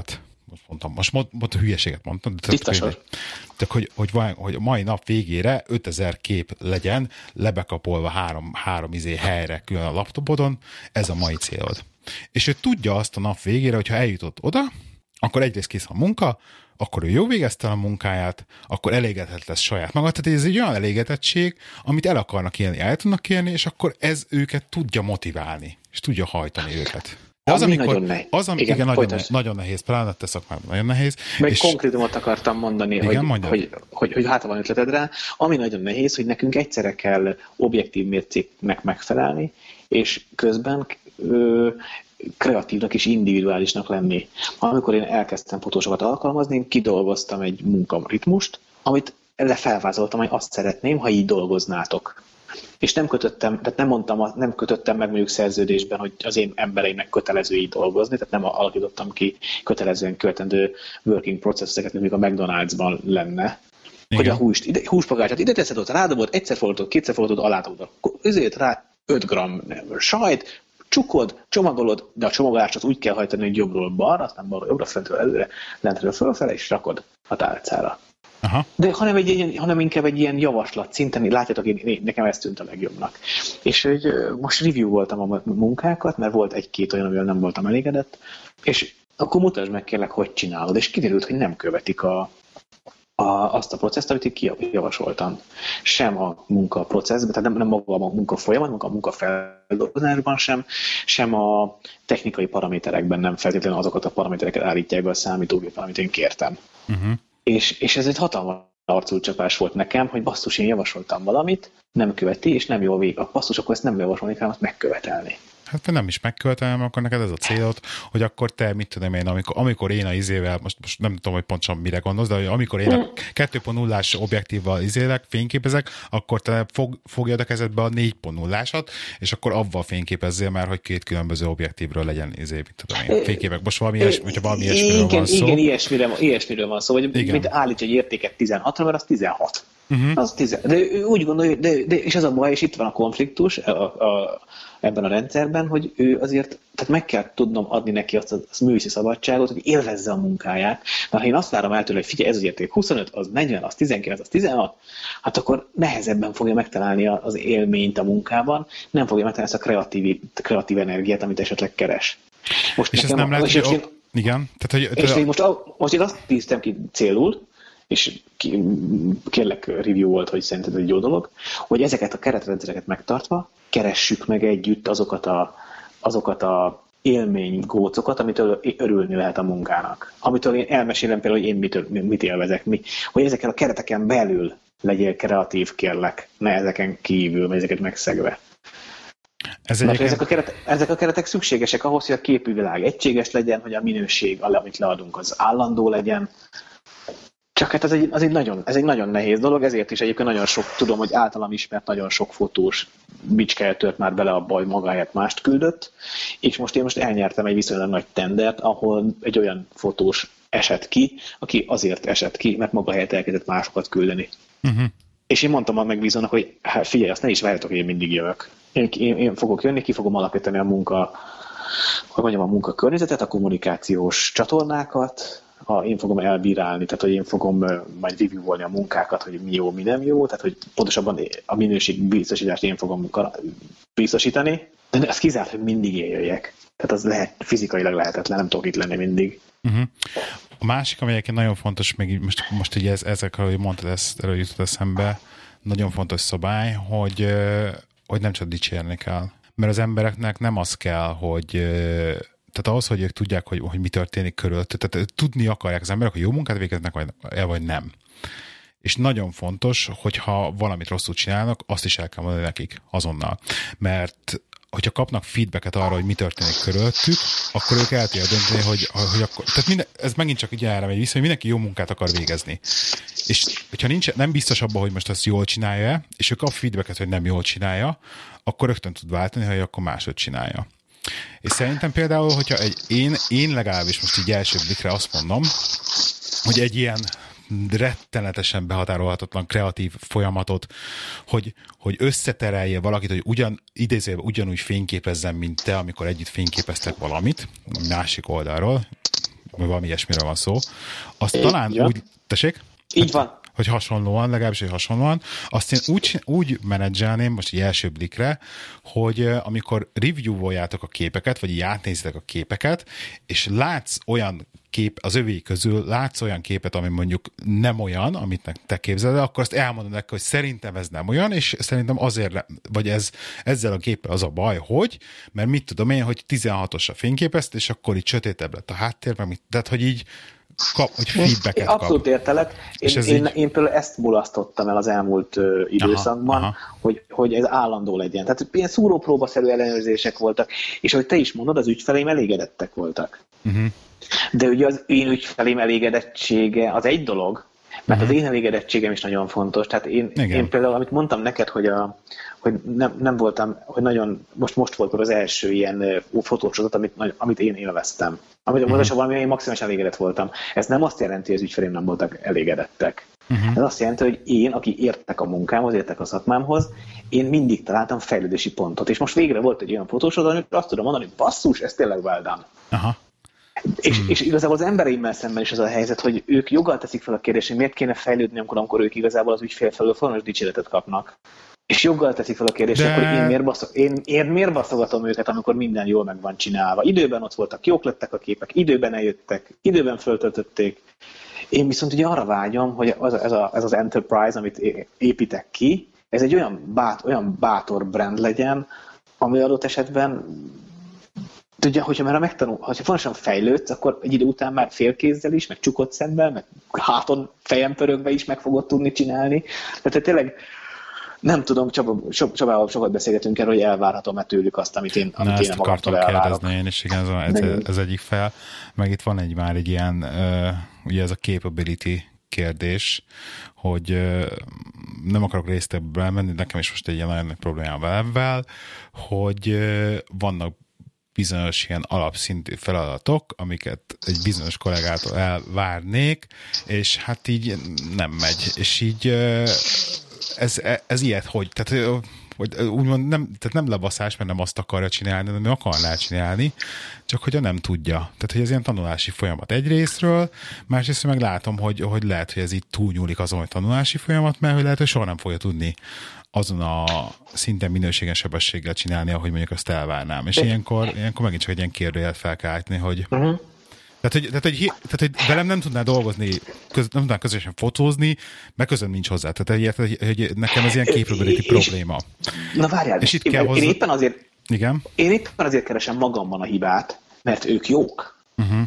Speaker 2: most mondtam, most mond, mond, hülyeséget mondtam, de tök, hogy, hogy, hogy a mai nap végére ötezer kép legyen lebekapolva három, három izé helyre külön a laptopodon, ez a mai célod. És ő tudja azt a nap végére, hogyha eljutott oda, akkor egyrészt kész a munka, akkor ő jó végezte a munkáját, akkor elégedett lesz saját maga. Tehát ez egy olyan elégedettség, amit el akarnak élni, el tudnak élni, és akkor ez őket tudja motiválni, és tudja hajtani őket. De az,
Speaker 4: ami
Speaker 2: amikor,
Speaker 4: nagyon nehéz.
Speaker 2: Az, ami, igen, igen nagyon, nehéz, nagyon nehéz, pláne te szakmában nagyon nehéz.
Speaker 4: Meg és konkrétumot akartam mondani, igen, hogy, hogy, hogy, hogy hát van ötleted rá. Ami nagyon nehéz, hogy nekünk egyszerre kell objektív mércéknek megfelelni, és közben ö, kreatívnak és individuálisnak lenni. Amikor én elkezdtem fotósokat alkalmazni, kidolgoztam egy munkaritmust, amit lefelvázoltam, hogy azt szeretném, ha így dolgoznátok. És nem kötöttem, tehát nem mondtam, nem kötöttem meg mondjuk szerződésben, hogy az én embereimnek kötelező így dolgozni, tehát nem alakítottam ki kötelezően követendő working process-eket, mint a McDonald'sban lenne. Igen. Hogy a húst, ide, húspagácsát ide teszed, ott rádobod, egyszer fordítod, kétszer fordítod, aládobod. Ezért rá öt gramm sajt, csukod, csomagolod, de a csomagolást az úgy kell hajtani, hogy jobbról balra, aztán balra jobbra, fentről előre, lentről fölfele, és rakod a tálcára. Aha. De hanem, egy ilyen, hanem inkább egy ilyen javaslat szinten, látjátok, én, én, nekem ez tűnt a legjobbnak. És hogy most review voltam a munkákat, mert volt egy-két olyan, amivel nem voltam elégedett, és akkor mutasd meg kérlek, hogy csinálod, és kiderült, hogy nem követik a, a, azt a processzt, amit én javasoltam. Sem a munkaprocesszben, tehát nem, nem maga a munka folyamat, a munkafeldolgozásban sem, sem a technikai paraméterekben nem feltétlenül azokat a paramétereket állítják be a számítógépen, amit én kértem. Uh-huh. És, és ez egy hatalmas arculcsapás volt nekem, hogy basszus, én javasoltam valamit, nem követi, és nem jól végig. A basszus, akkor ezt nem javasolni, hanem azt megkövetelni.
Speaker 2: Hát nem is megkövetelem, akkor neked ez a célod, hogy akkor te, mit tudom én, amikor, amikor én a izével, most, most nem tudom, hogy pontosan mire gondolsz, de amikor én a kettő pont nullás objektívval izélek, fényképezek, akkor te fog, fogjad a kezedbe a négy pont nullásat, és akkor avval fényképezzél már, hogy két különböző objektívről legyen izé, mit tudom én, fényképek. Most valami ilyesmi, hogyha valami ilyesmiről
Speaker 4: igen,
Speaker 2: van szó.
Speaker 4: Igen, ilyesmiről, ilyesmiről van szó, hogy mit állíts egy értéket tizenhatra, mert az tizenhat. Uh-huh. Az tíz, de ő úgy gondolja, de, de, és ez a baj, és itt van a konfliktus a, a, ebben a rendszerben, hogy ő azért, tehát meg kell tudnom adni neki azt a művészi szabadságot, hogy élvezze a munkáját, mert ha én azt várom el tőle, hogy figyelj, ez az érték huszonöt, az negyven, az tizenkilenc, az tizenhat, hát akkor nehezebben fogja megtalálni az élményt a munkában, nem fogja megtalálni ezt a kreatív, kreatív energiát, amit esetleg keres.
Speaker 2: Most és nekem, ez nem lehet, hogy... Én, igen. Tehát, hogy,
Speaker 4: és én most, most én azt tíztem ki célul, és kérlek review volt, hogy szerinted egy jó dolog, hogy ezeket a keretrendszereket megtartva keressük meg együtt azokat a, azokat a élménygócokat, amitől örülni lehet a munkának. Amitől én elmesélem például, hogy én mit, mit élvezek, mi, hogy ezeken a kereteken belül legyél kreatív, kérlek, ne ezeken kívül, vagy ezeket megszegve. Ez Mert ezek, a keret, ezek a keretek szükségesek ahhoz, hogy a képűvilág egységes legyen, hogy a minőség, amit leadunk, az állandó legyen. Csak hát ez egy, az egy nagyon, ez egy nagyon nehéz dolog, ezért is egyébként nagyon sok, tudom, hogy általam ismert nagyon sok fotós bicskája tört már bele abba, hogy magáért mást küldött, és most én most elnyertem egy viszonylag nagy tendert, ahol egy olyan fotós esett ki, aki azért esett ki, mert maga helyett elkezdett másokat küldeni. Uh-huh. És én mondtam a megbízónak, hogy hát figyelj, azt ne is várjatok, hogy én mindig jövök. Én, én, én fogok jönni, ki fogom alakítani a munka, hogy mondjam, a munkakörnyezetet, a kommunikációs csatornákat, ha én fogom elbírálni, tehát hogy én fogom majd review-olni a munkákat, hogy mi jó, mi nem jó, tehát hogy pontosabban a minőség biztosítást én fogom biztosítani, de az kizárt, hogy mindig én jöjjek. Tehát az lehet, fizikailag lehetetlen, nem tudok itt lenni mindig. Uh-huh.
Speaker 2: A másik, ami egyébként nagyon fontos, még most, most ugye ez, ezekről, hogy mondtad, ezt, erről jutott eszembe, nagyon fontos szabály, hogy, hogy nem csak dicsérni kell. Mert az embereknek nem az kell, hogy tehát ahhoz, hogy ők tudják, hogy, hogy mi történik körülött, tehát tudni akarják az emberek, hogy jó munkát végeznek, vagy, vagy nem. És nagyon fontos, hogyha valamit rosszul csinálnak, azt is el kell mondani nekik azonnal. Mert hogyha kapnak feedbacket arra, hogy mi történik körülöttük, akkor ők el tudják dönteni, hogy, hogy akkor... Tehát minden, ez megint csak így erre megy vissza, hogy mindenki jó munkát akar végezni. És hogyha nincs, nem biztos abban, hogy most ezt jól csinálja, és ő kap feedbacket, hogy nem jól csinálja, akkor rögtön tud váltani, hogy akkor máshogy csinálja. És szerintem például, hogyha egy, én, én legalábbis most így első blikre azt mondom, hogy egy ilyen rettenetesen behatárolhatatlan kreatív folyamatot, hogy, hogy összeterelje valakit, hogy ugyan, idézőjelben ugyanúgy fényképezzen, mint te, amikor együtt fényképeztek valamit, másik oldalról, valami ilyesmiről van szó, azt é, talán ja. úgy, tessék?
Speaker 4: Így van.
Speaker 2: Hogy hasonlóan, legalábbis, hogy hasonlóan, azt én úgy, úgy menedzselném, most így első blikre, hogy amikor review-oljátok a képeket, vagy így átnézitek a képeket, és látsz olyan kép, az övé közül látsz olyan képet, ami mondjuk nem olyan, amit te képzeled, akkor azt elmondod neki, hogy szerintem ez nem olyan, és szerintem azért, vagy ez, ezzel a géppel az a baj, hogy, mert mit tudom én, hogy tizenhatosra fényképezt, és akkor így sötétebb lett a háttér, meg mit, tehát, hogy így kap, hogy feedbacket kap.
Speaker 4: Abszolút értelek. Én, én, így... én például ezt mulasztottam el az elmúlt uh, időszakban, aha, aha. Hogy, hogy ez állandó legyen. Tehát ilyen szúrópróbaszerű ellenőrzések voltak, és ahogy te is mondod, az ügyfeleim elégedettek voltak. Uh-huh. De ugye az én ügyfeleim elégedettsége az egy dolog, mert uh-huh. az én elégedettségem is nagyon fontos. Tehát én, én például, amit mondtam neked, hogy, a, hogy nem, nem voltam, hogy nagyon, most, most volt az első ilyen fotósorozat, amit, amit én élveztem. Amit uh-huh. mondom, valami én maximálisan elégedett voltam. Ez nem azt jelenti, hogy az ügyfeleim nem voltak elégedettek. Uh-huh. Ez azt jelenti, hogy én, aki értek a munkámhoz, értek a szakmámhoz, én mindig találtam fejlődési pontot. És most végre volt egy olyan fotósorozat, amit azt tudom mondani, hogy basszus, ez tényleg well done. Aha. És, hmm. és igazából az embereimmel szemben is az a helyzet, hogy ők joggal teszik fel a kérdést, hogy miért kéne fejlődni, amikor, amikor ők igazából az ügyfél felől fontos dicséretet kapnak. És joggal teszik fel a kérdést, De... hogy én miért, baszog, én, én miért baszogatom őket, amikor minden jól meg van csinálva. Időben ott voltak, jók lettek a képek, időben eljöttek, időben föltöltötték. Én viszont ugye arra vágyom, hogy az, ez, a, ez az enterprise, amit építek ki, ez egy olyan, bát, olyan bátor brand legyen, ami adott esetben tudja, hogyha már megtanul, ha fontosan fejlődsz, akkor egy idő után már félkézzel is, meg csukott szemmel, meg háton, fejem pörögve is meg fogod tudni csinálni. Tehát tényleg nem tudom, Csabával sokat beszélgetünk erről, hogy elvárhatom-e tőlük azt, amit én, amit én magamtól elvárok.
Speaker 2: Kérdezni én is, igen, ez, ez, ez egyik fel. Meg itt van egy már egy ilyen, uh, ugye ez a capability kérdés, hogy uh, nem akarok részletbe menni, nekem is most egy ilyen nagyon nagy problémám velemmel, hogy uh, vannak bizonyos ilyen alapszintű feladatok, amiket egy bizonyos kollégától elvárnék, és hát így nem megy. És így ez, ez ilyet, hogy, tehát, hogy úgymond nem, tehát nem lebaszás, mert nem azt akarja csinálni, hanem ő akarná csinálni, csak hogy nem tudja. Tehát, hogy ez ilyen tanulási folyamat egyrésztről, másrészt meg látom, hogy, hogy lehet, hogy ez így túlnyúlik azon, hogy tanulási folyamat, mert hogy lehet, hogy soha nem fogja tudni azon a szinten minőségen sebességgel csinálni, ahogy mondjuk azt elvárnám. És ilyenkor, ilyenkor megint csak egy ilyen kérdőjelet fel kell állítani, hogy, uh-huh. tehát, hogy, tehát, hogy, tehát, hogy velem nem tudná dolgozni, köz, nem tudná közösen fotózni, mert közön nincs hozzá. Tehát hogy, hogy nekem ez ilyen capability probléma.
Speaker 4: Na várjál, és itt én, kell hozzá... én, éppen azért,
Speaker 2: Igen?
Speaker 4: én éppen azért keresem magamban a hibát, mert ők jók. Uh-huh.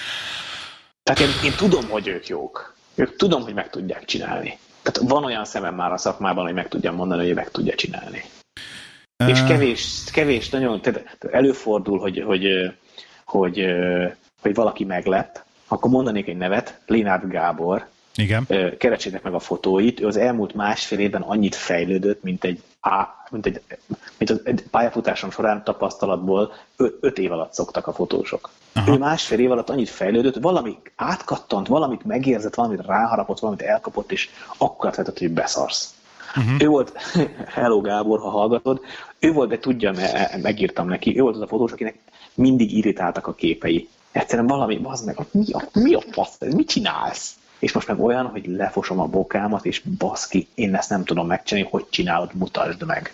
Speaker 4: Tehát én, én tudom, hogy ők jók. Ők tudom, hogy meg tudják csinálni. Tehát van olyan szemem már a szakmában, hogy meg tudjam mondani, hogy meg tudja csinálni. Uh... És kevés, kevés nagyon, tehát előfordul, hogy, hogy, hogy, hogy valaki meglep, akkor mondanék egy nevet, Lénárd Gábor.
Speaker 2: Igen.
Speaker 4: Keressétek meg a fotóit, ő az elmúlt másfél évben annyit fejlődött, mint egy, mint egy, mint egy pályafutásom során tapasztalatból öt év alatt szoktak a fotósok. Aha. Ő másfél év alatt annyit fejlődött, valami átkattant, valamit megérzett, valamit ráharapott, valamit elkapott, és akkor vetett, hogy beszarsz. Uh-huh. Ő volt, hello Gábor, ha hallgatod, ő volt, de tudja, mert megírtam neki, ő volt az a fotós, akinek mindig irritáltak a képei. Egyszerűen valami, bazd meg, mi a, mi a fasz, mit csinálsz? És most meg olyan, hogy lefosom a bokámat, és baszki, én ezt nem tudom megcsinálni, hogy csinálod, mutasd meg.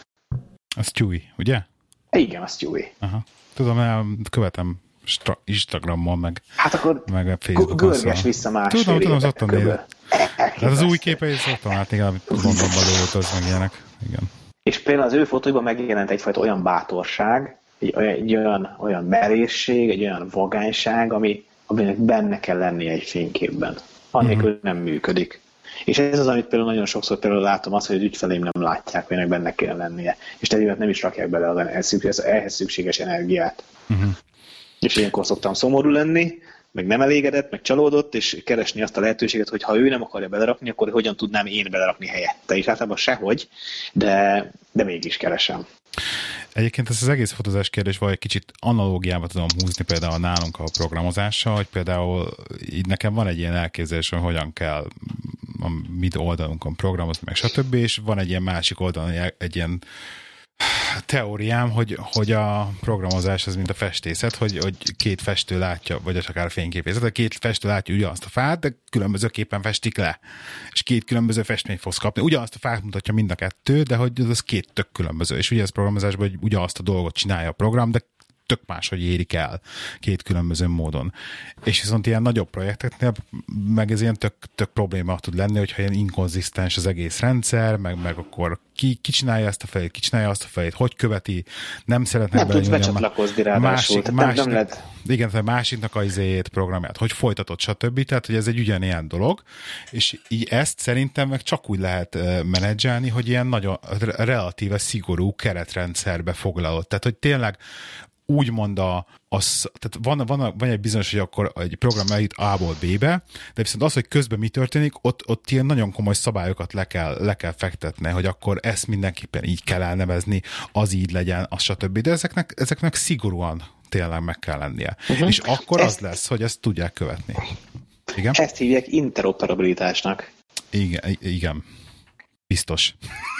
Speaker 2: Az Stewie, ugye?
Speaker 4: Igen, az Stewie.
Speaker 2: Aha. Tudom, követem Instagramon, meg,
Speaker 4: hát akkor
Speaker 2: meg Facebookon.
Speaker 4: Görges vissza másfél
Speaker 2: Tudom, tudom, az
Speaker 4: ottan
Speaker 2: nézem. Hát az új képei szoktam látni, amit Londonban volt, az meg ilyenek. Igen.
Speaker 4: És például az ő fotóiban megjelent egyfajta olyan bátorság, egy, egy olyan, olyan merészség, egy olyan vagányság, ami, aminek benne kell lennie egy fényképben. Annélkül uh-huh. nem működik. És ez az, amit például nagyon sokszor például látom azt, hogy az ügyfeleim nem látják, hogy ennek benne kell lennie. És terület nem is rakják bele az ehhez szükséges energiát. Uh-huh. És ilyenkor szoktam szomorú lenni, meg nem elégedett, meg csalódott, és keresni azt a lehetőséget, hogy ha ő nem akarja belerakni, akkor hogyan tudnám én belerakni helyette. És általában sehogy, de, de mégis keresem.
Speaker 2: Egyébként ezt az egész fotózás kérdés vagy egy kicsit analógiába tudom húzni például nálunk a programozással, hogy például így nekem van egy ilyen elképzelés, hogy hogyan kell a mi oldalunkon programozni, meg stb. És van egy ilyen másik oldalon egy ilyen teóriám, hogy, hogy a programozás az mint a festészet, hogy, hogy két festő látja, vagy akár a fényképészet, a két festő látja ugyanazt a fát, de különbözőképpen festik le. És két különböző festményt fogsz kapni. Ugyanazt a fát mutatja mind a kettő, de hogy az két tök különböző. És ugye ez programozásban, hogy ugyanazt a dolgot csinálja a program, de tök máshogy érik el két különböző módon. És viszont ilyen nagyobb projekteknél meg ez ilyen tök, tök probléma tud lenni, hogyha ilyen inkonzisztens az egész rendszer, meg, meg akkor ki, ki csinálja ezt a felét, ki csinálja azt a felét, hogy követi, nem szeretnek
Speaker 4: nem tudsz becsatlakozni rá, másik, másik, nem, nem lehet.
Speaker 2: Igen, tehát másiknak a izéjét, programját, hogy folytatott, stb. Tehát, hogy ez egy ugyanilyen dolog, és így ezt szerintem meg csak úgy lehet menedzselni, hogy ilyen nagyon relatíve szigorú keretrendszerbe foglalod. Tehát, hogy tényleg úgymond a, az, tehát van, van, van egy bizonyos, hogy akkor egy program eljut A-ból B-be, de viszont az, hogy közben mi történik, ott, ott ilyen nagyon komoly szabályokat le kell, le kell fektetni, hogy akkor ezt mindenképpen így kell elnevezni, az így legyen, az stb. De ezeknek, ezeknek szigorúan tényleg meg kell lennie. Uh-huh. És akkor ezt, az lesz, hogy ezt tudják követni. Igen?
Speaker 4: Ezt hívják interoperabilitásnak.
Speaker 2: Igen, igen. Biztos.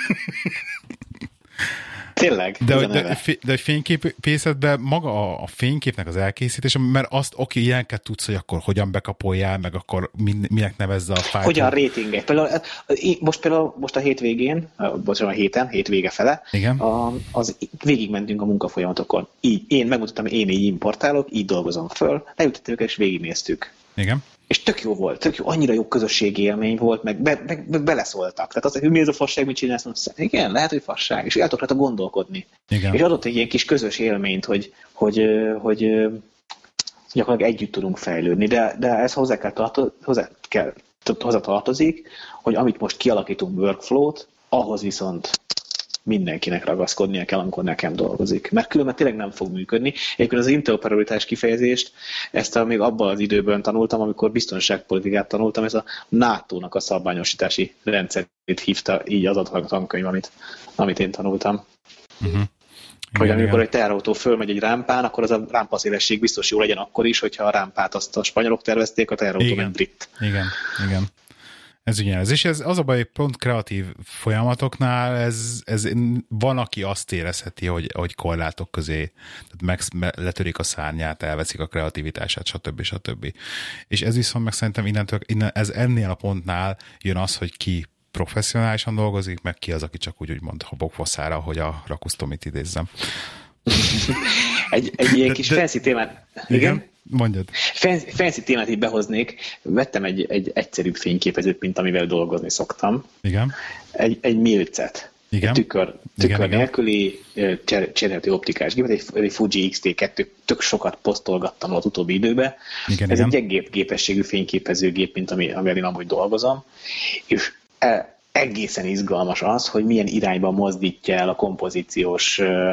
Speaker 4: Tényleg?
Speaker 2: De, hogy, de, de fényképészetben maga a, a fényképnek az elkészítése, mert azt oké, ilyenket tudsz, hogy akkor hogyan bekapoljál, meg akkor min, minek nevezze a fájt.
Speaker 4: Hogyan ratingek? Például, most például most a hétvégén, bocsánat, a héten, hétvége fele,
Speaker 2: igen?
Speaker 4: A, az végigmentünk a munkafolyamatokon. Így, én megmutattam, én így importálok, így dolgozom föl, leültettük őket, és végignéztük.
Speaker 2: Igen.
Speaker 4: És tök jó volt, tök jó, annyira jó közösségi élmény volt, meg, be, be, be, beleszóltak. Tehát az, hogy mi ez a fasság, mit csinálsz, mondta, igen, lehet, hogy fasság, és el tudok gondolkodni.
Speaker 2: Igen.
Speaker 4: És adott egy ilyen kis közös élményt, hogy, hogy, hogy, hogy gyakorlatilag együtt tudunk fejlődni, de, de ez hozzá kell, tartoz, hozzá kell hozzá tartozik, hogy amit most kialakítunk workflow-t, ahhoz viszont mindenkinek ragaszkodnia kell, amikor nekem dolgozik. Mert különben tényleg nem fog működni. Egyébként az interoperabilitás kifejezést, ezt a, még abban az időben tanultam, amikor biztonságpolitikát tanultam, ez a nátónak a szabványosítási rendszerét hívta így az a tankönyv, amit, amit én tanultam. Uh-huh. Hogy igen, amikor igen. egy teherautó fölmegy egy rámpán, akkor az a rámpaszélesség biztos jó legyen akkor is, hogyha a rámpát azt a spanyolok tervezték, a teherautó meg brit.
Speaker 2: Igen, igen. Ez ugyanez. És ez az a baj, hogy pont kreatív folyamatoknál ez, ez van, aki azt érezheti, hogy, hogy korlátok közé tehát meg, letörik a szárnyát, elveszik a kreativitását, stb. stb. És ez viszont meg szerintem innentől, innen, ez ennél a pontnál jön az, hogy ki professzionálisan dolgozik, meg ki az, aki csak úgy úgymond habokfaszára, hogy a Rakusztomit idézzem.
Speaker 4: egy, egy ilyen kis de, fancy témát. Igen?
Speaker 2: igen? Mondjad.
Speaker 4: Fancy, fancy témát így behoznék. Vettem egy, egy egyszerűbb fényképezőt, mint amivel dolgozni szoktam.
Speaker 2: Igen.
Speaker 4: Egy, egy milcet.
Speaker 2: Igen.
Speaker 4: Egy tükör, tükör igen, nélküli cserélhető optikás gépet, egy, egy Fuji X T kettő, tök sokat posztolgattam az utóbbi időben.
Speaker 2: Igen,
Speaker 4: Ez
Speaker 2: igen.
Speaker 4: egy gyengébb gépességű fényképezőgép, mint ami, amivel én amúgy dolgozom. És e, egészen izgalmas az, hogy milyen irányba mozdítja el a kompozíciós ö,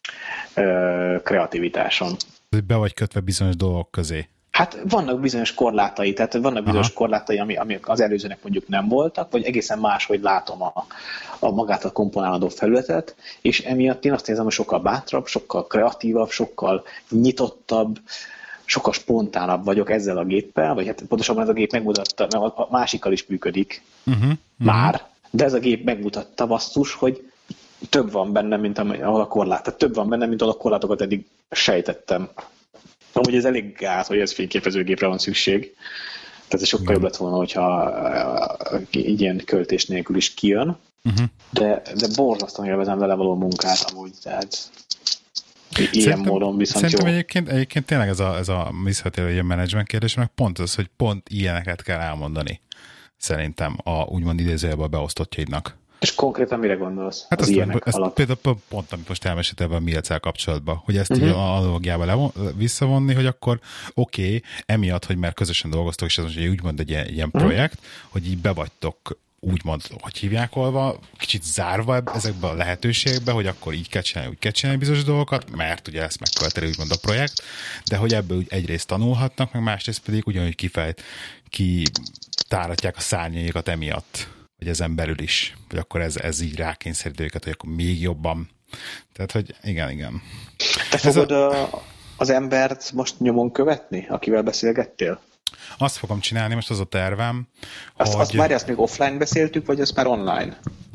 Speaker 4: ö, kreativitáson.
Speaker 2: Be vagy kötve bizonyos dolgok közé.
Speaker 4: Hát vannak bizonyos korlátai, tehát vannak bizonyos Aha. korlátai, ami, ami az előzőnek mondjuk nem voltak, vagy egészen máshogy látom a, a magát a komponálandó felületet, és emiatt én azt érzem, hogy sokkal bátrabb, sokkal kreatívabb, sokkal nyitottabb, sokkal spontánabb vagyok ezzel a géppel, vagy hát pontosabban ez a gép megmutatta, mert a másikkal is működik uh-huh. már, uh-huh. de ez a gép megmutatta basszus, hogy több van benne, mint ahol a korlát. Tehát több van benne, mint ahol a korlátokat eddig sejtettem. Amúgy ez elég gáz, hogy ez fényképezőgépre van szükség. Tehát ez sokkal Igen. jobb lett volna, hogyha ilyen költés nélkül is kijön. Uh-huh. De, de borzasztóan élvezem vele való munkát amúgy, tehát ilyen szerintem, módon viszont
Speaker 2: szerintem
Speaker 4: jó.
Speaker 2: Egyébként, egyébként tényleg ez a, ez a visszatérő ilyen menedzsment kérdés, meg pont az, hogy pont ilyeneket kell elmondani. Szerintem a úgymond idézőjelben a beosztottjaidnak.
Speaker 4: És konkrétan mire gondolsz?
Speaker 2: Hát az ezt, ilyenek ezt alatt? Például pont, amit most elmeséltél ebben a Milcel kapcsolatban, hogy ezt uh-huh. így a analógiába levon, visszavonni, hogy akkor oké, okay, emiatt, hogy már közösen dolgoztok, és ez most úgymond egy ilyen, ilyen uh-huh. projekt, hogy így bevagytok úgymond, hogy hívják olva, kicsit zárva ezekbe a lehetőségekbe, hogy akkor így kell csinálni, úgy kell csinálni bizonyos dolgokat, mert ugye ezt megköveteli úgymond a projekt, de hogy ebből úgy egyrészt tanulhatnak, meg másrészt pedig ugyanúgy kifejt, ki táratják a szárnyaikat emiatt, hogy ezen belül is, hogy akkor ez, ez így rákényszerít őket, hogy akkor még jobban. Tehát, hogy igen, igen.
Speaker 4: Te fogod a... A, az embert most nyomon követni, akivel beszélgettél?
Speaker 2: Azt fogom csinálni, most az a tervem,
Speaker 4: azt,
Speaker 2: hogy...
Speaker 4: Azt már azt még offline beszéltük, vagy azt már online?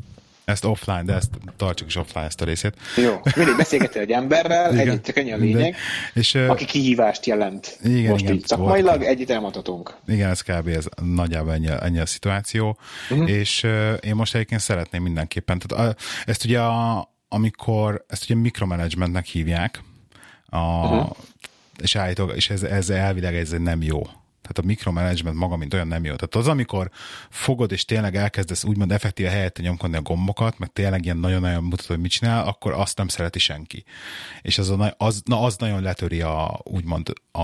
Speaker 2: Ezt offline, de ezt tartsuk is offline ezt a részét.
Speaker 4: Jó, mindig beszélgettél egy emberrel, egyet csak ennyi a lényeg, és, aki kihívást jelent.
Speaker 2: Igen,
Speaker 4: most
Speaker 2: igen,
Speaker 4: így szakmailag együtt elmondhatunk.
Speaker 2: Igen, ez kb. Ez nagyjából ennyi, ennyi a szituáció, uh-huh. és uh, én most egyébként szeretném mindenképpen. Tehát, uh, ezt ugye, a, amikor ezt ugye mikromanagementnek hívják, a, uh-huh. és állítok, és ez, ez elvileg ez nem jó. Tehát a mikromanagement maga, mint olyan nem jó. Tehát az, amikor fogod, és tényleg elkezdesz úgymond effektíve helyette nyomkodni a gombokat, meg tényleg ilyen nagyon-nagyon mutatod, hogy mit csinál, akkor azt nem szereti senki. És az, a, az, na, az nagyon letöri a, úgymond a,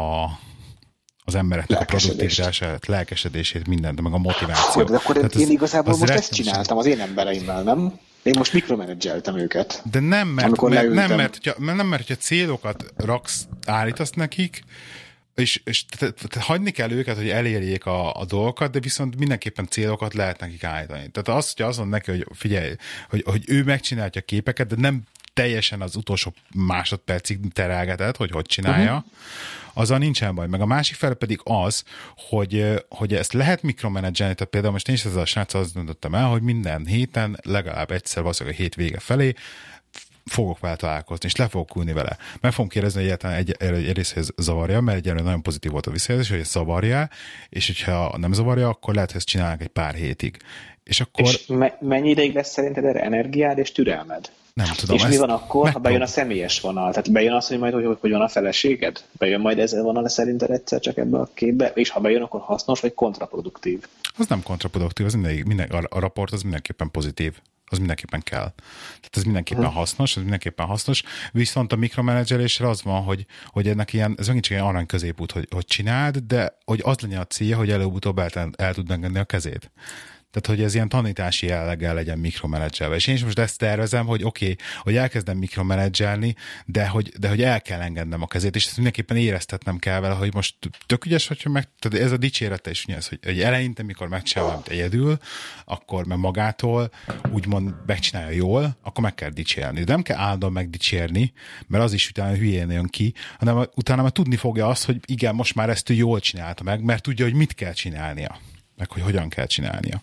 Speaker 2: az embereknek a produktivitását, lelkesedését, mindent, meg a motivációt.
Speaker 4: De akkor Tehát én az, igazából az most ezt csináltam az én embereimmel, nem? Én most mikromenedzseltem őket.
Speaker 2: De nem, mert, mert, nem, mert, hogyha, nem, mert hogyha célokat raksz, állítasz nekik, és, és te, te, te hagyni kell őket, hogy elérjék a, a dolgokat, de viszont mindenképpen célokat lehet nekik állítani. Tehát az, hogy azt mondod neki, hogy figyelj, hogy, hogy ő megcsinálja a képeket, de nem teljesen az utolsó másodpercig terelgetett, hogy hogy csinálja, uh-huh. azzal nincsen baj. Meg a másik fel pedig az, hogy, hogy ezt lehet mikromenedzselni, tehát például most én is ezzel a sráccal azt döntöttem el, hogy minden héten legalább egyszer, valószínűleg a hét vége felé fogok vele találkozni, és le fogok ülni vele. Meg fogom kérdezni, hogy egyáltalán egy, egy, egy részhez zavarja, mert egyelőre nagyon pozitív volt a visszajelzés, hogy ezt zavarja, és hogyha nem zavarja, akkor lehet, hogy ezt csinálnak egy pár hétig. És akkor...
Speaker 4: És me- mennyi ideig lesz szerinted erre energiád és türelmed?
Speaker 2: Nem tudom.
Speaker 4: És mi van akkor, megpróbál. Ha bejön a személyes vonal? Tehát bejön az, hogy majd hogy, hogy van a feleséged? Bejön majd ezzel vonal szerinted egyszer csak ebbe a képbe? És ha bejön, akkor hasznos vagy kontraproduktív?
Speaker 2: Az nem kontraproduktív, az minden, minden, a raport az mindenképpen pozitív. Az mindenképpen kell. Tehát ez mindenképpen uh-huh. hasznos, ez mindenképpen hasznos, viszont a mikromanagerésre az van, hogy, hogy ennek ilyen, ez megint csak egy arany középút, hogy, hogy csináld, de hogy az legyen a célja, hogy előbb-utóbb el, el tud engedni a kezét. Tehát, hogy ez ilyen tanítási jelleggel legyen mikromenedzselve. És én is most ezt tervezem, hogy oké, okay, hogy elkezdem mikromenedzselni, de hogy, de hogy el kell engednem a kezét, és ezt mindenképpen éreztetnem kell vele, hogy most tök ügyes, hogyha meg, tehát ez a dicsérete is ugye, hogy, hogy eleinte, mikor megcsinálja valamit egyedül, akkor meg magától úgymond megcsinálja jól, akkor meg kell dicsérni. De nem kell állandóan megdicsérni, mert az is utána hülyén jön ki, hanem utána már tudni fogja azt, hogy igen, most már ezt ő jól csinálta meg, mert tudja, hogy mit kell csinálnia, meg hogy hogyan kell csinálnia.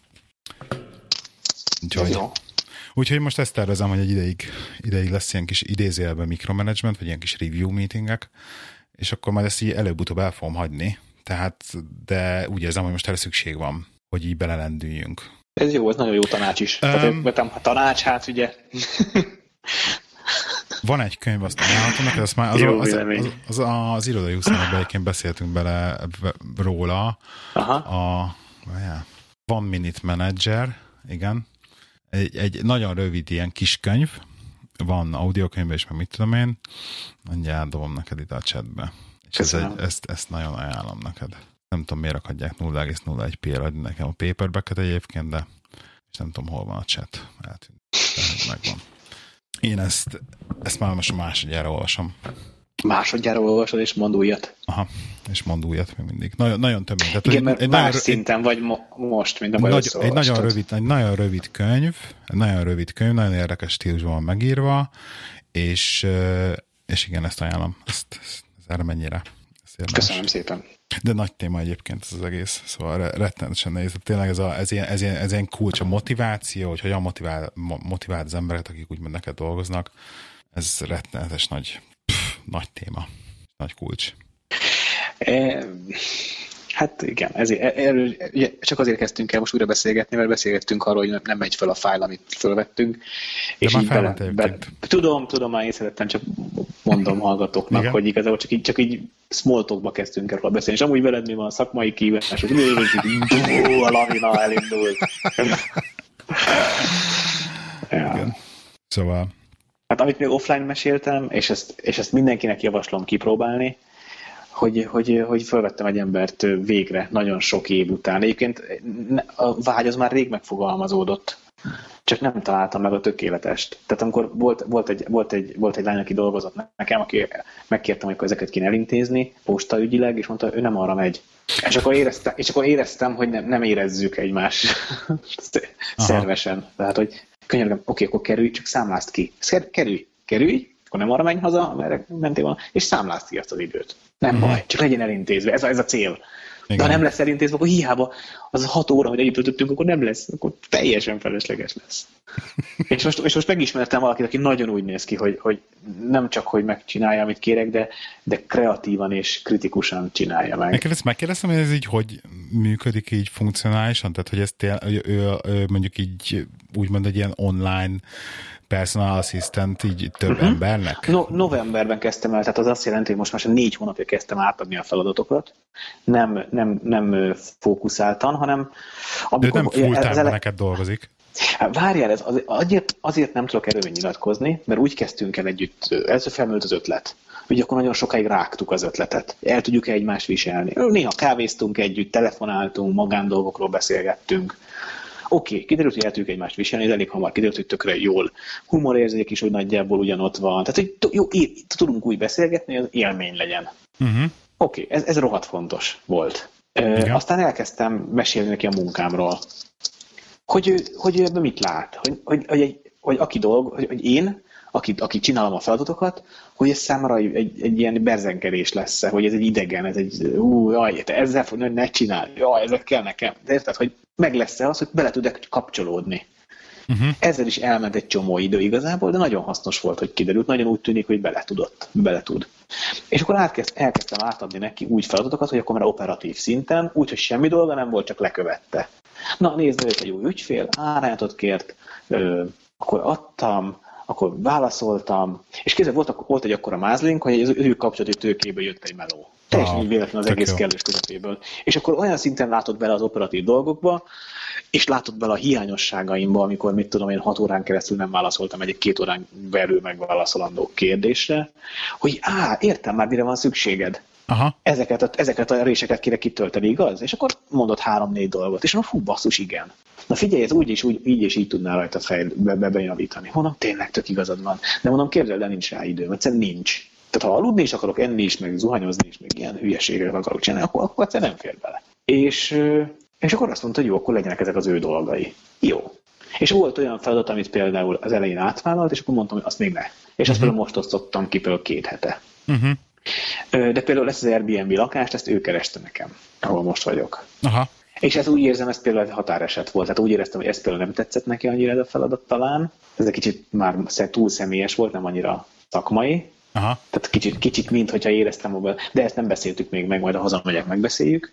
Speaker 2: Úgyhogy, úgyhogy most ezt tervezem, hogy egy ideig, ideig lesz ilyen kis idézőjelben mikromanagement, vagy ilyen kis review meetingek, és akkor majd ezt így előbb-utóbb el fogom hagyni. Tehát, de úgy érzem, hogy most erre szükség van, hogy így belelendüljünk.
Speaker 4: Ez jó, ez nagyon jó tanács is. Um, Tehát, vetem, ha tanács, hát ugye...
Speaker 2: Van egy könyv, azt ajánlatom neked, azt már az, az, az, az, az, az irodai huszonokban egyébként beszéltünk bele róla. Aha. A... Várjál. One Minute Manager, igen. Egy, egy nagyon rövid ilyen kis könyv, van audiokönyvben is, meg mit tudom én, mindjárt dobom neked ide a chatbe. És ez egy, ezt, ezt nagyon ajánlom neked. Nem tudom, miért akadják nulla egész nulla egy pé-re adni nekem a paperbacket egyébként, de és nem tudom, hol van a chat. Eltűnt, de megvan. Én ezt, ezt már most másodjára olvasom.
Speaker 4: Másodjára olvasod, és mond újat.
Speaker 2: Aha, és mond újat még mindig. Nagyon, nagyon tömény. Tehát,
Speaker 4: igen, mert egy más nagyon, szinten vagy mo- most, mint a
Speaker 2: nagy, egy nagyon rövid, egy nagyon rövid könyv, egy nagyon rövid könyv, nagyon érdekes stílusban van megírva, és, és igen, ezt ajánlom. Ezt, ezt, ez erre mennyire?
Speaker 4: Köszönöm szépen.
Speaker 2: De nagy téma egyébként ez az egész, szóval rettenetesen nehéz. Tényleg ez, a, ez, ilyen, ez, ilyen, ez ilyen kulcs, a motiváció, hogy hogyan motivál, motivál az embereket, akik úgymond neked dolgoznak, ez rettenetes nagy nagy téma, nagy kulcs.
Speaker 4: E, hát igen, ezért, erről, ugye, csak azért kezdtünk el most újra beszélgetni, mert beszélgettünk arról, hogy nem megy fel a fájl, amit fölvettünk.
Speaker 2: De
Speaker 4: és
Speaker 2: már
Speaker 4: így bele, be, tudom, tudom, már én szerettem, csak mondom hallgatóknak, igen? Hogy igazából csak így, csak így small talkba kezdtünk erről beszélni, és amúgy veled mi van, szakmai kívánás, hogy a lavina elindul. Ja.
Speaker 2: Igen. Szóval
Speaker 4: hát amit még offline meséltem, és ezt, és ezt mindenkinek javaslom kipróbálni, hogy, hogy, hogy felvettem egy embert végre, nagyon sok év után. Egyébként a vágy az már rég megfogalmazódott, csak nem találtam meg a tökéletest. Tehát amikor volt, volt, egy, volt, egy, volt egy lány, aki dolgozott nekem, aki megkértem, hogy ezeket kéne elintézni postaügyileg, és mondta, ő nem arra megy. És akkor éreztem, és akkor éreztem hogy nem, nem érezzük egymás szervesen. Tehát, hogy könyörgöm, oké, akkor kerülj, csak számlázd ki. Kerülj, kerülj, akkor nem arra menj haza, mert mentél volna, és számlázd ki azt az időt. Nem hmm. baj, csak legyen elintézve. Ez a, ez a cél. Igen. De ha nem lesz elintézve, akkor hiába az hat óra, hogy együtt töltöttünk, akkor nem lesz, akkor teljesen felesleges lesz. és, most, és most megismertem valakit, aki nagyon úgy néz ki, hogy, hogy nem csak, hogy megcsinálja, amit kérek, de, de kreatívan és kritikusan csinálja meg.
Speaker 2: Nekem ezt megkérdeztem, hogy ez így hogy működik így funkcionálisan? Tehát, hogy ez tél, ő, ő, ő, mondjuk így úgymond egy ilyen online personal assistant így több uh-huh. embernek?
Speaker 4: No, novemberben kezdtem el, tehát az azt jelenti, hogy most már négy hónapja kezdtem átadni a feladatokat. Nem, nem, nem fókuszáltan, hanem...
Speaker 2: De nem full-time ele... neked dolgozik.
Speaker 4: Várjál, ez azért, azért nem tudok erről nyilatkozni, mert úgy kezdtünk el együtt, először felmerült az ötlet. Ugye akkor nagyon sokáig rágtuk az ötletet. El tudjuk-e egymást viselni? Néha kávéztunk együtt, telefonáltunk, magándolgokról beszélgettünk. Oké, okay, kiderült, hogy el tudjuk egymást viselni, de elég hamar kiderült, hogy tökre jól humorérzék is, hogy nagyjából ugyanott van. Tehát, hogy jó, tudunk úgy beszélgetni, hogy az élmény legyen. Uh-huh. Oké, okay, ez, ez rohadt fontos volt. Uh, aztán elkezdtem mesélni neki a munkámról. Hogy ő, hogy ő ebben mit lát? Hogy, hogy, hogy, hogy aki dolg, hogy, hogy én, aki, aki csinálom a feladatokat, hogy ez számára egy, egy, egy ilyen berzenkedés lesz, hogy ez egy idegen, ez egy, ú, jaj, te ezzel fog, ne csinálj, jaj, ezek kell nekem. De érted, hogy meg lesz-e az, hogy bele tud-e kapcsolódni. Uh-huh. Ezzel is elment egy csomó idő igazából, de nagyon hasznos volt, hogy kiderült. Nagyon úgy tűnik, hogy bele tudott, bele tud. És akkor átkezd, elkezdtem átadni neki úgy feladatokat, hogy akkor már operatív szinten, úgy, hogy semmi dolga nem volt, csak lekövette. Na, nézd, jött egy új ügyfél, árajánlatot kért, ö, akkor adtam, akkor válaszoltam, és kézzel volt, volt egy akkora mázlink, hogy az ő kapcsolati tőkéből jött egy meló. Teljesen így véletlen az egész kellős közepéből. És akkor olyan szinten látott bele az operatív dolgokba, és látott bele a hiányosságaimba, amikor, mit tudom én, hat órán keresztül nem válaszoltam egy két órán belül megválaszolandó kérdésre, hogy á, értem már, mire van szükséged. Aha. Ezeket, a, ezeket a réseket kéne kitölteni, igaz? És akkor mondott három-négy dolgot, és mondom, fú, basszus, igen. Na figyelj, ez úgy és úgy, így és így tudnál rajta fejbe be, bejavítani. Mondom, tényleg tök igazad van. De mondom, képzeld el, nincs rá időm, egyszerűen nincs. Tehát ha aludni is akarok, enni is, meg zuhanyozni is, meg ilyen hülyeségeket akarok csinálni, akkor, akkor egyszerűen nem fér bele. És, és akkor azt mondta, hogy jó, akkor legyenek ezek az ő dolgai. Jó. És volt olyan feladat, amit például az elején átvállalt, és akkor mondtam, hogy azt még ne. És uh-huh. azt például most osztottam ki például két hete. Uh-huh. De például ezt az Airbnb lakást, ezt ő kereste nekem, ahol most vagyok. Aha. És ez úgy érzem, ez például egy határeset volt. Tehát úgy éreztem, hogy ez például nem tetszett neki annyira ez a feladat talán. Ez egy kicsit már túl személyes volt, nem annyira szakmai. Aha. Tehát kicsit, kicsit mint hogyha éreztem, de ezt nem beszéltük még meg, majd a hazamegyek megbeszéljük.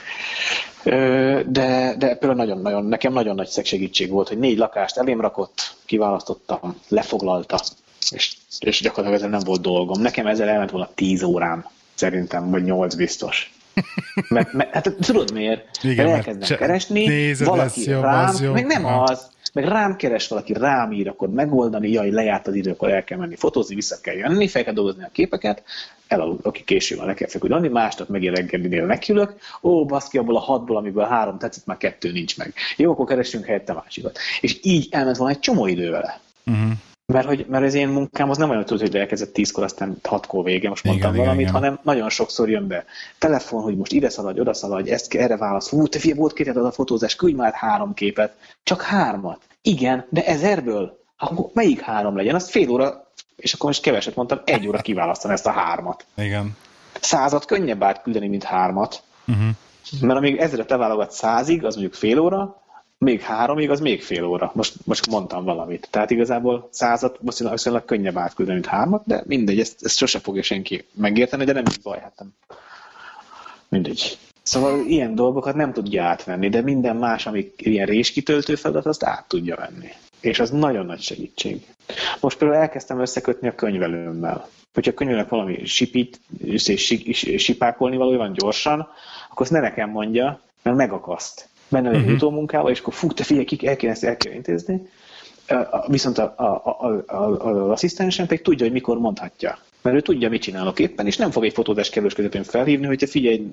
Speaker 4: De, de például nagyon-nagyon, nekem nagyon nagy segítség volt, hogy négy lakást elém rakott, kiválasztottam, lefoglalta, és, és gyakorlatilag ezzel nem volt dolgom. Nekem ezzel elment volna tíz órám, szerintem, vagy nyolc biztos. Mert, mert hát tudod miért? Igen, mert elkezdem keresni, nézed, valaki jó, rám, jó, meg nem ha. az, meg rám keres valaki, rám ír, akkor megoldani, jaj, lejárt az idő, akkor el kell menni fotózni, vissza kell jönni, fel kell dolgozni a képeket, elalud, aki később van, le kell feküdni, másnap megint reggelinél nekülök, ó, baszki, abból a hatból, amiből három tetszett, már kettő nincs meg. Jó, akkor keressünk helyette másikat. És így elment volna egy csomó idő vele. Uh-huh. Mert, hogy, mert az én munkám az nem olyan tud, hogy elkezdett tízkor, aztán hatkor vége, most mondtam igen, valamit, igen, igen. hanem nagyon sokszor jön be telefon, hogy most ide szaladj, oda szaladj, ezt, erre válasz, hú, te fia, volt kérjed az a fotózás, küldj már három képet, csak hármat. Igen, de ezerből, akkor melyik három legyen? Az fél óra, és akkor most keveset mondtam, egy óra kiválasztani ezt a hármat.
Speaker 2: Igen.
Speaker 4: Százat könnyebb átküldeni, mint hármat. Uh-huh. Mert amíg ezre te válogatsz százig, az mondjuk fél óra, még háromig, az még fél óra. Most, most mondtam valamit. Tehát igazából százat viszonylag könnyebb átküldeni, mint hármat, de mindegy, ezt, ezt sose fogja senki megérteni, de nem is baj, hát nem. Mindegy. Szóval ilyen dolgokat nem tudja átvenni, de minden más, ami ilyen réskitöltő feladat, azt át tudja venni. És az nagyon nagy segítség. Most például elkezdtem összekötni a könyvelőmmel. Hogyha a könyvelőnek valami sipít, és sipákolni valója van gyorsan, akkor azt ne nekem mondja, mert megakaszt. Benne egy uh-huh. utómunkával, és akkor fú, te figyelj, el kéne ezt el kell intézni. Viszont a, a, a, a, az asszisztensem pedig tudja, hogy mikor mondhatja. Mert ő tudja, mit csinálok éppen, és nem fog egy fotózás kellős közepén felhívni, hogy te figyelj,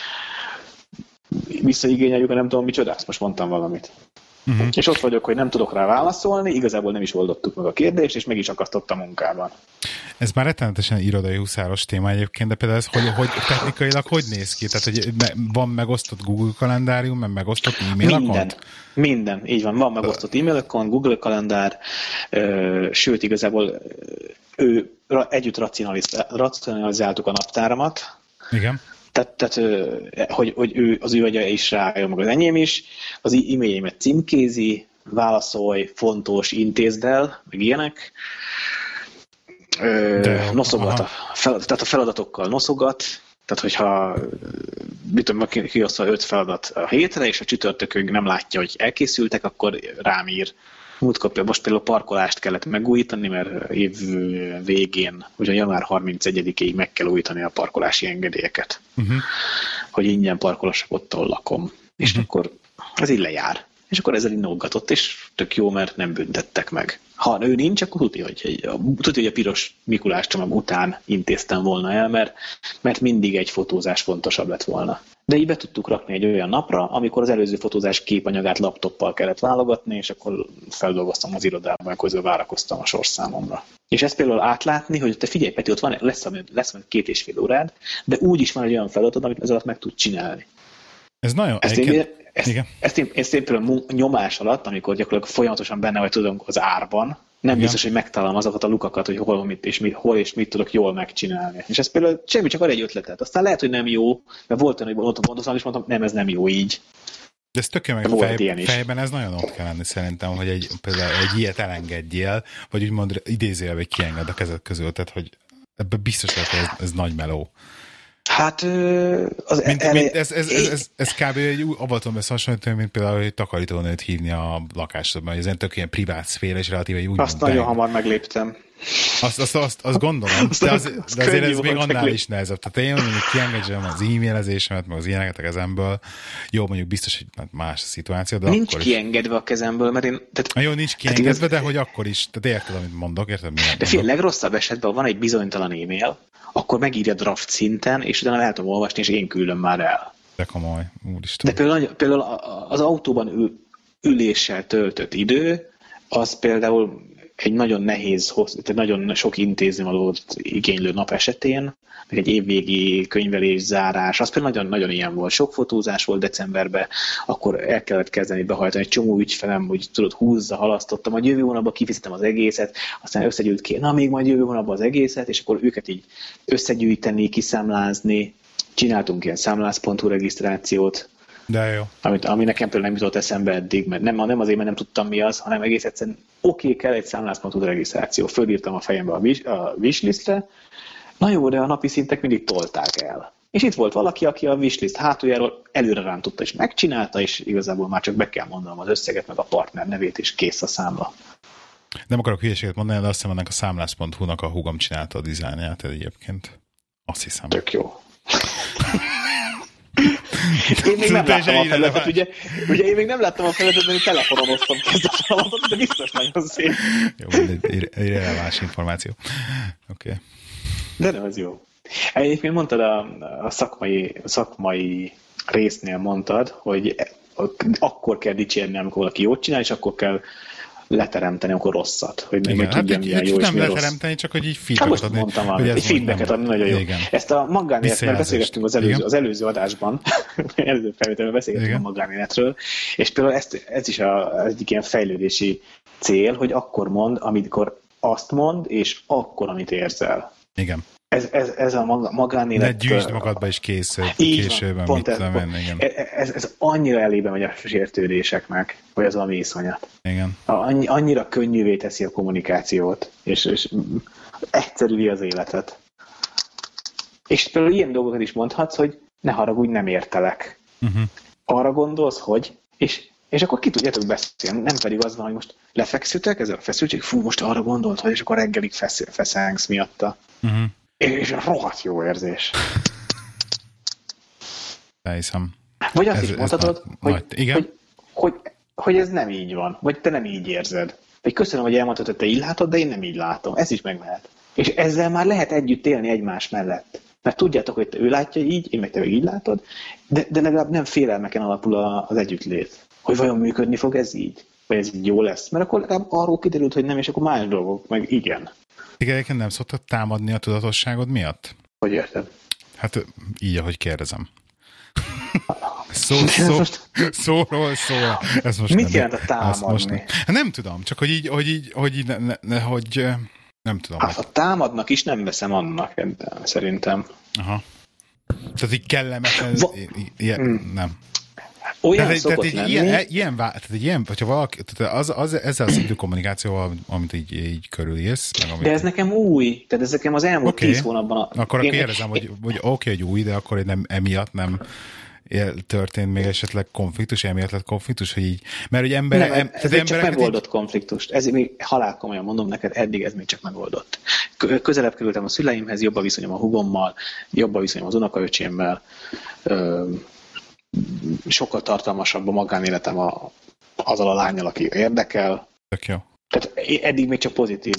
Speaker 4: visszaigényeljük, nem tudom, micsoda, most mondtam valamit. Uh-huh. És ott vagyok, hogy nem tudok rá válaszolni, igazából nem is oldottuk meg a kérdést, és meg is akasztott a munkában.
Speaker 2: Ez már rettenetesen irodai huszáros téma egyébként, de például ez hogy, hogy technikailag hogy néz ki? Tehát, hogy van megosztott Google kalendárium, meg megosztott e-mail
Speaker 4: Minden, akont? Minden, így van, van megosztott e-mail akont, Google kalendár, sőt, igazából ő, együtt racionalizáltuk a naptáramat.
Speaker 2: Igen.
Speaker 4: Tehát, tehát hogy, hogy ő, az ő agya is rájön, meg az enyém is, az e-mailjeimet címkézi, válaszolj, fontos, intézd el, meg ilyenek. De, noszogat, a fel, tehát a feladatokkal noszogat, tehát hogyha mit tudom, kiosztva öt feladat a hétre, és a csütörtökön nem látja, hogy elkészültek, akkor rám ír. Múltkor most például a parkolást kellett megújítani, mert év végén, ugye január harmincegyedikéig meg kell újítani a parkolási engedélyeket, uh-huh. hogy ingyen parkolhassak ott, ahol lakom. Uh-huh. És akkor ez így lejár. És akkor ezzel innogatott, és tök jó, mert nem büntettek meg. Ha ő nincs, akkor tudja, hogy, tudja, hogy a piros Mikulás csomag után intéztem volna el, mert, mert mindig egy fotózás fontosabb lett volna. De így be tudtuk rakni egy olyan napra, amikor az előző fotózás képanyagát laptoppal kellett válogatni, és akkor feldolgoztam az irodában, közben várakoztam a sorszámomra. És ezt például átlátni, hogy te figyelj, Peti, ott van, lesz, lesz két és fél órád, de úgy is van egy olyan feladat, amit ez alatt meg tud csinálni.
Speaker 2: Ez nagyon...
Speaker 4: Ezt én, ezt, ezt én, ezt én például nyomás alatt, amikor gyakorlatilag folyamatosan benne vagy tudom az árban, nem igen. biztos, hogy megtalálom azokat a lukakat, hogy hol, mit, és mit, hol és mit tudok jól megcsinálni. És ez például semmi, csak ad egy ötletet. Aztán lehet, hogy nem jó, mert volt olyan, hogy ott gondozom, és mondtam, nem, ez nem jó így.
Speaker 2: De ez tökéletesen meg fej, fejben ez nagyon ott kell lenni szerintem, hogy egy, például egy ilyet elengedjél, vagy úgymond idézél, vagy kienged a kezed közül, tehát hogy ebben biztos lehet, hogy ez, ez nagy meló.
Speaker 4: Hát az
Speaker 2: mint, el... mint ez, ez, ez, ez, ez kb. Egy új avatom összehasonlítani, mint például, hogy takarítónőt hívni a lakásodban, hogy ez egy tök ilyen privát szféra, és relatíve egy úgy
Speaker 4: azt nagyon bang. Hamar megléptem.
Speaker 2: Azt, azt, azt, azt gondolom, azt de, az, az de azért ez még annál meglép. Is nehezebb. Tehát én mondjuk kiengedjem az e-mailezésemet, meg az ilyeneket a kezemből. Jó, mondjuk biztos, hogy más a szituáció, de
Speaker 4: nincs
Speaker 2: akkor
Speaker 4: kiengedve
Speaker 2: is.
Speaker 4: A kezemből, mert én... Tehát,
Speaker 2: jó, nincs kiengedve, de hogy akkor is. Tehát érted, amit mondok, érted?
Speaker 4: De fél, legrosszabb esetben van egy bizonytalan e-mail, akkor megírja draft szinten, és utána el tudom olvasni, és én küldöm már el.
Speaker 2: De komoly, úristen.
Speaker 4: De például, például az autóban ül, üléssel töltött idő, az például egy nagyon nehéz, tehát nagyon sok intéznivalót igénylő nap esetén, meg egy évvégi könyvelés, zárás, az például nagyon-nagyon ilyen volt. Sok fotózás volt decemberben, akkor el kellett kezdeni behajtani egy csomó ügyfelem, hogy tudod, húzza, halasztottam, majd jövő hónapban kifizetem az egészet, aztán összegyűjt ki, na még majd jövő hónapban az egészet, és akkor őket így összegyűjteni, kiszámlázni. Csináltunk ilyen számlász pont hu regisztrációt,
Speaker 2: de jó.
Speaker 4: Amit, ami nekem például nem jutott eszembe eddig, mert nem, nem azért, mert nem tudtam mi az, hanem egész egyszerűen oké, okay, kell egy számlász pont hu regisztráció. Fölírtam a fejembe a, wish, a wishlistre, na jó, de a napi szintek mindig tolták el. És itt volt valaki, aki a wishlist hátuljáról előre rántotta, és megcsinálta, és igazából már csak be kell mondanom az összeget, meg a partner nevét, és kész a számla.
Speaker 2: Nem akarok hülyeséget mondani, de azt hiszem, ennek a számlász pont hu-nak a húgom csinálta a dizájnját egyébként. Azt hiszem.
Speaker 4: Tök jó. Én még nem láttam a felületet, ugye, ugye én még nem láttam a felületet, mert telefonon osztom ki ezt a feladatot, de biztos nagyon szép.
Speaker 2: Jó, egy releváns információ. Oké. Okay.
Speaker 4: De nem, ez jó. Egyébként mondtad a, a szakmai, szakmai résznél mondtad, hogy akkor kell dicsérni, amikor valaki jót csinál, és akkor kell leteremteni, akkor rosszat. Hogy
Speaker 2: igen,
Speaker 4: meg
Speaker 2: hát
Speaker 4: tudjam, milyen jó
Speaker 2: nem leteremteni, csak hogy így feedbacket adni.
Speaker 4: Mondtam valamit, egy feedbacket adni, nagyon jó.
Speaker 2: Igen.
Speaker 4: Ezt a magánélet, mert beszélgettünk az előző, az előző adásban, előző felvételben beszélgettünk igen. a magánéletről, és például ezt, ez is a, egyik ilyen fejlődési cél, hogy akkor mond, amikor azt mond, és akkor, amit érzel.
Speaker 2: Igen.
Speaker 4: Ez, ez, ez a magánélet... Ne
Speaker 2: gyűjtsd magadba is kész, később,
Speaker 4: amit nem menni, igen. Ez, ez annyira elébe megy a sértődéseknek, vagy az valami iszonyat.
Speaker 2: Igen.
Speaker 4: Annyi, annyira könnyűvé teszi a kommunikációt, és, és egyszerűvé az életet. És például ilyen dolgokat is mondhatsz, hogy ne haragudj, nem értelek. Uh-huh. Arra gondolsz, hogy... És, és akkor ki tudjátok beszélni, nem pedig az van, hogy most lefekszütek, ez a feszültség, fú, most arra gondolt, hogy és akkor reggelig fesz, feszengsz miatta. Uh-huh. És rohadt jó érzés.
Speaker 2: Elhiszem.
Speaker 4: Vagy azt ez, is mondhatod, hogy,
Speaker 2: hogy,
Speaker 4: hogy, hogy, hogy ez nem így van, vagy te nem így érzed. Vagy köszönöm, hogy elmondtad, hogy te így látod, de én nem így látom. Ez is megmehet. És ezzel már lehet együtt élni egymás mellett. Mert tudjátok, hogy te ő látja így, én meg te meg így látod, de, de legalább nem félelmeken alapul az együttlét. Hogy vajon működni fog ez így? Vagy ez így jó lesz? Mert akkor legalább arról kiderült, hogy nem, és akkor más dolgok, meg igen.
Speaker 2: Igen, nem szoktad támadni a tudatosságod miatt?
Speaker 4: Hogy érted?
Speaker 2: Hát így, ahogy kérdezem. Szó, szó, szóról szól. Ez most
Speaker 4: mit
Speaker 2: nem,
Speaker 4: jelent a támadni?
Speaker 2: Nem. Hát nem tudom, csak hogy így, hogy így, hogy így ne, ne, ne, hogy nem tudom.
Speaker 4: Hát a támadnak is nem veszem annak, szerintem.
Speaker 2: Aha. Tehát így kellemetlen, Va- ilyen, mm. nem.
Speaker 4: Olyan
Speaker 2: tehát,
Speaker 4: szokott
Speaker 2: tehát
Speaker 4: lenni.
Speaker 2: Ilyen, ilyen, tehát egy ilyen, hogyha valaki, tehát az, az, ezzel a szintű kommunikációval, amit így, így körülírsz. Meg amit
Speaker 4: de ez nekem új, tehát ez nekem az elmúlt okay. tíz hónapban. A...
Speaker 2: Akkor én... kérdezem, hogy, hogy oké, okay, hogy új, de akkor nem emiatt nem történt még esetleg konfliktus, emiatt lett konfliktus, hogy így, mert hogy emberek...
Speaker 4: Nem, ez emberek csak megoldott így... konfliktust. Ez még halálkomolyan mondom neked, eddig ez még csak megoldott. Közelebb kerültem a szüleimhez, jobb a viszonyom a hugommal, jobb a viszonyom az unokaöcsémmel, sokkal tartalmasabb a magánéletem a, azzal a lánnyal, aki érdekel.
Speaker 2: Tök jó.
Speaker 4: Tehát eddig még csak pozitív.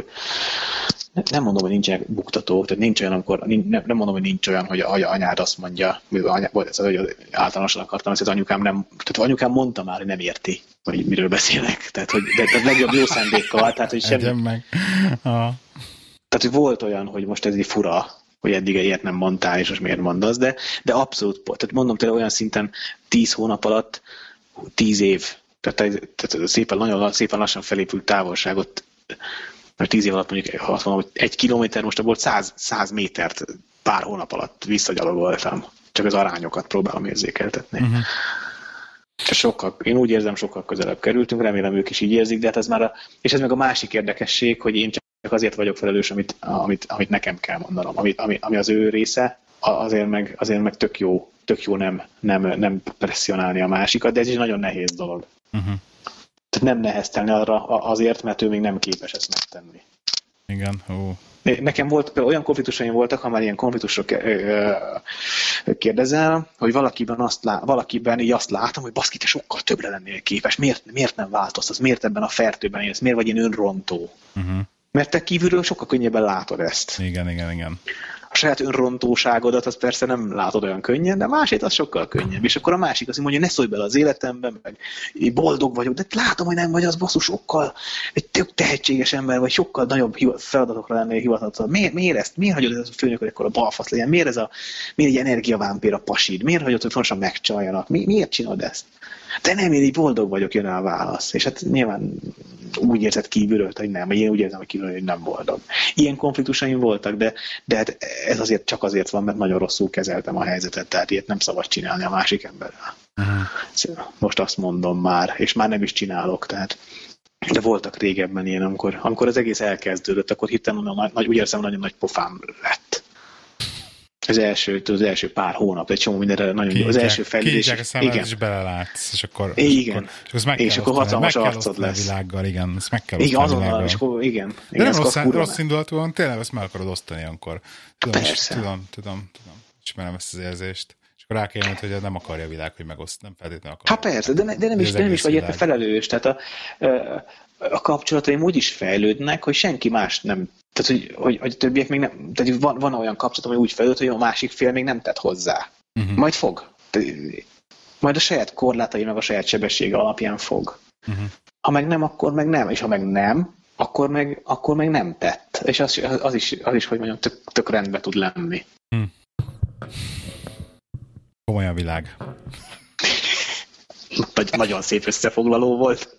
Speaker 4: Nem mondom, hogy nincsenek buktatók, tehát nincs olyan, amikor, nem mondom, hogy nincs olyan, hogy a anyád azt mondja, hogy általánosan akartam, hogy az anyukám nem, tehát anyukám mondta már, hogy nem érti, hogy miről beszélek. Tehát, hogy de, de legjobb jó szándékkal, tehát, hogy semmi.
Speaker 2: Meg.
Speaker 4: Tehát, hogy volt olyan, hogy most ez így fura, hogy eddig ilyet nem mondtál, és most miért mondasz, de, de abszolút, tehát mondom tényleg olyan szinten tíz hónap alatt, tíz év, tehát, tehát szépen, nagyon szépen lassan felépült távolságot, mert tíz év alatt mondjuk azt mondom, hogy egy kilométer, most abból száz, száz métert pár hónap alatt visszagyalogoltam. Csak az arányokat próbálom érzékeltetni. Uh-huh. Sokkal, én úgy érzem, sokkal közelebb kerültünk, remélem ők is így érzik, de hát ez már a, és ez meg a másik érdekesség, hogy én csak azért vagyok felelős, amit, amit, amit nekem kell mondanom, ami, ami, ami az ő része, azért meg, azért meg tök jó, tök jó nem, nem, nem presszionálni a másikat, de ez is nagyon nehéz dolog. Uh-huh. Tehát nem neheztelni arra azért, mert ő még nem képes ezt megtenni.
Speaker 2: Igen, ó.
Speaker 4: Nekem volt, például olyan konfliktusaim voltak, ha már ilyen konfliktusról kérdezel, hogy valakiben, azt lá, valakiben így azt látom, hogy baszki, te sokkal többre lennél képes. Miért, miért nem változtatsz? Miért ebben a fertőben élsz? Miért vagy én önrontó? Uh-huh. Mert te kívülről sokkal könnyebben látod ezt.
Speaker 2: Igen, igen, igen.
Speaker 4: A saját önrontóságodat azt persze nem látod olyan könnyen, de a másik az sokkal könnyebb. És akkor a másik azt mondja, ne szólj bele az életembe, meg boldog vagyok, de látom, hogy nem vagy az basszus, sokkal egy tök tehetséges ember, vagy sokkal nagyobb feladatokra lennél hivatott. Miért, miért ezt? Miért hagyod ez a főnök, hogy akkor a balfasz legyen? Miért ez a miért egy energiavámpír a pasid? Miért hagyod, hogy fontosan megcsaljanak? Mi, miért csinálod ezt? De nem, én így boldog vagyok, jön a válasz. És hát nyilván úgy érzed kívülről, hogy nem, vagy én úgy érzem, hogy kívülről, hogy nem boldog. Ilyen konfliktusaim voltak, de, de hát ez azért csak azért van, mert nagyon rosszul kezeltem a helyzetet, tehát ilyet nem szabad csinálni a másik emberrel. Uh-huh. Most azt mondom már, és már nem is csinálok, tehát de voltak régebben ilyen, amikor, amikor az egész elkezdődött, akkor hirtelen nagy, úgy érzem, nagyon nagy pofám lett. Az első, az első pár hónap, egy csomó mindenre nagyon jó. Az első fejlődés.
Speaker 2: Kinyitják a szemed, és belelátsz, és akkor...
Speaker 4: Igen.
Speaker 2: És akkor, és
Speaker 4: akkor hatalmas arcod lesz.
Speaker 2: A világgal, igen, ezt meg kell
Speaker 4: igen,
Speaker 2: osztani a világgal.
Speaker 4: És akkor, igen.
Speaker 2: De
Speaker 4: igen,
Speaker 2: nem rossz, rossz indulatúan, tényleg ezt meg akarod osztani akkor. Tudom,
Speaker 4: persze.
Speaker 2: Tudom, tudom, tudom. Ismerem ezt az érzést. És akkor rá kell jönni, hogy nem akarja a világ, hogy megoszt, nem feltétlenül akarja.
Speaker 4: Hát persze, de, ne, de nem, is, de nem is vagy érte felelős. Tehát a, a kapcsolataim úgy is fejlődnek, hogy senki más nem. Tehát, hogy, hogy, hogy a többiek még nem, tehát van, van olyan kapcsolat, ami úgy fejlőd, hogy a másik fél még nem tett hozzá. Uh-huh. Majd fog. Majd a saját korlátai, meg a saját sebessége alapján fog. Uh-huh. Ha meg nem, akkor meg nem. És ha meg nem, akkor meg, akkor meg nem tett. És az, az, is, az is, hogy mondjam, tök, tök rendben tud lenni.
Speaker 2: Hmm. Komoly a világ.
Speaker 4: Nagy, nagyon szép összefoglaló volt.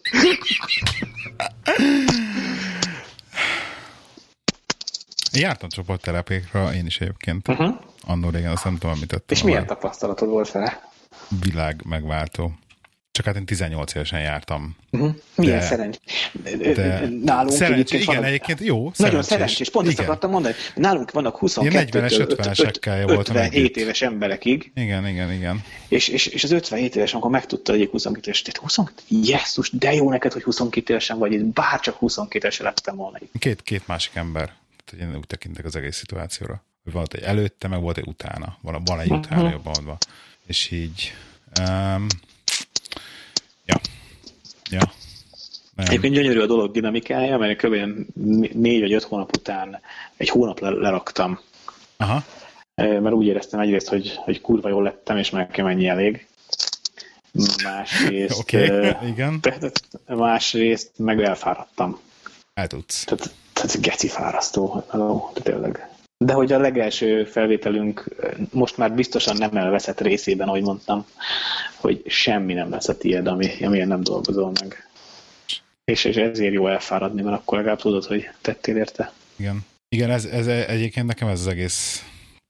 Speaker 2: Én jártam csoportterápiákra, én is egyébként. Uh-huh. Annó régen, azt nem tudom, mit tettem.
Speaker 4: És milyen tapasztalatod volt vele?
Speaker 2: Világ megváltó. Csak hát én tizennyolc évesen jártam.
Speaker 4: Uh-huh. Milyen de, szerencs. De nálunk
Speaker 2: szerencsés, igen, vannak, egyébként jó.
Speaker 4: Nagyon szerencsés. szerencsés. Pont igen. Ezt akartam mondani. Nálunk vannak huszonkettő-ötvenesekkel ötvenhét éves emberekig.
Speaker 2: Igen, igen, igen.
Speaker 4: És, és, és az ötvenhét éves, amikor megtudta egyik huszonkét éves, tehát huszonkét Jesszus, de jó neked, hogy huszonkét évesen vagy, itt bárcsak huszonkét évesen lettem volna itt.
Speaker 2: Két, két másik ember. Tehát én úgy tekintek az egész szituációra. Volt egy előtte, meg volt egy utána. Van, van egy utána, uh-huh. jobban mondva. És így... Um, ja. Ja. Nem.
Speaker 4: Egyébként gyönyörű a dolog dinamikája, mert kb. négy vagy öt hónap után egy hónap leraktam.
Speaker 2: Aha.
Speaker 4: Mert úgy éreztem egyrészt, hogy, hogy kurva jól lettem, és meg kell menni elég. Másrészt...
Speaker 2: okay. Igen.
Speaker 4: Másrészt meg elfáradtam.
Speaker 2: El tudsz.
Speaker 4: Tehát, tehát geci fárasztó. De tényleg. De hogy a legelső felvételünk most már biztosan nem elveszett részében, ahogy mondtam, hogy semmi nem lesz a tiéd, ami, amilyen nem dolgozol meg. És, és ezért jó elfáradni, mert akkor legalább tudod, hogy tettél érte.
Speaker 2: Igen. Igen, ez, ez egyébként nekem ez az egész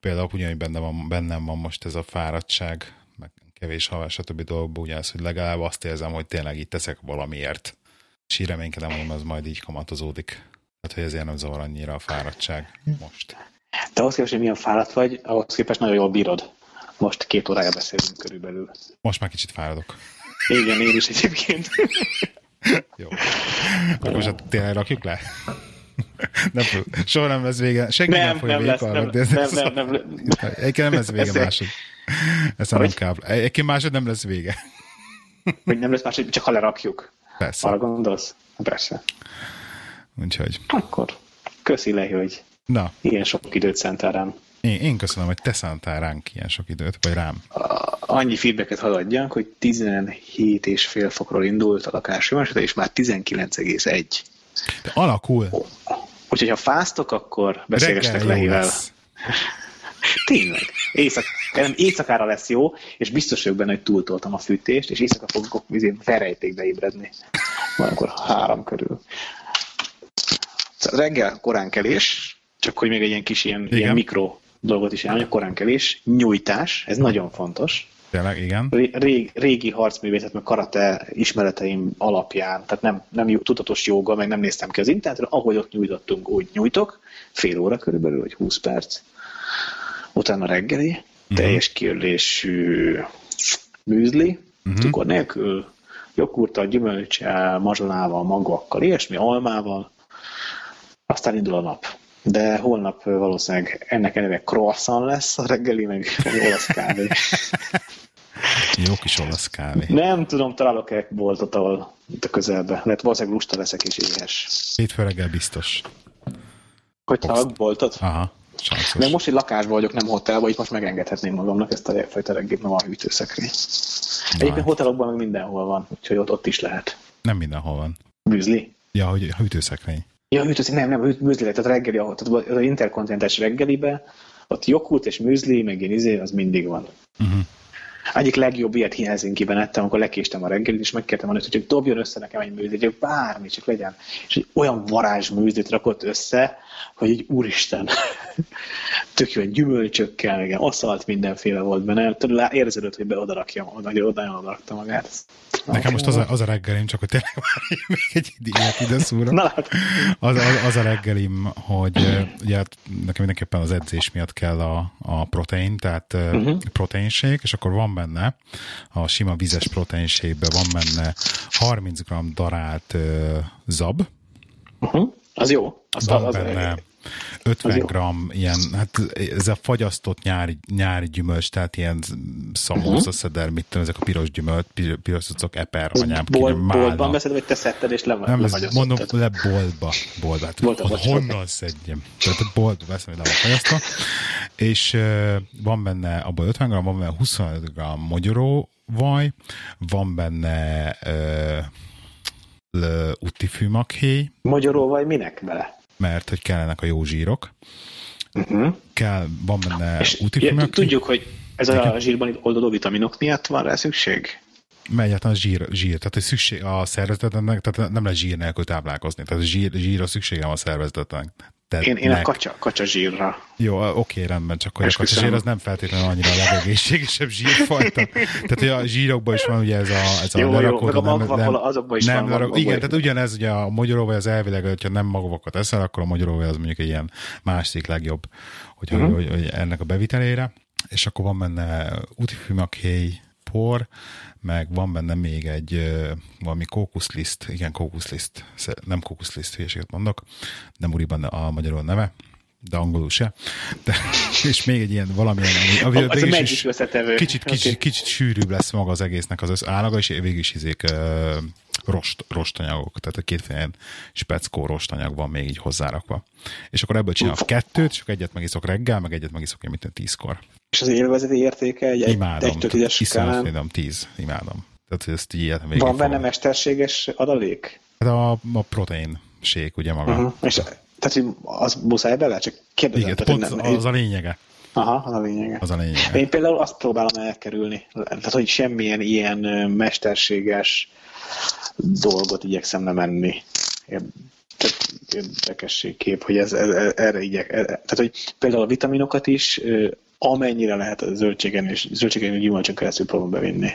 Speaker 2: például ugyanúgy benne van, bennem van most ez a fáradtság, meg kevés halál, stb. Dolgokban, ugye az, hogy legalább azt érzem, hogy tényleg itt teszek valamiért. És így reménykedem, hogy az majd így kamatozódik. Tehát, hogy ezért nem zavar annyira a fáradtság most.
Speaker 4: De ahhoz képest, hogy milyen fáradt vagy, ahhoz képest nagyon jól bírod. Most két órája beszélünk körülbelül.
Speaker 2: Most már kicsit fáradok.
Speaker 4: Igen, én is egyébként.
Speaker 2: Jó. Akkor most tényleg rakjuk le? Nem, soha nem lesz vége. Senki nem, nem fogja végighallgatni. Nem, nem, nem, nem, nem. Egyébként nem lesz vége másod. Ezt nem kell. Egyébként másod nem lesz vége.
Speaker 4: Hogy nem lesz másod, csak ha lerakjuk.
Speaker 2: Persze.
Speaker 4: Arra gondolsz? Persze.
Speaker 2: Úgyhogy.
Speaker 4: Akkor köszi le, hogy
Speaker 2: Na.
Speaker 4: ilyen sok időt szántál rám.
Speaker 2: Én, én köszönöm, hogy te szántál ránk ilyen sok időt, vagy rám.
Speaker 4: Annyi feedbacket haladjak, hogy tizenhét és fél fokról indult a lakáshőmérséklet, és már tizenkilenc egész egy.
Speaker 2: De alakul.
Speaker 4: Úgyhogy ha fáztok, akkor beszélgestek Lehivel. Tényleg. Éjszak, éjszakára lesz jó, és biztos vagyok benne, hogy túltoltam a fűtést, és éjszaka fogok verejtékbe ébredni. Valamikor három körül. Reggel koránkelés, csak hogy még egy ilyen kis ilyen, ilyen mikro dolgot is elmondja, koránkelés, nyújtás, ez nagyon fontos.
Speaker 2: Tényleg, igen.
Speaker 4: Rég, régi harcművészet, meg karate ismereteim alapján, tehát nem, nem tudatos jóga, meg nem néztem ki az internetre, ahogy ott nyújtottunk, úgy nyújtok, fél óra körülbelül, vagy húsz perc. Utána reggeli, uh-huh. teljes kiörlésű műzli, uh-huh. cukor nélkül, joghurttal, gyümölccsel, mazsolával, magvakkal, ilyesmi, almával, aztán indul a nap. De holnap valószínűleg ennek eleve croissant lesz a reggeli, meg olasz kávé.
Speaker 2: Jó kis olasz kávé.
Speaker 4: Nem tudom, találok-e boltot, ahol itt a közelben. Lehet valószínűleg lusta leszek és éhes.
Speaker 2: Hétfő reggel biztos.
Speaker 4: Hogy találok boltot?
Speaker 2: Aha, sanszos.
Speaker 4: Mert most egy lakásban vagyok, nem hotelban, itt most megengedhetném magamnak ezt a fajta reggét, nem a hűtőszekrény. Egyébként hotelokban meg mindenhol van, úgyhogy ott, ott is lehet.
Speaker 2: Nem mindenhol van.
Speaker 4: Műzli?
Speaker 2: Ja, hogy hűtőszekrény.
Speaker 4: Ja, hűtőszekrény, nem, nem, műzli, tehát reggeli, ahol, tehát az interkontinentális reggelibe, ott joghurt és műzli, meg ilyen izé, az mindig van. Uh-huh. Egyik legjobb ilyet Helsinkiben ettem, amikor lekéstem a reggelit, és megkértem a nőt, hogy csak dobjon össze nekem egy műzlit, csak bármi, csak legyen. És egy olyan varázs műzlit rakott össze, hogy egy úristen, tök jó, gyümölcsökkel, meg aszalt mindenféle volt benne. Tudod, érződött, hogy be oda rakjam, hogy oda odarakta magát.
Speaker 2: Nekem most az a, az a reggelim, csak hogy tényleg várj, még egy ilyet ide szúrom. Az, az, az a reggelim, hogy ugye nekem mindenképpen az edzés miatt kell a, a protein, tehát uh-huh. proteinshake, és akkor van benne, a sima vizes proteinshake-ben van benne harminc gramm darált uh, zab.
Speaker 4: Uh-huh. Az jó. Az
Speaker 2: van
Speaker 4: az
Speaker 2: benne az ötven gramm ilyen, hát ez a fagyasztott nyári, nyári gyümölcs, tehát ilyen szamószaszeder, mit tudom, ezek a piros gyümölcs, piros cucok, eper, anyám,
Speaker 4: Bol, boltban veszed, vagy te szedted, és le,
Speaker 2: nem, lefagyasztod? Mondom, le boltba. boltba. Hát, boltba hogy honnan szedjem? Tehát a boltba veszem, hogy le van fagyasztva. És uh, van benne abban ötven gramm, van benne huszonöt gramm mogyoróvaj, van benne uh, utifűmakhéj.
Speaker 4: Mogyoróvaj minek bele?
Speaker 2: Mert hogy kellenek a jó zsírok.
Speaker 4: Uh-huh.
Speaker 2: Kell, van benne utifűmakhéj.
Speaker 4: Tudjuk, hogy ez a zsírban itt oldódó vitaminok miatt van rá szükség?
Speaker 2: Mert egyáltalán zsír, zsír, tehát hogy szükség a szervezetnek, tehát nem lehet zsír nélkül táplálkozni, tehát zsír, zsírra szüksége van a szervezetnek.
Speaker 4: Én, én a kacsa, kacsa zsírra.
Speaker 2: Jó, oké, rendben, csak hogy a kacsa zsír az nem feltétlenül annyira a legegészségesebb zsírfajta. Tehát, hogy a zsírokban is van ugye ez a, ez a
Speaker 4: jó,
Speaker 2: lerakódó.
Speaker 4: Jó, meg a magvakol azokban is nem, van.
Speaker 2: Lerak, igen, tehát ugyanez ugye a mogyoróvaj az elvileg, hogyha nem magvakat eszel, akkor a mogyoróvaj az mondjuk egy ilyen másik legjobb, hogy, uh-huh. hogy, hogy ennek a bevitelére. És akkor van benne utifűmakhéj, por, meg van benne még egy uh, valami kókuszliszt, igen, kókuszliszt, nem kókuszliszt, hülyeséget mondok, nem úriban a magyarul neve, de angolul se. De, és még egy ilyen valamilyen, ami, ami
Speaker 4: az a is
Speaker 2: kicsit, kicsit, okay. kicsit sűrűbb lesz maga az egésznek az állaga, és végül is izék uh, rost, rostanyagok, tehát a kétféle speckó rostanyag van még így hozzárakva. És akkor ebből csinálok kettőt, és akkor egyet megiszok reggel, meg egyet megiszok mint tízkor.
Speaker 4: És az élvezeti értéke egy
Speaker 2: imádom,
Speaker 4: egy tízes skálán?
Speaker 2: Imádom, tíz, imádom. Tehát ezt így
Speaker 4: van benne fogom. Mesterséges adalék?
Speaker 2: Hát a, a protein shake, ugye maga. Uh-huh.
Speaker 4: És tehát, hogy az muszáj bele? Csak kérdezem.
Speaker 2: Igen, tehát, pont nem, az a lényege.
Speaker 4: Aha, az a lényege.
Speaker 2: Az a lényege.
Speaker 4: Én például azt próbálom elkerülni. Tehát, hogy semmilyen ilyen mesterséges dolgot igyekszem nem enni. érdekességkép, hogy ez, ez, erre igyek. Tehát, hogy például a vitaminokat is amennyire lehet a zöldségen és zöldségen gyümölcsön keresztül próbálom bevinni.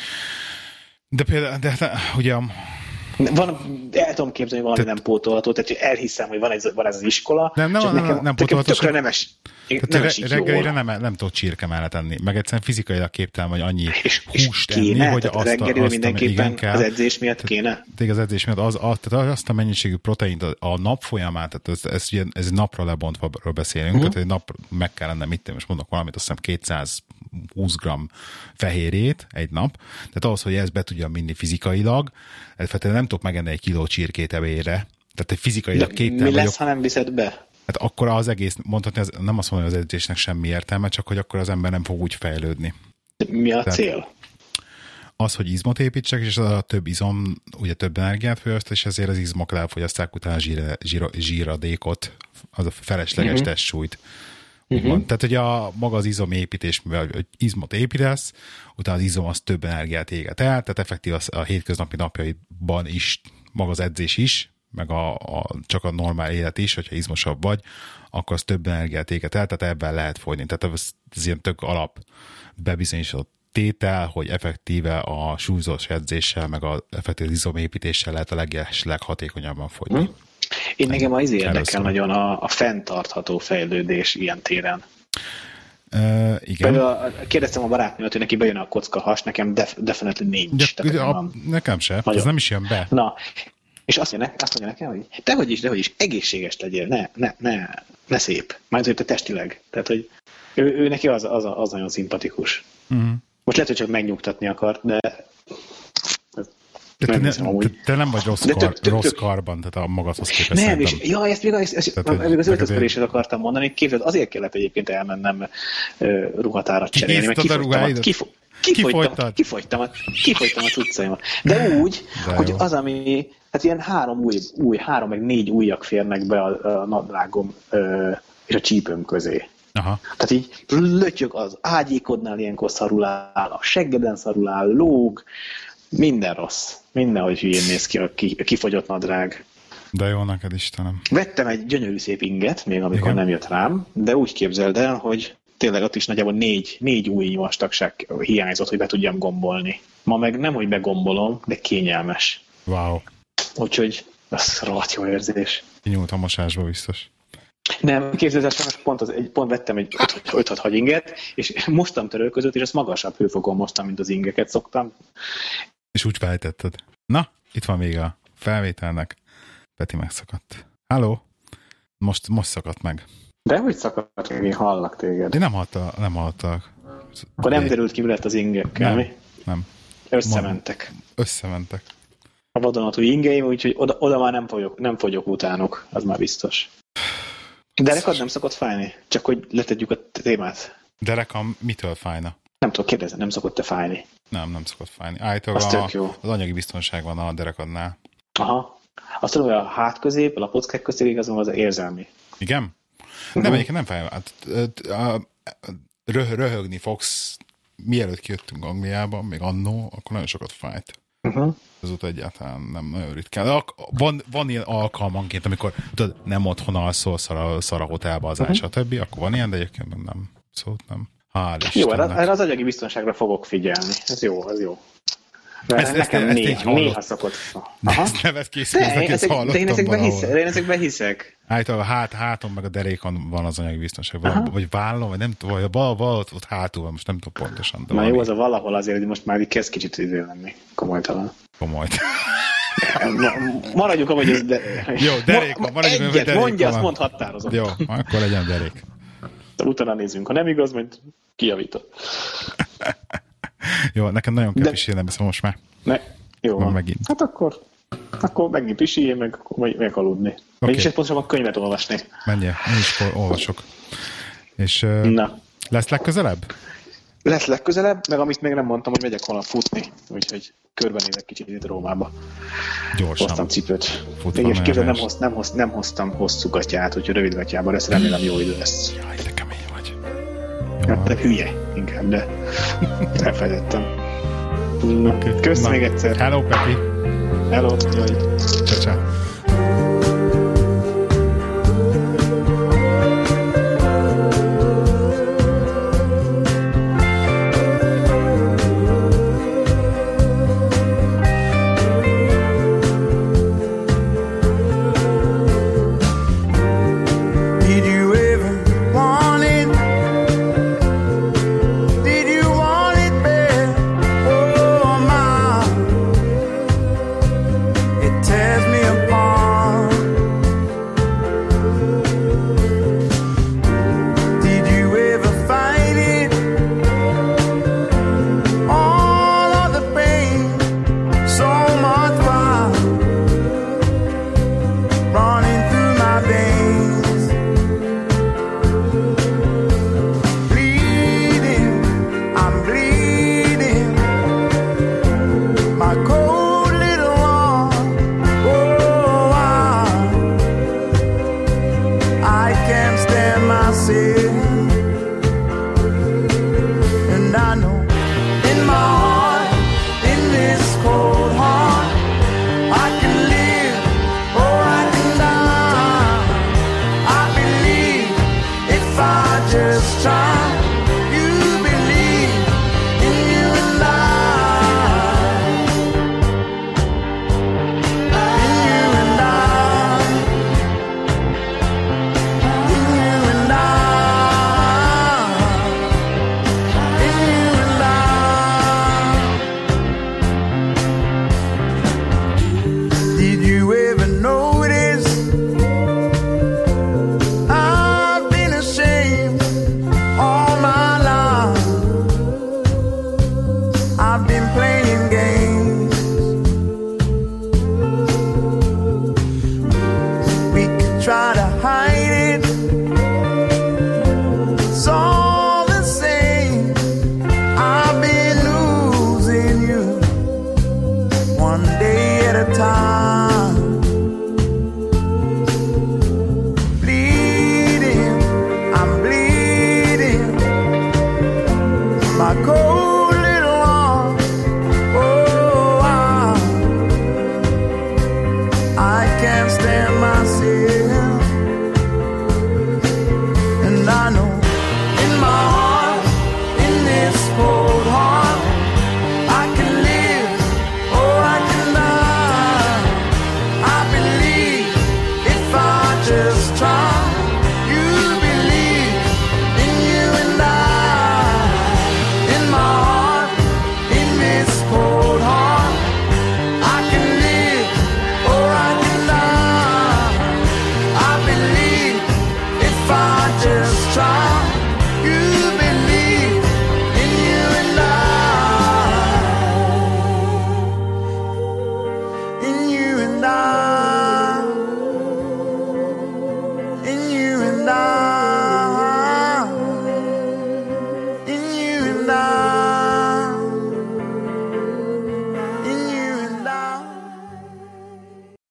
Speaker 2: De például, de, de ugye a...
Speaker 4: Van, el tudom képzelni, hogy valami Te... nem pótolható, tehát elhiszem, hogy van, egy, van ez az iskola,
Speaker 2: nem, nem,
Speaker 4: csak
Speaker 2: nem,
Speaker 4: nekem,
Speaker 2: nem, nem pótolható.
Speaker 4: Tökre nem, es, nem esik
Speaker 2: re, reggelire nem, nem tudod csirke mellett enni, meg egyszerűen fizikailag képtelen vagy annyi és, húst és kéne, enni, hogy azt,
Speaker 4: reggelire
Speaker 2: azt,
Speaker 4: mindenképpen kell. Az edzés miatt kéne?
Speaker 2: Tehát az edzés miatt az, az, tehát azt a mennyiségű proteint a, a nap folyamán, tehát ez, ez, ez, ez napra lebontva beszélünk, uh-huh. tehát egy nap meg kell lenne, mit most mondok valamit, azt hiszem kétszázhúsz gramm fehérjét egy nap, tehát ahhoz, hogy ezt be tudjam vinni fizikailag, tehát nem tudok megenni egy kiló csirkét ebédre, tehát egy fizikailag képtelen
Speaker 4: mi lesz,
Speaker 2: vagyok.
Speaker 4: Ha nem viszed be?
Speaker 2: Hát akkor az egész, mondhatni, az, nem azt mondom, hogy az edzésnek semmi értelme, csak hogy akkor az ember nem fog úgy fejlődni.
Speaker 4: Mi a
Speaker 2: Tehát
Speaker 4: cél?
Speaker 2: Az, hogy izmot építsek, és a több izom, ugye több energiát fogyaszt, és ezért az izmok elfogyaszták utána a zsír, zsír, zsíradékot, az a felesleges uh-huh. testsúlyt. Uh-huh. Tehát, hogy a maga az izomépítés, mivel hogy izmot építesz, utána az izom az több energiát éget el, tehát effektív az a hétköznapi napjaiban is, maga az edzés is, meg a, a, csak a normál élet is, hogyha izmosabb vagy, akkor az több energiát éget el, tehát ebben lehet fogyni. Tehát ez, ez ilyen tök alap bebizonyított tétel, hogy effektíve a súlyzós edzéssel, meg a effektív izomépítéssel lehet a leges, leghatékonyabban fogyni. Hmm.
Speaker 4: Én nekem az érdekel nagyon a, a fenntartható fejlődés ilyen téren.
Speaker 2: Uh, igen.
Speaker 4: Például kérdeztem a barátnőt, hogy neki bejön a kocka has, nekem def, definitely nincs.
Speaker 2: De, a, a, nekem se, nagyon. Ez nem is jön be.
Speaker 4: Na, és azt mondja, azt mondja nekem, hogy dehogy is, dehogy is, egészséges legyél, ne, ne, ne, ne szép. Majd, hogy te testileg. Tehát, hogy ő, ő neki az, az, az nagyon szimpatikus. Uh-huh. Most lehet, hogy csak megnyugtatni akart, de...
Speaker 2: De te, ne, te, te nem vagy rossz, kar, tök, tök, rossz karban, tehát a magadhoz képest.
Speaker 4: Nem, és ja, ezt még, ezt, ezt, tehát, még az öltözködését akartam mondani, képzeld, azért kellett egyébként elmennem uh, ruhatárat cserélni, mert kifogytam, kifo, kifogytam, kifogytam, a, kifogytam a cuccaimat. De úgy, De hogy jó. Az, ami, hát ilyen három új, új, három meg négy újak férnek be a, a nadrágom uh, és a csípőm közé.
Speaker 2: Aha.
Speaker 4: Tehát így lötyög az ágyékodnál ilyenkor szarul áll, a seggeden szarul áll, lóg, minden rossz. Mindenhogy hülyén néz ki a kifogyott nadrág.
Speaker 2: De jó neked, Istenem.
Speaker 4: Vettem egy gyönyörű szép inget, még amikor
Speaker 2: Igen.
Speaker 4: nem jött rám, de úgy képzeld el, hogy tényleg ott is nagyjából négy, négy új vastagság hiányzott, hogy be tudjam gombolni. Ma meg nem, hogy begombolom, de kényelmes.
Speaker 2: Wow.
Speaker 4: Úgyhogy az rohadt jó érzés.
Speaker 2: Kinyúlt a mosásba biztos.
Speaker 4: Nem, képzeld el, most pont, az, egy, pont vettem egy öt-hat hagy inget, és mostam törölközött, és azt magasabb hőfokon mostam, mint az ingeket szoktam.
Speaker 2: És úgy fejtetted. Na, itt van még a felvételnek. Peti megszakadt. Halló? Most, most szakadt meg.
Speaker 4: De hogy szakadt meg? Én hallak téged.
Speaker 2: Én nem hallta, nem halltak.
Speaker 4: Akkor nem derült ki, mi lett az ingekkel,
Speaker 2: nem,
Speaker 4: mi?
Speaker 2: Nem.
Speaker 4: Összementek.
Speaker 2: Összementek.
Speaker 4: A vadonatúj ingeim, úgyhogy oda, oda már nem fogyok, nem fogyok utánuk, az már biztos. Derekad nem szokott fájni? Csak hogy letegyük a témát.
Speaker 2: Derekam mitől fájna?
Speaker 4: Nem tudok kérdezni, nem szokott-e fájni?
Speaker 2: Nem, nem szokott fájni. Állítólag a, az anyagi biztonság van a derekadnál.
Speaker 4: Aha. Azt tudom, hogy a hátközép, a lapockák közé igazán az érzelmi.
Speaker 2: Igen? Uh-huh. Nem, egyébként nem fáj. Hát, röh- röhögni fogsz, mielőtt kijöttünk Angliában, még annó, akkor nagyon sokat fájt. Uh-huh. Azóta egyáltalán nem nagyon ritkán. De van, van ilyen alkalmanként, amikor tudod, nem otthon alszol, szar a, szar a hotelba az uh-huh. stb. Akkor van ilyen, de egyébként meg nem. Szóval nem. Hál'
Speaker 4: jó, erre az anyagi biztonságra fogok figyelni. Ez jó, ez jó. De
Speaker 2: ezt,
Speaker 4: nekem
Speaker 2: ezt,
Speaker 4: néha,
Speaker 2: ezt
Speaker 4: néha szokott.
Speaker 2: De ezt nevet készülnek, ezt hallottam.
Speaker 4: De én ezekben hiszek. Én ezekben hiszek.
Speaker 2: Állítólag a hát, háton meg a derékon van az anyagi biztonság. Val, vagy vállon, vagy nem tudom, vagy valahol ott, ott hátul van, most nem tudom pontosan.
Speaker 4: Már jó, az a valahol azért, hogy most már így kezd kicsit idő lenni. Komolytalan.
Speaker 2: Komolytalan.
Speaker 4: Maradjuk abban, hogy ez... De...
Speaker 2: Jó, derékon.
Speaker 4: Ma, egyet, derékon mondja, azt mond határozott.
Speaker 2: Jó, akkor legyen derék.
Speaker 4: Utána nézzünk. Ha nem igaz, majd kijavított.
Speaker 2: Jó, nekem nagyon kell pisilnem, szóval most már.
Speaker 4: Ne, jó van.
Speaker 2: Megint.
Speaker 4: Hát akkor, akkor megint pisiljél, meg akkor meg aludni. Okay. Mégis egy pontosabban könyvet olvasni.
Speaker 2: Menjél, én is olvasok. És uh,
Speaker 4: Na.
Speaker 2: lesz legközelebb?
Speaker 4: Lesz legközelebb, meg amit még nem mondtam, hogy megyek holnap futni. Úgyhogy körbenézek kicsit itt Rómába.
Speaker 2: Gyorsan.
Speaker 4: Hoztam cipőt. És képzeld, nem, hoz, nem, hoz, nem hoztam hosszú gatyát, úgyhogy rövid gatyában lesz, remélem jó idő lesz.
Speaker 2: Jaj, de kemény vagy.
Speaker 4: Hát, de hülye inkább, de elfelejtettem. Okay. Kösz még egyszer.
Speaker 2: Hello, Pepi.
Speaker 4: Hello. Jaj.
Speaker 2: Ciao, ciao.
Speaker 5: time.